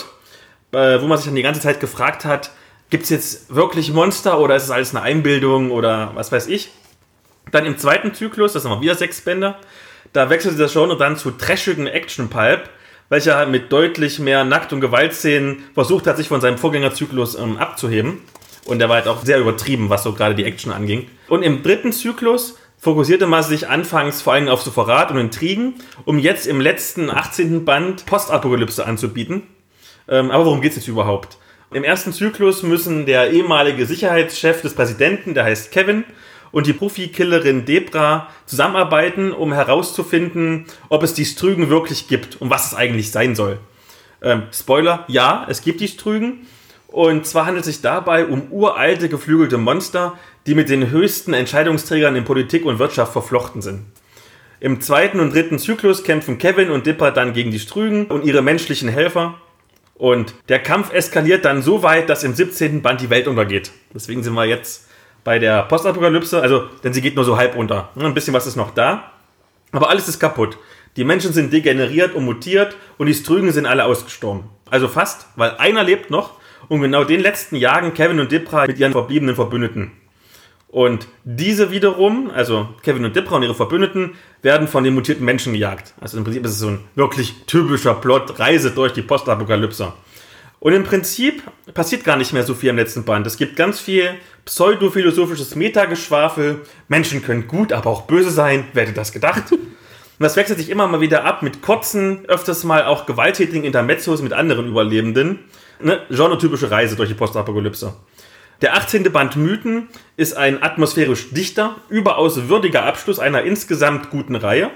wo man sich dann die ganze Zeit gefragt hat, gibt es jetzt wirklich Monster oder ist es alles eine Einbildung oder was weiß ich? Dann im zweiten Zyklus, das sind mal wieder 6 Bände, da wechselte das Genre dann zu trashigen Action-Pulp, welcher mit deutlich mehr Nackt- und Gewaltszenen versucht hat, sich von seinem Vorgängerzyklus abzuheben. Und der war halt auch sehr übertrieben, was so gerade die Action anging. Und im dritten Zyklus fokussierte man sich anfangs vor allem auf so Verrat und Intrigen, um jetzt im letzten 18. Band Postapokalypse anzubieten. Aber worum geht es jetzt überhaupt? Im ersten Zyklus müssen der ehemalige Sicherheitschef des Präsidenten, der heißt Kevin, und die Profikillerin Debra zusammenarbeiten, um herauszufinden, ob es die Strügen wirklich gibt und was es eigentlich sein soll. Spoiler, ja, es gibt die Strügen. Und zwar handelt es sich dabei um uralte, geflügelte Monster, die mit den höchsten Entscheidungsträgern in Politik und Wirtschaft verflochten sind. Im zweiten und dritten Zyklus kämpfen Kevin und Dipper dann gegen die Strügen und ihre menschlichen Helfer. Und der Kampf eskaliert dann so weit, dass im 17. Band die Welt untergeht. Deswegen sind wir jetzt bei der Postapokalypse, denn sie geht nur so halb unter. Ein bisschen was ist noch da, aber alles ist kaputt. Die Menschen sind degeneriert und mutiert und die Strügen sind alle ausgestorben. Also fast, weil einer lebt noch und genau den letzten jagen Kevin und Dipra mit ihren verbliebenen Verbündeten. Und diese wiederum, also Kevin und Dipra und ihre Verbündeten, werden von den mutierten Menschen gejagt. Also im Prinzip ist es so ein wirklich typischer Plot, Reise durch die Postapokalypse. Und im Prinzip passiert gar nicht mehr so viel im letzten Band. Es gibt ganz viel pseudophilosophisches Metageschwafel. Menschen können gut, aber auch böse sein. Wer hätte das gedacht? Und das wechselt sich immer mal wieder ab mit kurzen, öfters mal auch gewalttätigen Intermezzos mit anderen Überlebenden. Eine genretypische Reise durch die Postapokalypse. Der 18. Band Mythen ist ein atmosphärisch dichter, überaus würdiger Abschluss einer insgesamt guten Reihe.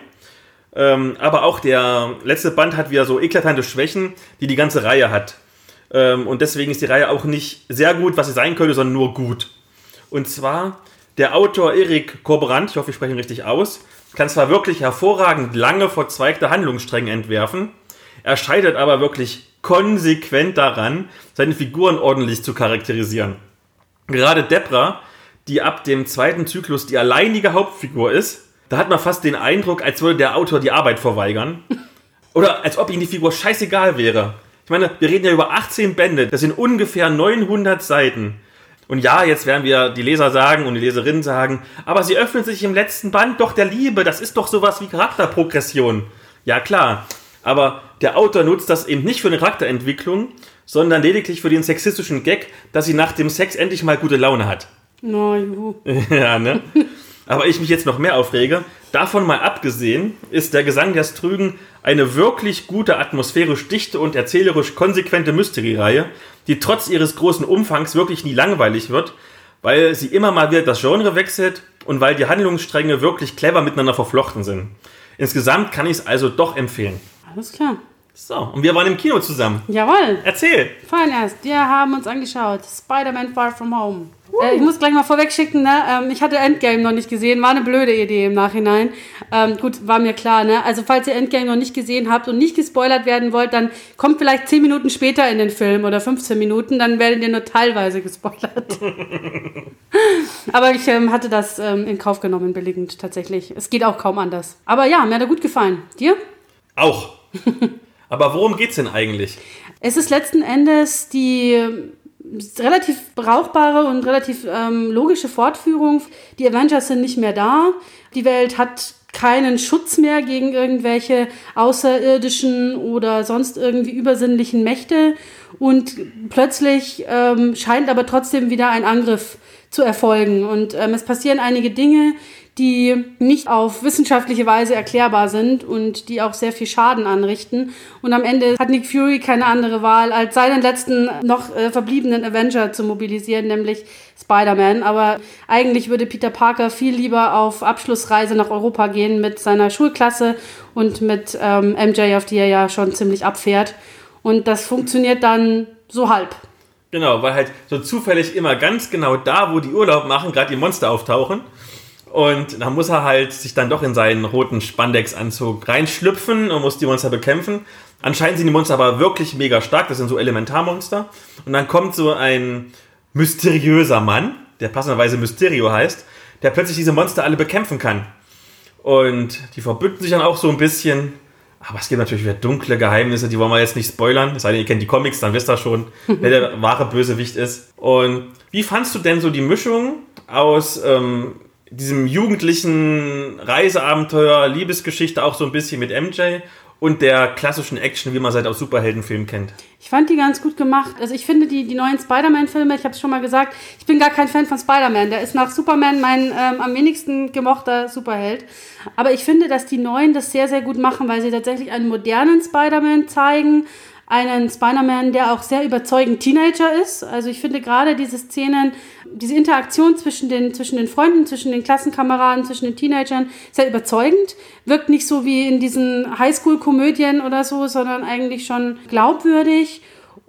Aber auch der letzte Band hat wieder so eklatante Schwächen, die die ganze Reihe hat. Und deswegen ist die Reihe auch nicht sehr gut, was sie sein könnte, sondern nur gut. Und zwar der Autor Eric Corberant, ich hoffe, ich spreche ihn richtig aus, kann zwar wirklich hervorragend lange verzweigte Handlungsstränge entwerfen, er scheitert aber wirklich konsequent daran, seine Figuren ordentlich zu charakterisieren. Gerade Debra, die ab dem zweiten Zyklus die alleinige Hauptfigur ist, da hat man fast den Eindruck, als würde der Autor die Arbeit verweigern. Oder als ob ihm die Figur scheißegal wäre. Ich meine, wir reden ja über 18 Bände, das sind ungefähr 900 Seiten. Und ja, jetzt werden wir die Leser sagen und die Leserinnen sagen, aber sie öffnen sich im letzten Band doch der Liebe, das ist doch sowas wie Charakterprogression. Ja klar, aber der Autor nutzt das eben nicht für eine Charakterentwicklung, sondern lediglich für den sexistischen Gag, dass sie nach dem Sex endlich mal gute Laune hat. Na, juhu. Ja, ne? Aber ich mich jetzt noch mehr aufrege. Davon mal abgesehen ist der Gesang der Strügen eine wirklich gute, atmosphärisch dichte und erzählerisch konsequente Mystery-Reihe, die trotz ihres großen Umfangs wirklich nie langweilig wird, weil sie immer mal wieder das Genre wechselt und weil die Handlungsstränge wirklich clever miteinander verflochten sind. Insgesamt kann ich es also doch empfehlen. Alles klar. So, und wir waren im Kino zusammen. Jawohl. Erzähl. Fein erst. Wir haben uns angeschaut. Spider-Man Far From Home. Ich muss gleich mal vorweg schicken, ne? Ich hatte Endgame noch nicht gesehen. War eine blöde Idee im Nachhinein. Gut, war mir klar, ne? Also falls ihr Endgame noch nicht gesehen habt und nicht gespoilert werden wollt, dann kommt vielleicht 10 Minuten später in den Film oder 15 Minuten, dann werdet ihr nur teilweise gespoilert. Aber ich hatte das in Kauf genommen, billigend tatsächlich. Es geht auch kaum anders. Aber ja, mir hat er gut gefallen. Dir? Auch. Aber worum geht's denn eigentlich? Es ist letzten Endes die relativ brauchbare und relativ logische Fortführung. Die Avengers sind nicht mehr da. Die Welt hat keinen Schutz mehr gegen irgendwelche außerirdischen oder sonst irgendwie übersinnlichen Mächte. Und plötzlich scheint aber trotzdem wieder ein Angriff zu erfolgen. Und es passieren einige Dinge, die nicht auf wissenschaftliche Weise erklärbar sind und die auch sehr viel Schaden anrichten. Und am Ende hat Nick Fury keine andere Wahl, als seinen letzten noch verbliebenen Avenger zu mobilisieren, nämlich Spider-Man. Aber eigentlich würde Peter Parker viel lieber auf Abschlussreise nach Europa gehen mit seiner Schulklasse und mit MJ, auf die er ja schon ziemlich abfährt. Und das funktioniert dann so halb. Genau, weil halt so zufällig immer ganz genau da, wo die Urlaub machen, gerade die Monster auftauchen. Und da muss er halt sich dann doch in seinen roten Spandex-Anzug reinschlüpfen und muss die Monster bekämpfen. Anscheinend sind die Monster aber wirklich mega stark, das sind so Elementarmonster. Und dann kommt so ein mysteriöser Mann, der passenderweise Mysterio heißt, der plötzlich diese Monster alle bekämpfen kann. Und die verbünden sich dann auch so ein bisschen. Aber es gibt natürlich wieder dunkle Geheimnisse, die wollen wir jetzt nicht spoilern. Es sei denn, ihr kennt die Comics, dann wisst ihr schon, wer der wahre Bösewicht ist. Und wie fandst du denn so die Mischung aus diesem jugendlichen Reiseabenteuer, Liebesgeschichte auch so ein bisschen mit MJ und der klassischen Action, wie man seit aus Superheldenfilmen kennt? Ich fand die ganz gut gemacht. Also ich finde die neuen Spider-Man-Filme, ich habe es schon mal gesagt, ich bin gar kein Fan von Spider-Man. Der ist nach Superman mein am wenigsten gemochter Superheld. Aber ich finde, dass die neuen das sehr, sehr gut machen, weil sie tatsächlich einen modernen Spider-Man zeigen. Einen Spider-Man, der auch sehr überzeugend Teenager ist. Also ich finde gerade diese Szenen, diese Interaktion zwischen den Freunden, zwischen den Klassenkameraden, zwischen den Teenagern, sehr überzeugend. Wirkt nicht so wie in diesen Highschool-Komödien oder so, sondern eigentlich schon glaubwürdig.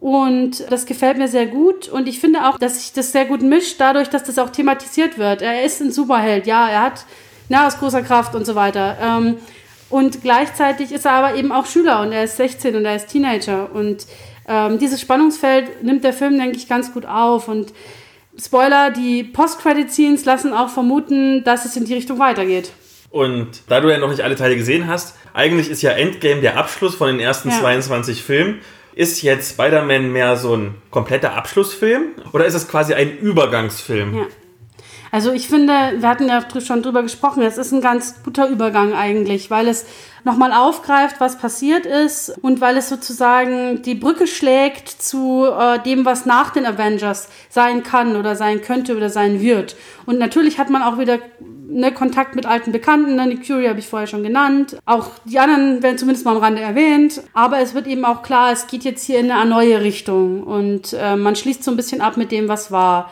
Und das gefällt mir sehr gut. Und ich finde auch, dass sich das sehr gut mischt, dadurch, dass das auch thematisiert wird. Er ist ein Superheld, ja, er hat aus großer Kraft und so weiter. Und gleichzeitig ist er aber eben auch Schüler und er ist 16 und er ist Teenager. Und dieses Spannungsfeld nimmt der Film, denke ich, ganz gut auf. Und Spoiler, die Post-Credit-Scenes lassen auch vermuten, dass es in die Richtung weitergeht. Und da du ja noch nicht alle Teile gesehen hast, eigentlich ist ja Endgame der Abschluss von den ersten 22 Filmen. Ist jetzt Spider-Man mehr so ein kompletter Abschlussfilm oder ist es quasi ein Übergangsfilm? Ja. Also ich finde, wir hatten ja schon drüber gesprochen, es ist ein ganz guter Übergang eigentlich, weil es nochmal aufgreift, was passiert ist und weil es sozusagen die Brücke schlägt zu dem, was nach den Avengers sein kann oder sein könnte oder sein wird. Und natürlich hat man auch wieder Kontakt mit alten Bekannten, Nick Fury habe ich vorher schon genannt. Auch die anderen werden zumindest mal am Rande erwähnt. Aber es wird eben auch klar, es geht jetzt hier in eine neue Richtung und man schließt so ein bisschen ab mit dem, was war.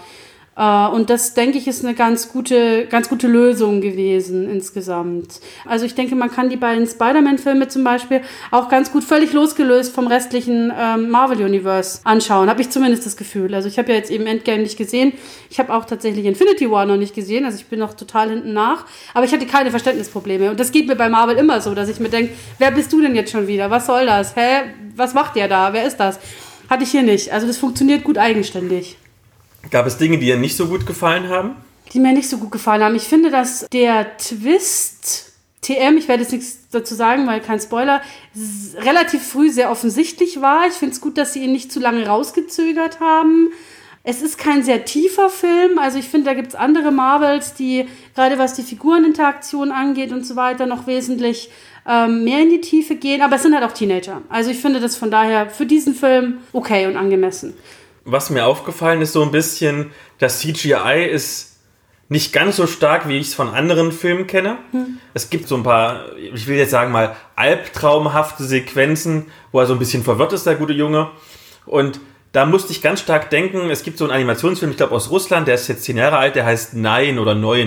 Und das, denke ich, ist eine ganz gute Lösung gewesen insgesamt. Also ich denke, man kann die beiden Spider-Man-Filme zum Beispiel auch ganz gut völlig losgelöst vom restlichen Marvel-Universe anschauen. Habe ich zumindest das Gefühl. Also ich habe ja jetzt eben Endgame nicht gesehen. Ich habe auch tatsächlich Infinity War noch nicht gesehen. Also ich bin noch total hinten nach. Aber ich hatte keine Verständnisprobleme. Und das geht mir bei Marvel immer so, dass ich mir denke, wer bist du denn jetzt schon wieder? Was soll das? Was macht der da? Wer ist das? Hatte ich hier nicht. Also das funktioniert gut eigenständig. Gab es Dinge, die dir nicht so gut gefallen haben? Die mir nicht so gut gefallen haben. Ich finde, dass der Twist TM, ich werde jetzt nichts dazu sagen, weil kein Spoiler, relativ früh sehr offensichtlich war. Ich finde es gut, dass sie ihn nicht zu lange rausgezögert haben. Es ist kein sehr tiefer Film. Also ich finde, da gibt es andere Marvels, die, gerade was die Figureninteraktion angeht und so weiter, noch wesentlich mehr in die Tiefe gehen. Aber es sind halt auch Teenager. Also ich finde das von daher für diesen Film okay und angemessen. Was mir aufgefallen ist so ein bisschen, das CGI ist nicht ganz so stark, wie ich es von anderen Filmen kenne. Es gibt so ein paar, ich will jetzt sagen mal, albtraumhafte Sequenzen, wo er so ein bisschen verwirrt ist, der gute Junge. Und da musste ich ganz stark denken, es gibt so einen Animationsfilm, ich glaube aus Russland, der ist jetzt 10 Jahre alt, der heißt Nein oder Neun.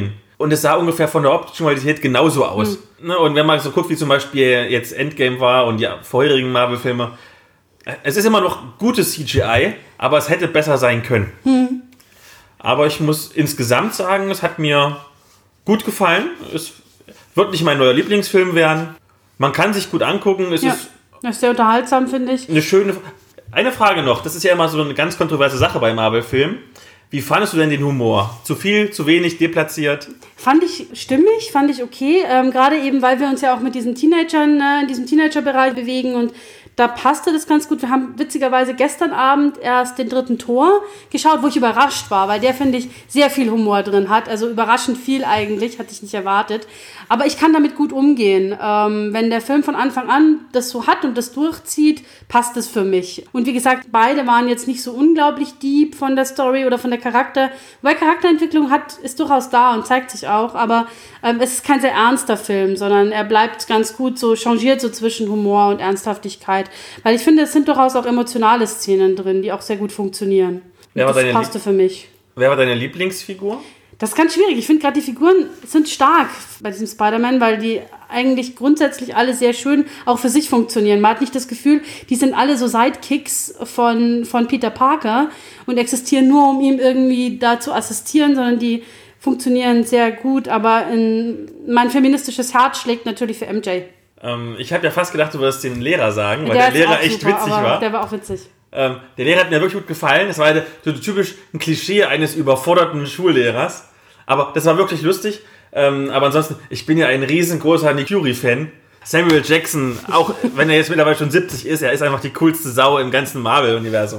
und es sah ungefähr von der optischen Qualität genauso aus. Ne? Und wenn man so guckt, wie zum Beispiel jetzt Endgame war und die vorherigen Marvel-Filme, es ist immer noch gutes CGI, aber es hätte besser sein können. Aber ich muss insgesamt sagen, es hat mir gut gefallen. Es wird nicht mein neuer Lieblingsfilm werden. Man kann sich gut angucken. Es ist sehr unterhaltsam, finde ich. Eine Frage noch. Das ist ja immer so eine ganz kontroverse Sache bei Marvel-Filmen. Wie fandest du denn den Humor? Zu viel, zu wenig, deplatziert? Fand ich stimmig, fand ich okay. Gerade eben, weil wir uns ja auch mit diesen Teenagern in diesem Teenager-Bereich bewegen und da passte das ganz gut. Wir haben witzigerweise gestern Abend erst den 3. Tor geschaut, wo ich überrascht war, weil der, finde ich, sehr viel Humor drin hat. Also überraschend viel eigentlich, hatte ich nicht erwartet. Aber ich kann damit gut umgehen. Wenn der Film von Anfang an das so hat und das durchzieht, passt es für mich. Und wie gesagt, beide waren jetzt nicht so unglaublich deep von der Story oder von der Charakter. Weil Charakterentwicklung ist durchaus da und zeigt sich auch. Aber es ist kein sehr ernster Film, sondern er bleibt ganz gut so changiert so zwischen Humor und Ernsthaftigkeit. Weil ich finde, es sind durchaus auch emotionale Szenen drin, die auch sehr gut funktionieren. Das passte für mich. Wer war deine Lieblingsfigur? Das ist ganz schwierig. Ich finde gerade die Figuren sind stark bei diesem Spider-Man, weil die eigentlich grundsätzlich alle sehr schön auch für sich funktionieren. Man hat nicht das Gefühl, die sind alle so Sidekicks von Peter Parker und existieren nur, um ihm irgendwie da zu assistieren, sondern die funktionieren sehr gut. Aber mein feministisches Herz schlägt natürlich für MJ. Ich habe ja fast gedacht, du würdest den Lehrer sagen, weil der Lehrer echt super, witzig war. Der war auch witzig. Der Lehrer hat mir wirklich gut gefallen. Das war so typisch ein Klischee eines überforderten Schullehrers. Aber das war wirklich lustig. Aber ansonsten, ich bin ja ein riesengroßer Nick Fury-Fan. Samuel Jackson, auch wenn er jetzt mittlerweile schon 70 ist, er ist einfach die coolste Sau im ganzen Marvel-Universum.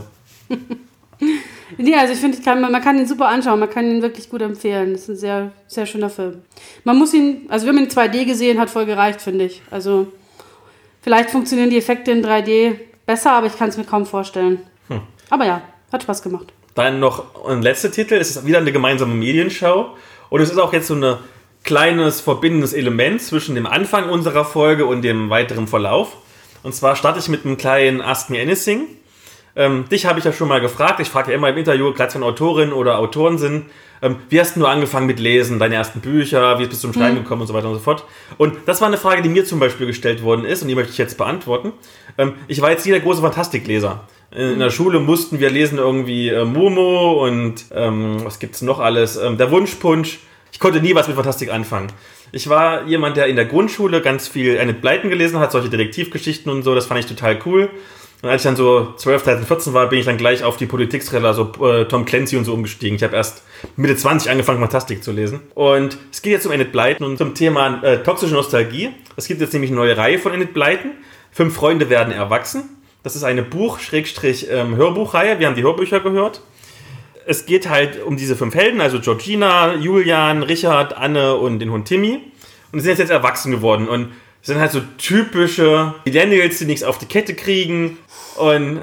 Ja, also ich finde, man kann ihn super anschauen, man kann ihn wirklich gut empfehlen. Das ist ein sehr, sehr schöner Film. Man muss ihn, also wir haben ihn in 2D gesehen, hat voll gereicht, finde ich. Also vielleicht funktionieren die Effekte in 3D besser, aber ich kann es mir kaum vorstellen. Aber ja, hat Spaß gemacht. Dann noch ein letzter Titel, es ist wieder eine gemeinsame Medienschau und es ist auch jetzt so ein kleines verbindendes Element zwischen dem Anfang unserer Folge und dem weiteren Verlauf. Und zwar starte ich mit einem kleinen Ask Me Anything. Dich habe ich ja schon mal gefragt, ich frage ja immer im Interview, gerade wenn Autorinnen oder Autoren sind, wie hast du angefangen mit Lesen, deine ersten Bücher, wie bist du zum Schreiben gekommen und so weiter und so fort. Und das war eine Frage, die mir zum Beispiel gestellt worden ist und die möchte ich jetzt beantworten. Ich war jetzt nie der große Fantastikleser. In der Schule mussten wir lesen irgendwie Momo und was gibt's noch alles, der Wunschpunsch. Ich konnte nie was mit Fantastik anfangen. Ich war jemand, der in der Grundschule ganz viel Enid Blyton gelesen hat, solche Detektivgeschichten und so, das fand ich total cool. Und als ich dann so 12, 13, 14 war, bin ich dann gleich auf die Politik-Thriller, so Tom Clancy und so umgestiegen. Ich habe erst Mitte 20 angefangen, Fantastik zu lesen. Und es geht jetzt um Enid Blyton und zum Thema toxische Nostalgie. Es gibt jetzt nämlich eine neue Reihe von Enid Blyton. 5 Freunde werden erwachsen. Das ist eine Buch-Hörbuchreihe. Wir haben die Hörbücher gehört. Es geht halt um diese 5 Helden, also Georgina, Julian, Richard, Anne und den Hund Timmy. Und die sind jetzt erwachsen geworden und sind halt so typische Millennials, die nichts auf die Kette kriegen. Und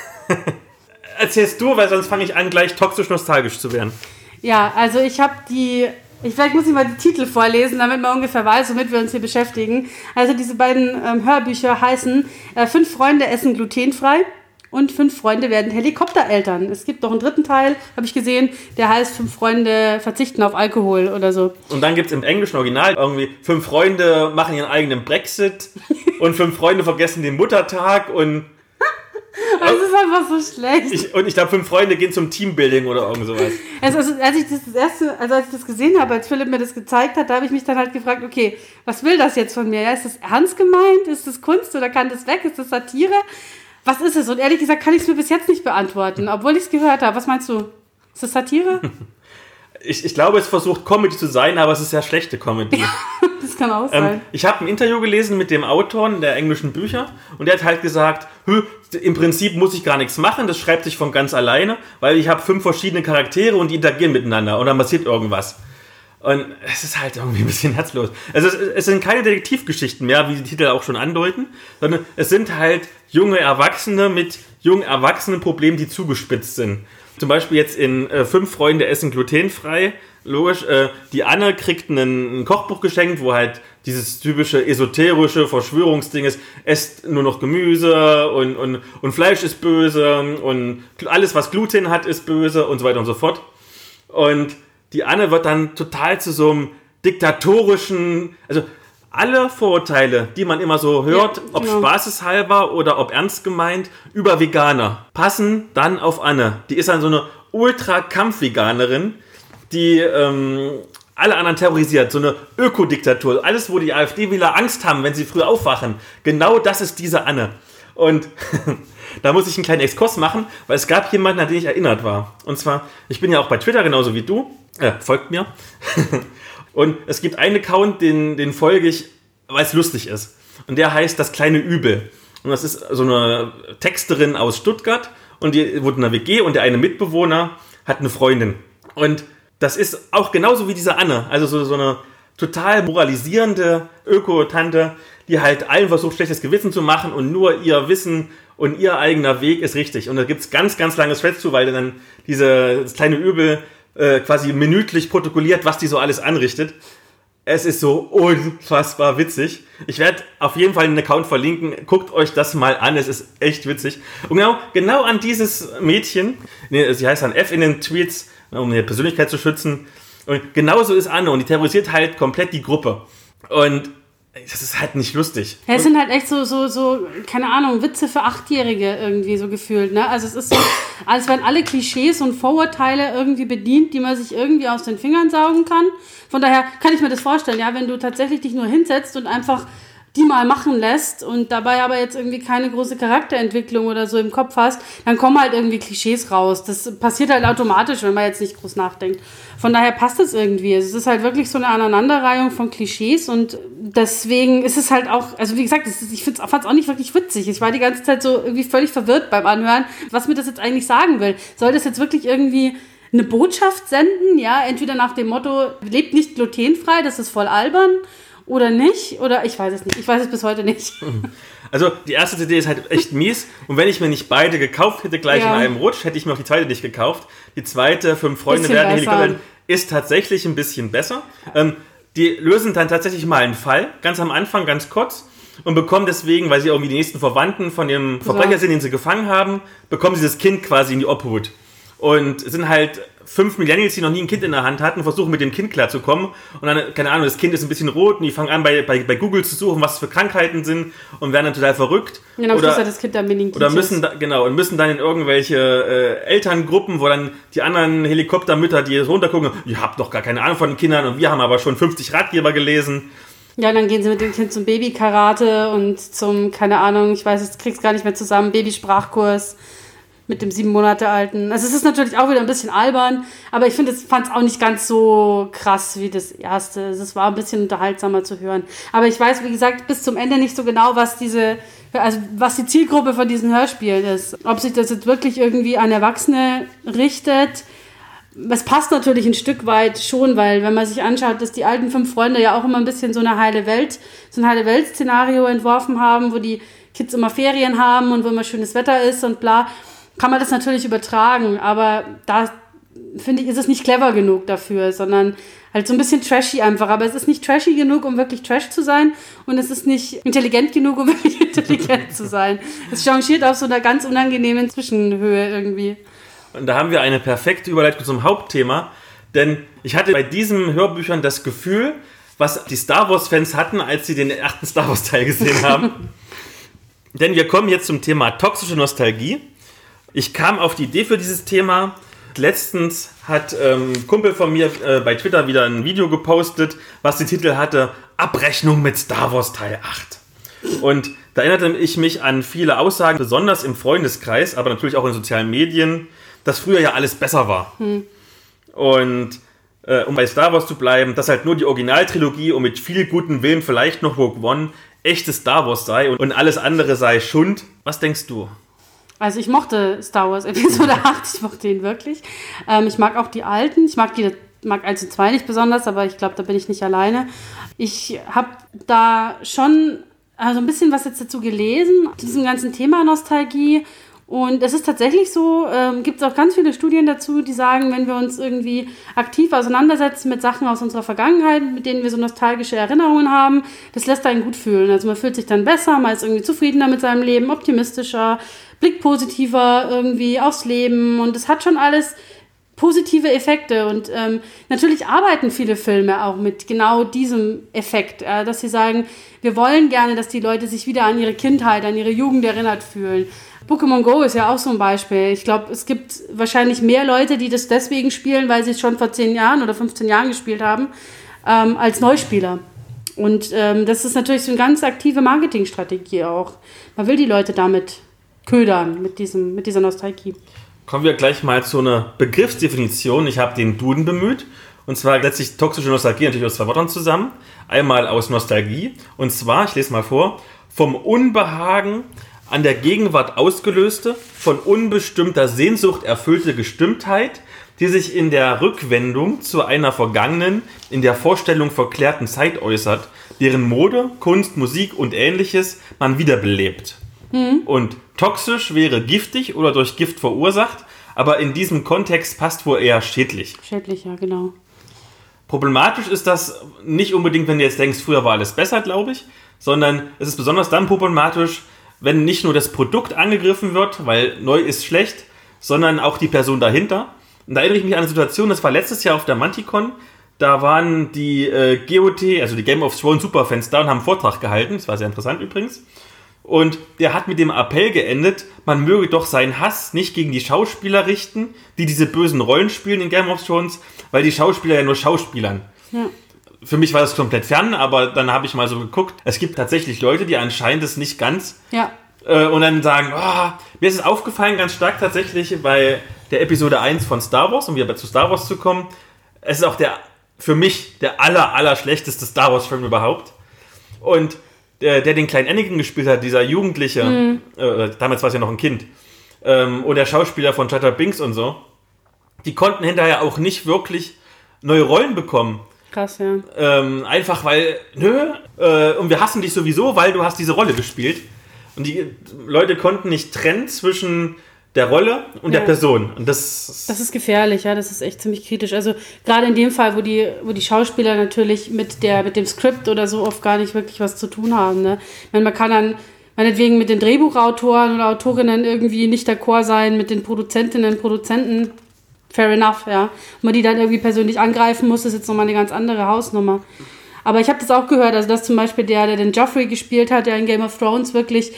erzählst du, weil sonst fange ich an, gleich toxisch nostalgisch zu werden. Ja, also vielleicht muss ich mal die Titel vorlesen, damit man ungefähr weiß, womit wir uns hier beschäftigen. Also diese beiden Hörbücher heißen 5 Freunde essen glutenfrei und 5 Freunde werden Helikoptereltern. Es gibt noch einen 3. Teil, habe ich gesehen, der heißt 5 Freunde verzichten auf Alkohol oder so. Und dann gibt es im englischen Original irgendwie 5 Freunde machen ihren eigenen Brexit und 5 Freunde vergessen den Muttertag und das ist einfach so schlecht. Ich glaube, 5 Freunde gehen zum Teambuilding oder irgend sowas. Also als ich das gesehen habe, als Philipp mir das gezeigt hat, da habe ich mich dann halt gefragt, okay, was will das jetzt von mir? Ja, ist das ernst gemeint? Ist das Kunst oder kann das weg? Ist das Satire? Was ist es? Und ehrlich gesagt kann ich es mir bis jetzt nicht beantworten, obwohl ich es gehört habe. Was meinst du? Ist das Satire? Ich glaube, es versucht Comedy zu sein, aber es ist ja schlechte Comedy. Das kann auch sein. Ich habe ein Interview gelesen mit dem Autor der englischen Bücher und der hat halt gesagt, im Prinzip muss ich gar nichts machen, das schreibt sich von ganz alleine, weil ich habe 5 verschiedene Charaktere und die interagieren miteinander und dann passiert irgendwas. Und es ist halt irgendwie ein bisschen herzlos. Also es sind keine Detektivgeschichten mehr, wie die Titel auch schon andeuten, sondern es sind halt junge Erwachsene mit jungen Erwachsenen-Problemen, die zugespitzt sind. Zum Beispiel jetzt in 5 Freunde essen glutenfrei. Logisch, die Anne kriegt ein Kochbuch geschenkt, wo halt dieses typische esoterische Verschwörungsding ist, esst nur noch Gemüse und Fleisch ist böse und alles, was Gluten hat, ist böse und so weiter und so fort. Und die Anne wird dann total zu so einem diktatorischen, also alle Vorurteile, die man immer so hört, ob spaßeshalber oder ob ernst gemeint, über Veganer, passen dann auf Anne. Die ist dann so eine Ultra-Kampf-Veganerin, die alle anderen terrorisiert, so eine Ökodiktatur. Alles, wo die AfD-Wähler Angst haben, wenn sie früh aufwachen. Genau das ist diese Anne. Und da muss ich einen kleinen Exkurs machen, weil es gab jemanden, an den ich erinnert war. Und zwar, ich bin ja auch bei Twitter genauso wie du. Folgt mir. Und es gibt einen Account, den folge ich, weil es lustig ist. Und der heißt Das kleine Übel. Und das ist so eine Texterin aus Stuttgart. Und die wohnt in einer WG und der eine Mitbewohner hat eine Freundin. Und das ist auch genauso wie diese Anne. Also so eine total moralisierende Öko-Tante, die halt allen versucht, schlechtes Gewissen zu machen und nur ihr Wissen und ihr eigener Weg ist richtig. Und da gibt es ganz, ganz lange Threads zu, weil dann das kleine Übel quasi minütlich protokolliert, was die so alles anrichtet. Es ist so unfassbar witzig. Ich werde auf jeden Fall einen Account verlinken. Guckt euch das mal an. Es ist echt witzig. Und genau an dieses Mädchen, sie heißt dann F in den Tweets, um ihre Persönlichkeit zu schützen. Und genauso ist Anne und die terrorisiert halt komplett die Gruppe. Und das ist halt nicht lustig. Ja, es sind halt echt so, keine Ahnung, Witze für 8-Jährige irgendwie so gefühlt, ne? Also es ist so, als werden alle Klischees und Vorurteile irgendwie bedient, die man sich irgendwie aus den Fingern saugen kann. Von daher kann ich mir das vorstellen, ja, wenn du tatsächlich dich nur hinsetzt und einfach die mal machen lässt und dabei aber jetzt irgendwie keine große Charakterentwicklung oder so im Kopf hast, dann kommen halt irgendwie Klischees raus. Das passiert halt automatisch, wenn man jetzt nicht groß nachdenkt. Von daher passt es irgendwie. Es ist halt wirklich so eine Aneinanderreihung von Klischees und deswegen ist es halt auch, also wie gesagt, ich fand es auch nicht wirklich witzig. Ich war die ganze Zeit so irgendwie völlig verwirrt beim Anhören, was mir das jetzt eigentlich sagen will. Soll das jetzt wirklich irgendwie eine Botschaft senden? Ja, entweder nach dem Motto, lebt nicht glutenfrei, das ist voll albern, oder nicht? Oder ich weiß es nicht. Ich weiß es bis heute nicht. Also die erste CD ist halt echt mies. Und wenn ich mir nicht beide gekauft hätte, gleich in einem Rutsch, hätte ich mir auch die zweite nicht gekauft. Die zweite, 5 Freunde werden Helikopter, ist tatsächlich ein bisschen besser. Die lösen dann tatsächlich mal einen Fall, ganz am Anfang, ganz kurz. Und bekommen deswegen, weil sie irgendwie die nächsten Verwandten von dem Verbrecher sind, den sie gefangen haben, bekommen sie das Kind quasi in die Obhut. Und es sind halt 5 Millennials, die noch nie ein Kind in der Hand hatten, versuchen mit dem Kind klarzukommen. Und dann, keine Ahnung, das Kind ist ein bisschen rot und die fangen an, bei Google zu suchen, was für Krankheiten sind und werden dann total verrückt. Genau, am Schluss hat das Kind dann Meningitis. Oder müssen dann in irgendwelche Elterngruppen, wo dann die anderen Helikoptermütter, die runtergucken, ihr habt doch gar keine Ahnung von den Kindern und wir haben aber schon 50 Ratgeber gelesen. Ja, dann gehen sie mit dem Kind zum Babykarate und zum, keine Ahnung, ich weiß, ich krieg's gar nicht mehr zusammen, Babysprachkurs mit dem 7 Monate alten. Also es ist natürlich auch wieder ein bisschen albern, aber ich fand es auch nicht ganz so krass wie das erste. Es war ein bisschen unterhaltsamer zu hören. Aber ich weiß, wie gesagt, bis zum Ende nicht so genau, was die Zielgruppe von diesen Hörspielen ist. Ob sich das jetzt wirklich irgendwie an Erwachsene richtet. Es passt natürlich ein Stück weit schon, weil wenn man sich anschaut, dass die alten 5 Freunde ja auch immer ein bisschen so ein heile Welt-Szenario entworfen haben, wo die Kids immer Ferien haben und wo immer schönes Wetter ist und bla, kann man das natürlich übertragen, aber da finde ich, ist es nicht clever genug dafür, sondern halt so ein bisschen trashy einfach. Aber es ist nicht trashy genug, um wirklich Trash zu sein und es ist nicht intelligent genug, um wirklich intelligent zu sein. Es changiert auf so einer ganz unangenehmen Zwischenhöhe irgendwie. Und da haben wir eine perfekte Überleitung zum Hauptthema, denn ich hatte bei diesen Hörbüchern das Gefühl, was die Star Wars-Fans hatten, als sie den 8. Star Wars-Teil gesehen haben. Denn wir kommen jetzt zum Thema toxische Nostalgie. Ich kam auf die Idee für dieses Thema. Letztens hat ein Kumpel von mir bei Twitter wieder ein Video gepostet, was den Titel hatte, Abrechnung mit Star Wars Teil 8. Und da erinnerte ich mich an viele Aussagen, besonders im Freundeskreis, aber natürlich auch in sozialen Medien, dass früher ja alles besser war. Und um bei Star Wars zu bleiben, dass halt nur die Originaltrilogie und mit viel gutem Willen vielleicht noch Rogue One echtes Star Wars sei und alles andere sei Schund. Was denkst du? Also ich mochte Star Wars Episode 8, ich mochte ihn wirklich. Ich mag auch die alten, ich mag 1 und 2 nicht besonders, aber ich glaube, da bin ich nicht alleine. Ich habe da schon so ein bisschen was jetzt dazu gelesen, zu diesem ganzen Thema Nostalgie. Und es ist tatsächlich so, gibt es auch ganz viele Studien dazu, die sagen, wenn wir uns irgendwie aktiv auseinandersetzen mit Sachen aus unserer Vergangenheit, mit denen wir so nostalgische Erinnerungen haben, das lässt einen gut fühlen. Also man fühlt sich dann besser, man ist irgendwie zufriedener mit seinem Leben, optimistischer, blickt positiver irgendwie aufs Leben und es hat schon alles positive Effekte und natürlich arbeiten viele Filme auch mit genau diesem Effekt, dass sie sagen, wir wollen gerne, dass die Leute sich wieder an ihre Kindheit, an ihre Jugend erinnert fühlen. Pokémon Go ist ja auch so ein Beispiel. Ich glaube, es gibt wahrscheinlich mehr Leute, die das deswegen spielen, weil sie es schon vor 10 Jahren oder 15 Jahren gespielt haben, als Neuspieler. Und das ist natürlich so eine ganz aktive Marketingstrategie auch. Man will die Leute damit ködern, mit dieser Nostalgie. Kommen wir gleich mal zu einer Begriffsdefinition. Ich habe den Duden bemüht. Und zwar setzt sich toxische Nostalgie natürlich aus 2 Wörtern zusammen. Einmal aus Nostalgie. Und zwar, ich lese mal vor, vom Unbehagen an der Gegenwart ausgelöste, von unbestimmter Sehnsucht erfüllte Gestimmtheit, die sich in der Rückwendung zu einer vergangenen, in der Vorstellung verklärten Zeit äußert, deren Mode, Kunst, Musik und Ähnliches man wiederbelebt. Und toxisch wäre giftig oder durch Gift verursacht, aber in diesem Kontext passt wohl eher schädlich. Schädlich, ja, genau. Problematisch ist das nicht unbedingt, wenn du jetzt denkst, früher war alles besser, glaube ich, sondern es ist besonders dann problematisch, wenn nicht nur das Produkt angegriffen wird, weil neu ist schlecht, sondern auch die Person dahinter. Und da erinnere ich mich an eine Situation, das war letztes Jahr auf der Manticon, da waren die GOT, also die Game of Thrones Superfans da und haben einen Vortrag gehalten, das war sehr interessant übrigens. Und der hat mit dem Appell geendet, man möge doch seinen Hass nicht gegen die Schauspieler richten, die diese bösen Rollen spielen in Game of Thrones, weil die Schauspieler ja nur Schauspielern. Ja. Für mich war das komplett fern, aber dann habe ich mal so geguckt, es gibt tatsächlich Leute, die anscheinend es nicht ganz und dann sagen, mir ist es aufgefallen ganz stark tatsächlich bei der Episode 1 von Star Wars, um wieder zu Star Wars zu kommen. Es ist auch für mich der aller schlechteste Star Wars Film überhaupt. Und der den kleinen Anakin gespielt hat, dieser Jugendliche, damals war es ja noch ein Kind, und der Schauspieler von Jar Jar Binks und so, die konnten hinterher auch nicht wirklich neue Rollen bekommen. Krass, ja. Einfach weil, und wir hassen dich sowieso, weil du hast diese Rolle gespielt. Und die Leute konnten nicht trennen zwischen der Rolle und der Person. Und das ist gefährlich, ja, das ist echt ziemlich kritisch. Also gerade in dem Fall, wo die Schauspieler natürlich mit dem Skript oder so oft gar nicht wirklich was zu tun haben. Ne? Ich meine, man kann dann meinetwegen mit den Drehbuchautoren oder Autorinnen irgendwie nicht d'accord sein, mit den Produzentinnen, Produzenten, fair enough, ja. Und man die dann irgendwie persönlich angreifen muss, ist jetzt nochmal eine ganz andere Hausnummer. Aber ich habe das auch gehört, also dass zum Beispiel der den Joffrey gespielt hat, der in Game of Thrones wirklich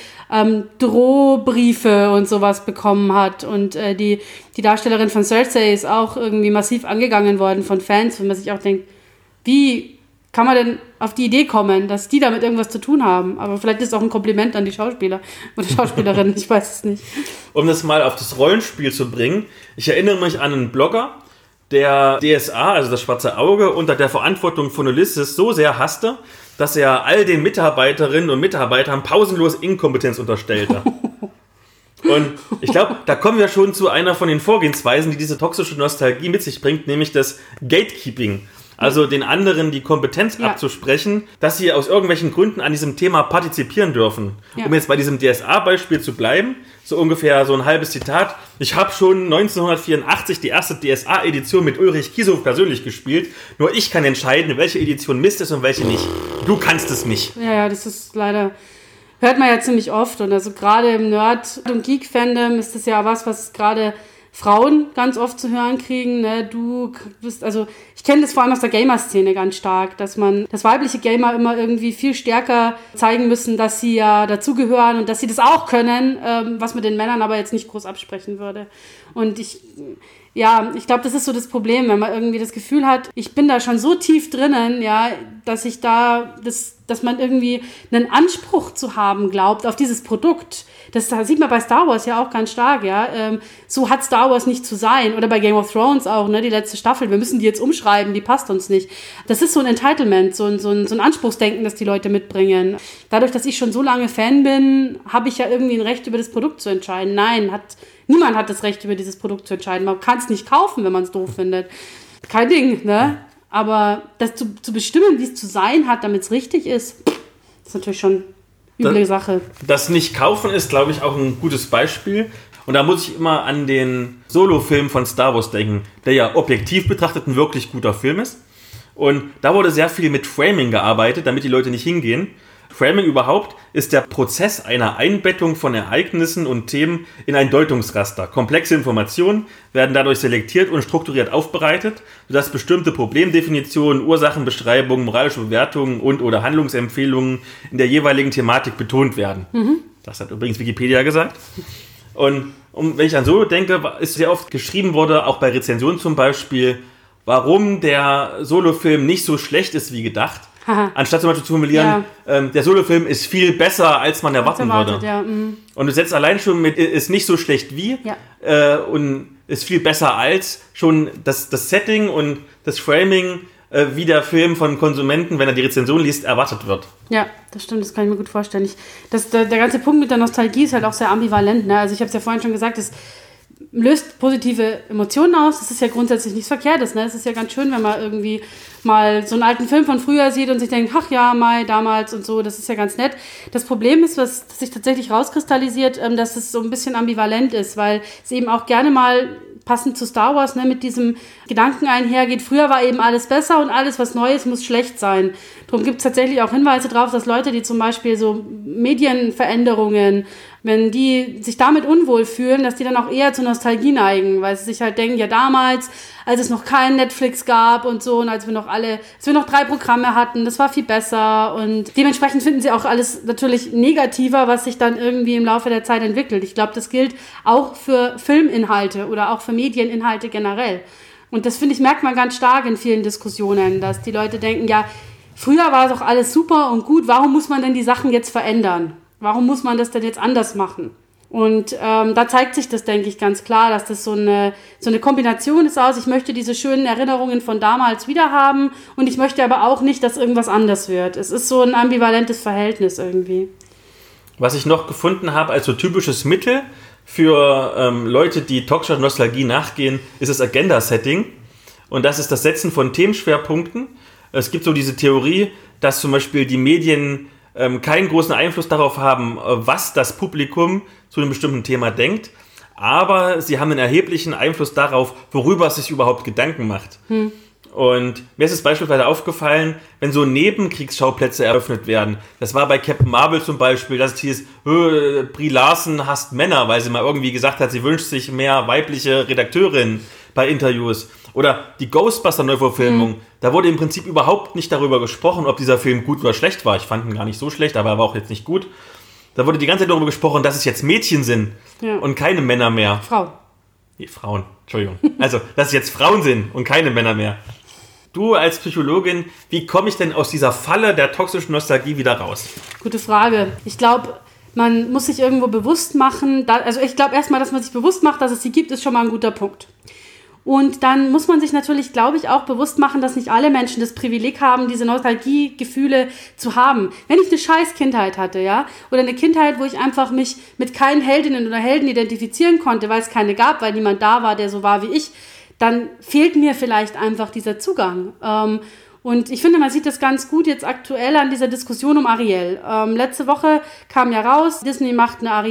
Drohbriefe und sowas bekommen hat. Und die Darstellerin von Cersei ist auch irgendwie massiv angegangen worden von Fans, wenn man sich auch denkt, wie kann man denn auf die Idee kommen, dass die damit irgendwas zu tun haben? Aber vielleicht ist es auch ein Kompliment an die Schauspieler oder Schauspielerin, ich weiß es nicht. Um das mal auf das Rollenspiel zu bringen, ich erinnere mich an einen Blogger, der DSA, also das Schwarze Auge, unter der Verantwortung von Ulysses so sehr hasste, dass er all den Mitarbeiterinnen und Mitarbeitern pausenlos Inkompetenz unterstellte. Und ich glaube, da kommen wir schon zu einer von den Vorgehensweisen, die diese toxische Nostalgie mit sich bringt, nämlich das Gatekeeping. Also den anderen die Kompetenz abzusprechen, dass sie aus irgendwelchen Gründen an diesem Thema partizipieren dürfen. Ja. Um jetzt bei diesem DSA-Beispiel zu bleiben, so ungefähr so ein halbes Zitat. Ich habe schon 1984 die erste DSA-Edition mit Ulrich Kiesow persönlich gespielt. Nur ich kann entscheiden, welche Edition Mist ist und welche nicht. Du kannst es nicht. Ja, das ist leider... Hört man ja ziemlich oft. Und also gerade im Nerd- und Geek-Fandom ist das ja was gerade Frauen ganz oft zu hören kriegen, ne? Du bist, also ich kenne das vor allem aus der Gamer-Szene ganz stark, dass weibliche Gamer immer irgendwie viel stärker zeigen müssen, dass sie ja dazugehören und dass sie das auch können, was mit den Männern aber jetzt nicht groß absprechen würde. Und ich glaube, das ist so das Problem, wenn man irgendwie das Gefühl hat, ich bin da schon so tief drinnen, ja, dass dass man irgendwie einen Anspruch zu haben glaubt auf dieses Produkt. Das sieht man bei Star Wars ja auch ganz stark, ja. So hat Star Wars nicht zu sein. Oder bei Game of Thrones auch, ne, die letzte Staffel. Wir müssen die jetzt umschreiben, die passt uns nicht. Das ist so ein Entitlement, so ein Anspruchsdenken, das die Leute mitbringen. Dadurch, dass ich schon so lange Fan bin, habe ich ja irgendwie ein Recht, über das Produkt zu entscheiden. Nein, niemand hat das Recht, über dieses Produkt zu entscheiden. Man kann es nicht kaufen, wenn man es doof findet. Kein Ding, ne? Aber das zu bestimmen, wie es zu sein hat, damit es richtig ist natürlich schon üble Sache. Das Nicht-Kaufen ist, glaube ich, auch ein gutes Beispiel. Und da muss ich immer an den Solo-Film von Star Wars denken, der ja objektiv betrachtet ein wirklich guter Film ist. Und da wurde sehr viel mit Framing gearbeitet, damit die Leute nicht hingehen. Framing überhaupt ist der Prozess einer Einbettung von Ereignissen und Themen in ein Deutungsraster. Komplexe Informationen werden dadurch selektiert und strukturiert aufbereitet, sodass bestimmte Problemdefinitionen, Ursachenbeschreibungen, moralische Bewertungen und/oder Handlungsempfehlungen in der jeweiligen Thematik betont werden. Das hat übrigens Wikipedia gesagt. Und wenn ich an Solo denke, ist sehr oft geschrieben worden, auch bei Rezensionen zum Beispiel, warum der Solo-Film nicht so schlecht ist wie gedacht. Anstatt zum Beispiel zu formulieren, der Solo-Film ist viel besser, als man erwarten würde. Ja. Und du setzt allein schon mit, ist nicht so schlecht wie und ist viel besser als schon das Setting und das Framing, wie der Film von Konsumenten, wenn er die Rezension liest, erwartet wird. Ja, das stimmt, das kann ich mir gut vorstellen. Der ganze Punkt mit der Nostalgie ist halt auch sehr ambivalent. Ne? Also ich habe es ja vorhin schon gesagt, es löst positive Emotionen aus. Das ist ja grundsätzlich nichts Verkehrtes. Ne? Es ist ja ganz schön, wenn man irgendwie mal so einen alten Film von früher sieht und sich denkt, ach ja, Mai, damals und so, das ist ja ganz nett. Das Problem ist, was sich tatsächlich rauskristallisiert, dass es so ein bisschen ambivalent ist, weil es eben auch gerne mal passend zu Star Wars, ne, mit diesem Gedanken einhergeht, früher war eben alles besser und alles, was Neues, muss schlecht sein. Darum gibt es tatsächlich auch Hinweise darauf, dass Leute, die zum Beispiel so Medienveränderungen, wenn die sich damit unwohl fühlen, dass die dann auch eher zur Nostalgie neigen, weil sie sich halt denken, ja damals, als es noch kein Netflix gab und so und als wir noch 3 Programme hatten, das war viel besser und dementsprechend finden sie auch alles natürlich negativer, was sich dann irgendwie im Laufe der Zeit entwickelt. Ich glaube, das gilt auch für Filminhalte oder auch für Medieninhalte generell. Und das, finde ich, merkt man ganz stark in vielen Diskussionen, dass die Leute denken, ja, früher war doch alles super und gut, warum muss man denn die Sachen jetzt verändern? Warum muss man das denn jetzt anders machen? Und da zeigt sich das, denke ich, ganz klar, dass das so eine Kombination ist aus, ich möchte diese schönen Erinnerungen von damals wieder haben und ich möchte aber auch nicht, dass irgendwas anders wird. Es ist so ein ambivalentes Verhältnis irgendwie. Was ich noch gefunden habe als so typisches Mittel für Leute, die toxischer Nostalgie nachgehen, ist das Agenda-Setting. Und das ist das Setzen von Themenschwerpunkten. Es gibt so diese Theorie, dass zum Beispiel die Medien keinen großen Einfluss darauf haben, was das Publikum zu einem bestimmten Thema denkt, aber sie haben einen erheblichen Einfluss darauf, worüber es sich überhaupt Gedanken macht. Und mir ist es beispielsweise aufgefallen, wenn so Nebenkriegsschauplätze eröffnet werden. Das war bei Captain Marvel zum Beispiel, dass es hieß, Brie Larson hasst Männer, weil sie mal irgendwie gesagt hat, sie wünscht sich mehr weibliche Redakteurinnen bei Interviews. Oder die Ghostbuster-Neuverfilmung, da wurde im Prinzip überhaupt nicht darüber gesprochen, ob dieser Film gut oder schlecht war. Ich fand ihn gar nicht so schlecht, aber er war auch jetzt nicht gut. Da wurde die ganze Zeit darüber gesprochen, dass es jetzt Mädchen sind und keine Männer mehr. Frauen, Entschuldigung. Also, dass es jetzt Frauen sind und keine Männer mehr. Du als Psychologin, wie komme ich denn aus dieser Falle der toxischen Nostalgie wieder raus? Gute Frage. Ich glaube, man muss sich irgendwo bewusst machen, ich glaube erstmal, dass man sich bewusst macht, dass es sie gibt, ist schon mal ein guter Punkt. Und dann muss man sich natürlich, glaube ich, auch bewusst machen, dass nicht alle Menschen das Privileg haben, diese Nostalgiegefühle zu haben. Wenn ich eine scheiß Kindheit hatte, ja, oder eine Kindheit, wo ich einfach mich mit keinen Heldinnen oder Helden identifizieren konnte, weil es keine gab, weil niemand da war, der so war wie ich, dann fehlt mir vielleicht einfach dieser Zugang. Und ich finde, man sieht das ganz gut jetzt aktuell an dieser Diskussion um Ariel. Letzte Woche kam ja raus, Disney macht eine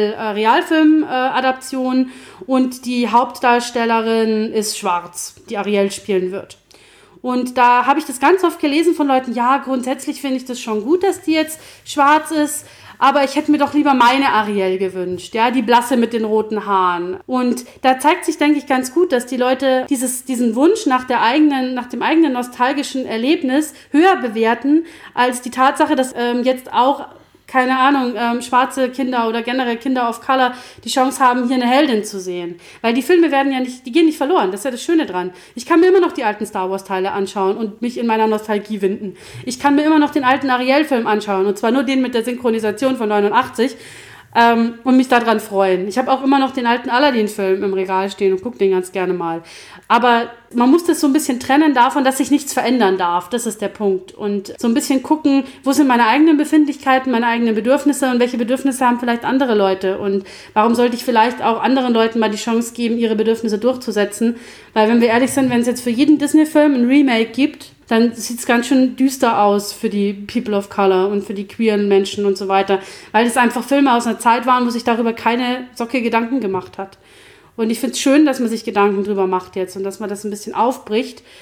Ariel-Realfilm-Adaption und die Hauptdarstellerin ist schwarz, die Ariel spielen wird. Und da habe ich das ganz oft gelesen von Leuten, ja, grundsätzlich finde ich das schon gut, dass die jetzt schwarz ist, aber ich hätte mir doch lieber meine Ariel gewünscht, ja, die Blasse mit den roten Haaren. Und da zeigt sich, denke ich, ganz gut, dass die Leute diesen Wunsch nach dem eigenen nostalgischen Erlebnis höher bewerten, als die Tatsache, dass jetzt auch, keine Ahnung, schwarze Kinder oder generell Kinder of Color die Chance haben, hier eine Heldin zu sehen. Weil die Filme die gehen nicht verloren, das ist ja das Schöne dran. Ich kann mir immer noch die alten Star Wars Teile anschauen und mich in meiner Nostalgie winden. Ich kann mir immer noch den alten Ariel-Film anschauen, und zwar nur den mit der Synchronisation von 89, und mich daran freuen. Ich habe auch immer noch den alten Aladdin-Film im Regal stehen und gucke den ganz gerne mal. Aber man muss das so ein bisschen trennen davon, dass sich nichts verändern darf. Das ist der Punkt. Und so ein bisschen gucken, wo sind meine eigenen Befindlichkeiten, meine eigenen Bedürfnisse und welche Bedürfnisse haben vielleicht andere Leute. Und warum sollte ich vielleicht auch anderen Leuten mal die Chance geben, ihre Bedürfnisse durchzusetzen? Weil, wenn wir ehrlich sind, wenn es jetzt für jeden Disney-Film ein Remake gibt, dann sieht es ganz schön düster aus für die People of Color und für die queeren Menschen und so weiter. Weil es einfach Filme aus einer Zeit waren, wo sich darüber keine Socke Gedanken gemacht hat. Und ich finde es schön, dass man sich Gedanken drüber macht jetzt und dass man das ein bisschen aufbricht.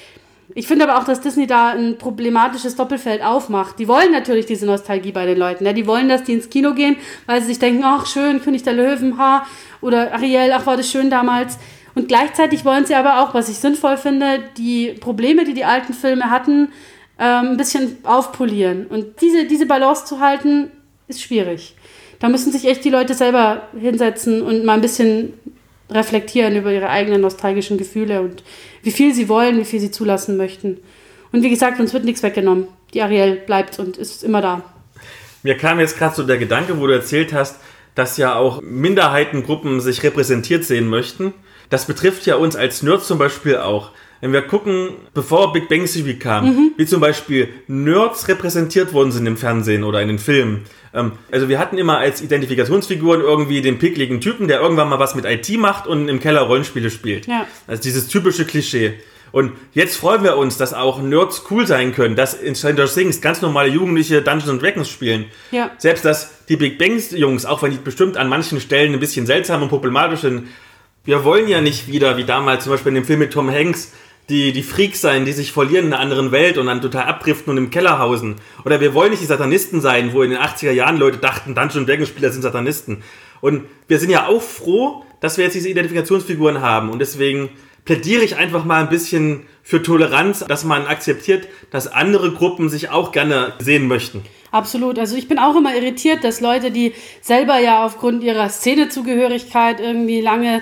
Ich finde aber auch, dass Disney da ein problematisches Doppelfeld aufmacht. Die wollen natürlich diese Nostalgie bei den Leuten. Ne? Die wollen, dass die ins Kino gehen, weil sie sich denken, ach schön, König der Löwen, ha, oder Ariel, ach war das schön damals. Und gleichzeitig wollen sie aber auch, was ich sinnvoll finde, die Probleme, die die alten Filme hatten, ein bisschen aufpolieren. Und diese Balance zu halten, ist schwierig. Da müssen sich echt die Leute selber hinsetzen und mal ein bisschen reflektieren über ihre eigenen nostalgischen Gefühle und wie viel sie wollen, wie viel sie zulassen möchten. Und wie gesagt, uns wird nichts weggenommen. Die Ariel bleibt und ist immer da. Mir kam jetzt gerade so der Gedanke, wo du erzählt hast, dass ja auch Minderheitengruppen sich repräsentiert sehen möchten. Das betrifft ja uns als Nerds zum Beispiel auch. Wenn wir gucken, bevor Big Bang Theory kam, wie zum Beispiel Nerds repräsentiert worden sind im Fernsehen oder in den Filmen. Also wir hatten immer als Identifikationsfiguren irgendwie den pickligen Typen, der irgendwann mal was mit IT macht und im Keller Rollenspiele spielt. Ja. Also dieses typische Klischee. Und jetzt freuen wir uns, dass auch Nerds cool sein können, dass in Stranger Things ganz normale Jugendliche Dungeons & Dragons spielen. Ja. Selbst dass die Big Bang-Jungs, auch wenn die bestimmt an manchen Stellen ein bisschen seltsam und problematisch sind, wir wollen ja nicht wieder, wie damals zum Beispiel in dem Film mit Tom Hanks, die Freaks sein, die sich verlieren in einer anderen Welt und dann total abdriften und im Keller hausen. Oder wir wollen nicht die Satanisten sein, wo in den 80er Jahren Leute dachten, Dungeons & Dragons Spieler sind Satanisten. Und wir sind ja auch froh, dass wir jetzt diese Identifikationsfiguren haben. Und deswegen plädiere ich einfach mal ein bisschen für Toleranz, dass man akzeptiert, dass andere Gruppen sich auch gerne sehen möchten. Absolut. Also ich bin auch immer irritiert, dass Leute, die selber ja aufgrund ihrer Szenezugehörigkeit irgendwie lange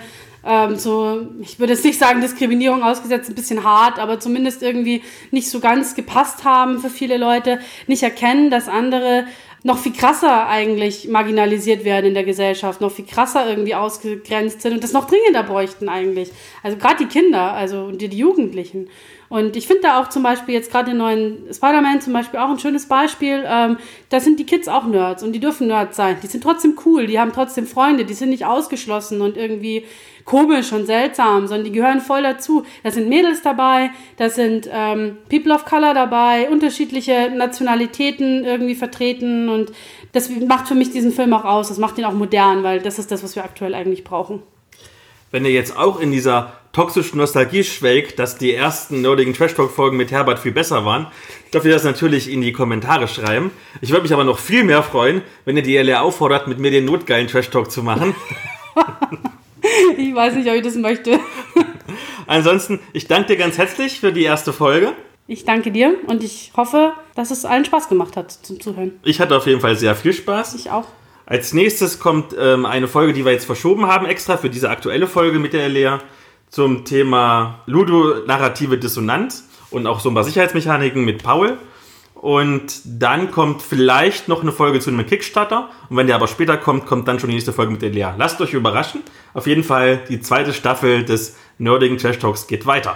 ich würde jetzt nicht sagen Diskriminierung ausgesetzt, ein bisschen hart, aber zumindest irgendwie nicht so ganz gepasst haben für viele Leute, nicht erkennen, dass andere noch viel krasser eigentlich marginalisiert werden in der Gesellschaft, noch viel krasser irgendwie ausgegrenzt sind und das noch dringender bräuchten eigentlich. Also gerade die Kinder, also die Jugendlichen. Und ich finde da auch zum Beispiel jetzt gerade den neuen Spider-Man zum Beispiel auch ein schönes Beispiel. Da sind die Kids auch Nerds und die dürfen Nerds sein. Die sind trotzdem cool, die haben trotzdem Freunde, die sind nicht ausgeschlossen und irgendwie komisch und seltsam, sondern die gehören voll dazu. Da sind Mädels dabei, da sind People of Color dabei, unterschiedliche Nationalitäten irgendwie vertreten und das macht für mich diesen Film auch aus. Das macht ihn auch modern, weil das ist das, was wir aktuell eigentlich brauchen. Wenn ihr jetzt auch in dieser toxischen Nostalgie schwelgt, dass die ersten nerdigen Trash-Talk-Folgen mit Herbert viel besser waren, dürft ihr das natürlich in die Kommentare schreiben. Ich würde mich aber noch viel mehr freuen, wenn ihr die LR auffordert, mit mir den notgeilen Trash-Talk zu machen. Ich weiß nicht, ob ich das möchte. Ansonsten, ich danke dir ganz herzlich für die erste Folge. Ich danke dir und ich hoffe, dass es allen Spaß gemacht hat zum Zuhören. Ich hatte auf jeden Fall sehr viel Spaß. Ich auch. Als nächstes kommt eine Folge, die wir jetzt verschoben haben, extra für diese aktuelle Folge mit der Lea zum Thema ludonarrative Dissonanz und auch so ein paar Sicherheitsmechaniken mit Paul. Und dann kommt vielleicht noch eine Folge zu einem Kickstarter. Und wenn der aber später kommt, kommt dann schon die nächste Folge mit der Lea. Lasst euch überraschen. Auf jeden Fall, die zweite Staffel des nerdigen Trash Talks geht weiter.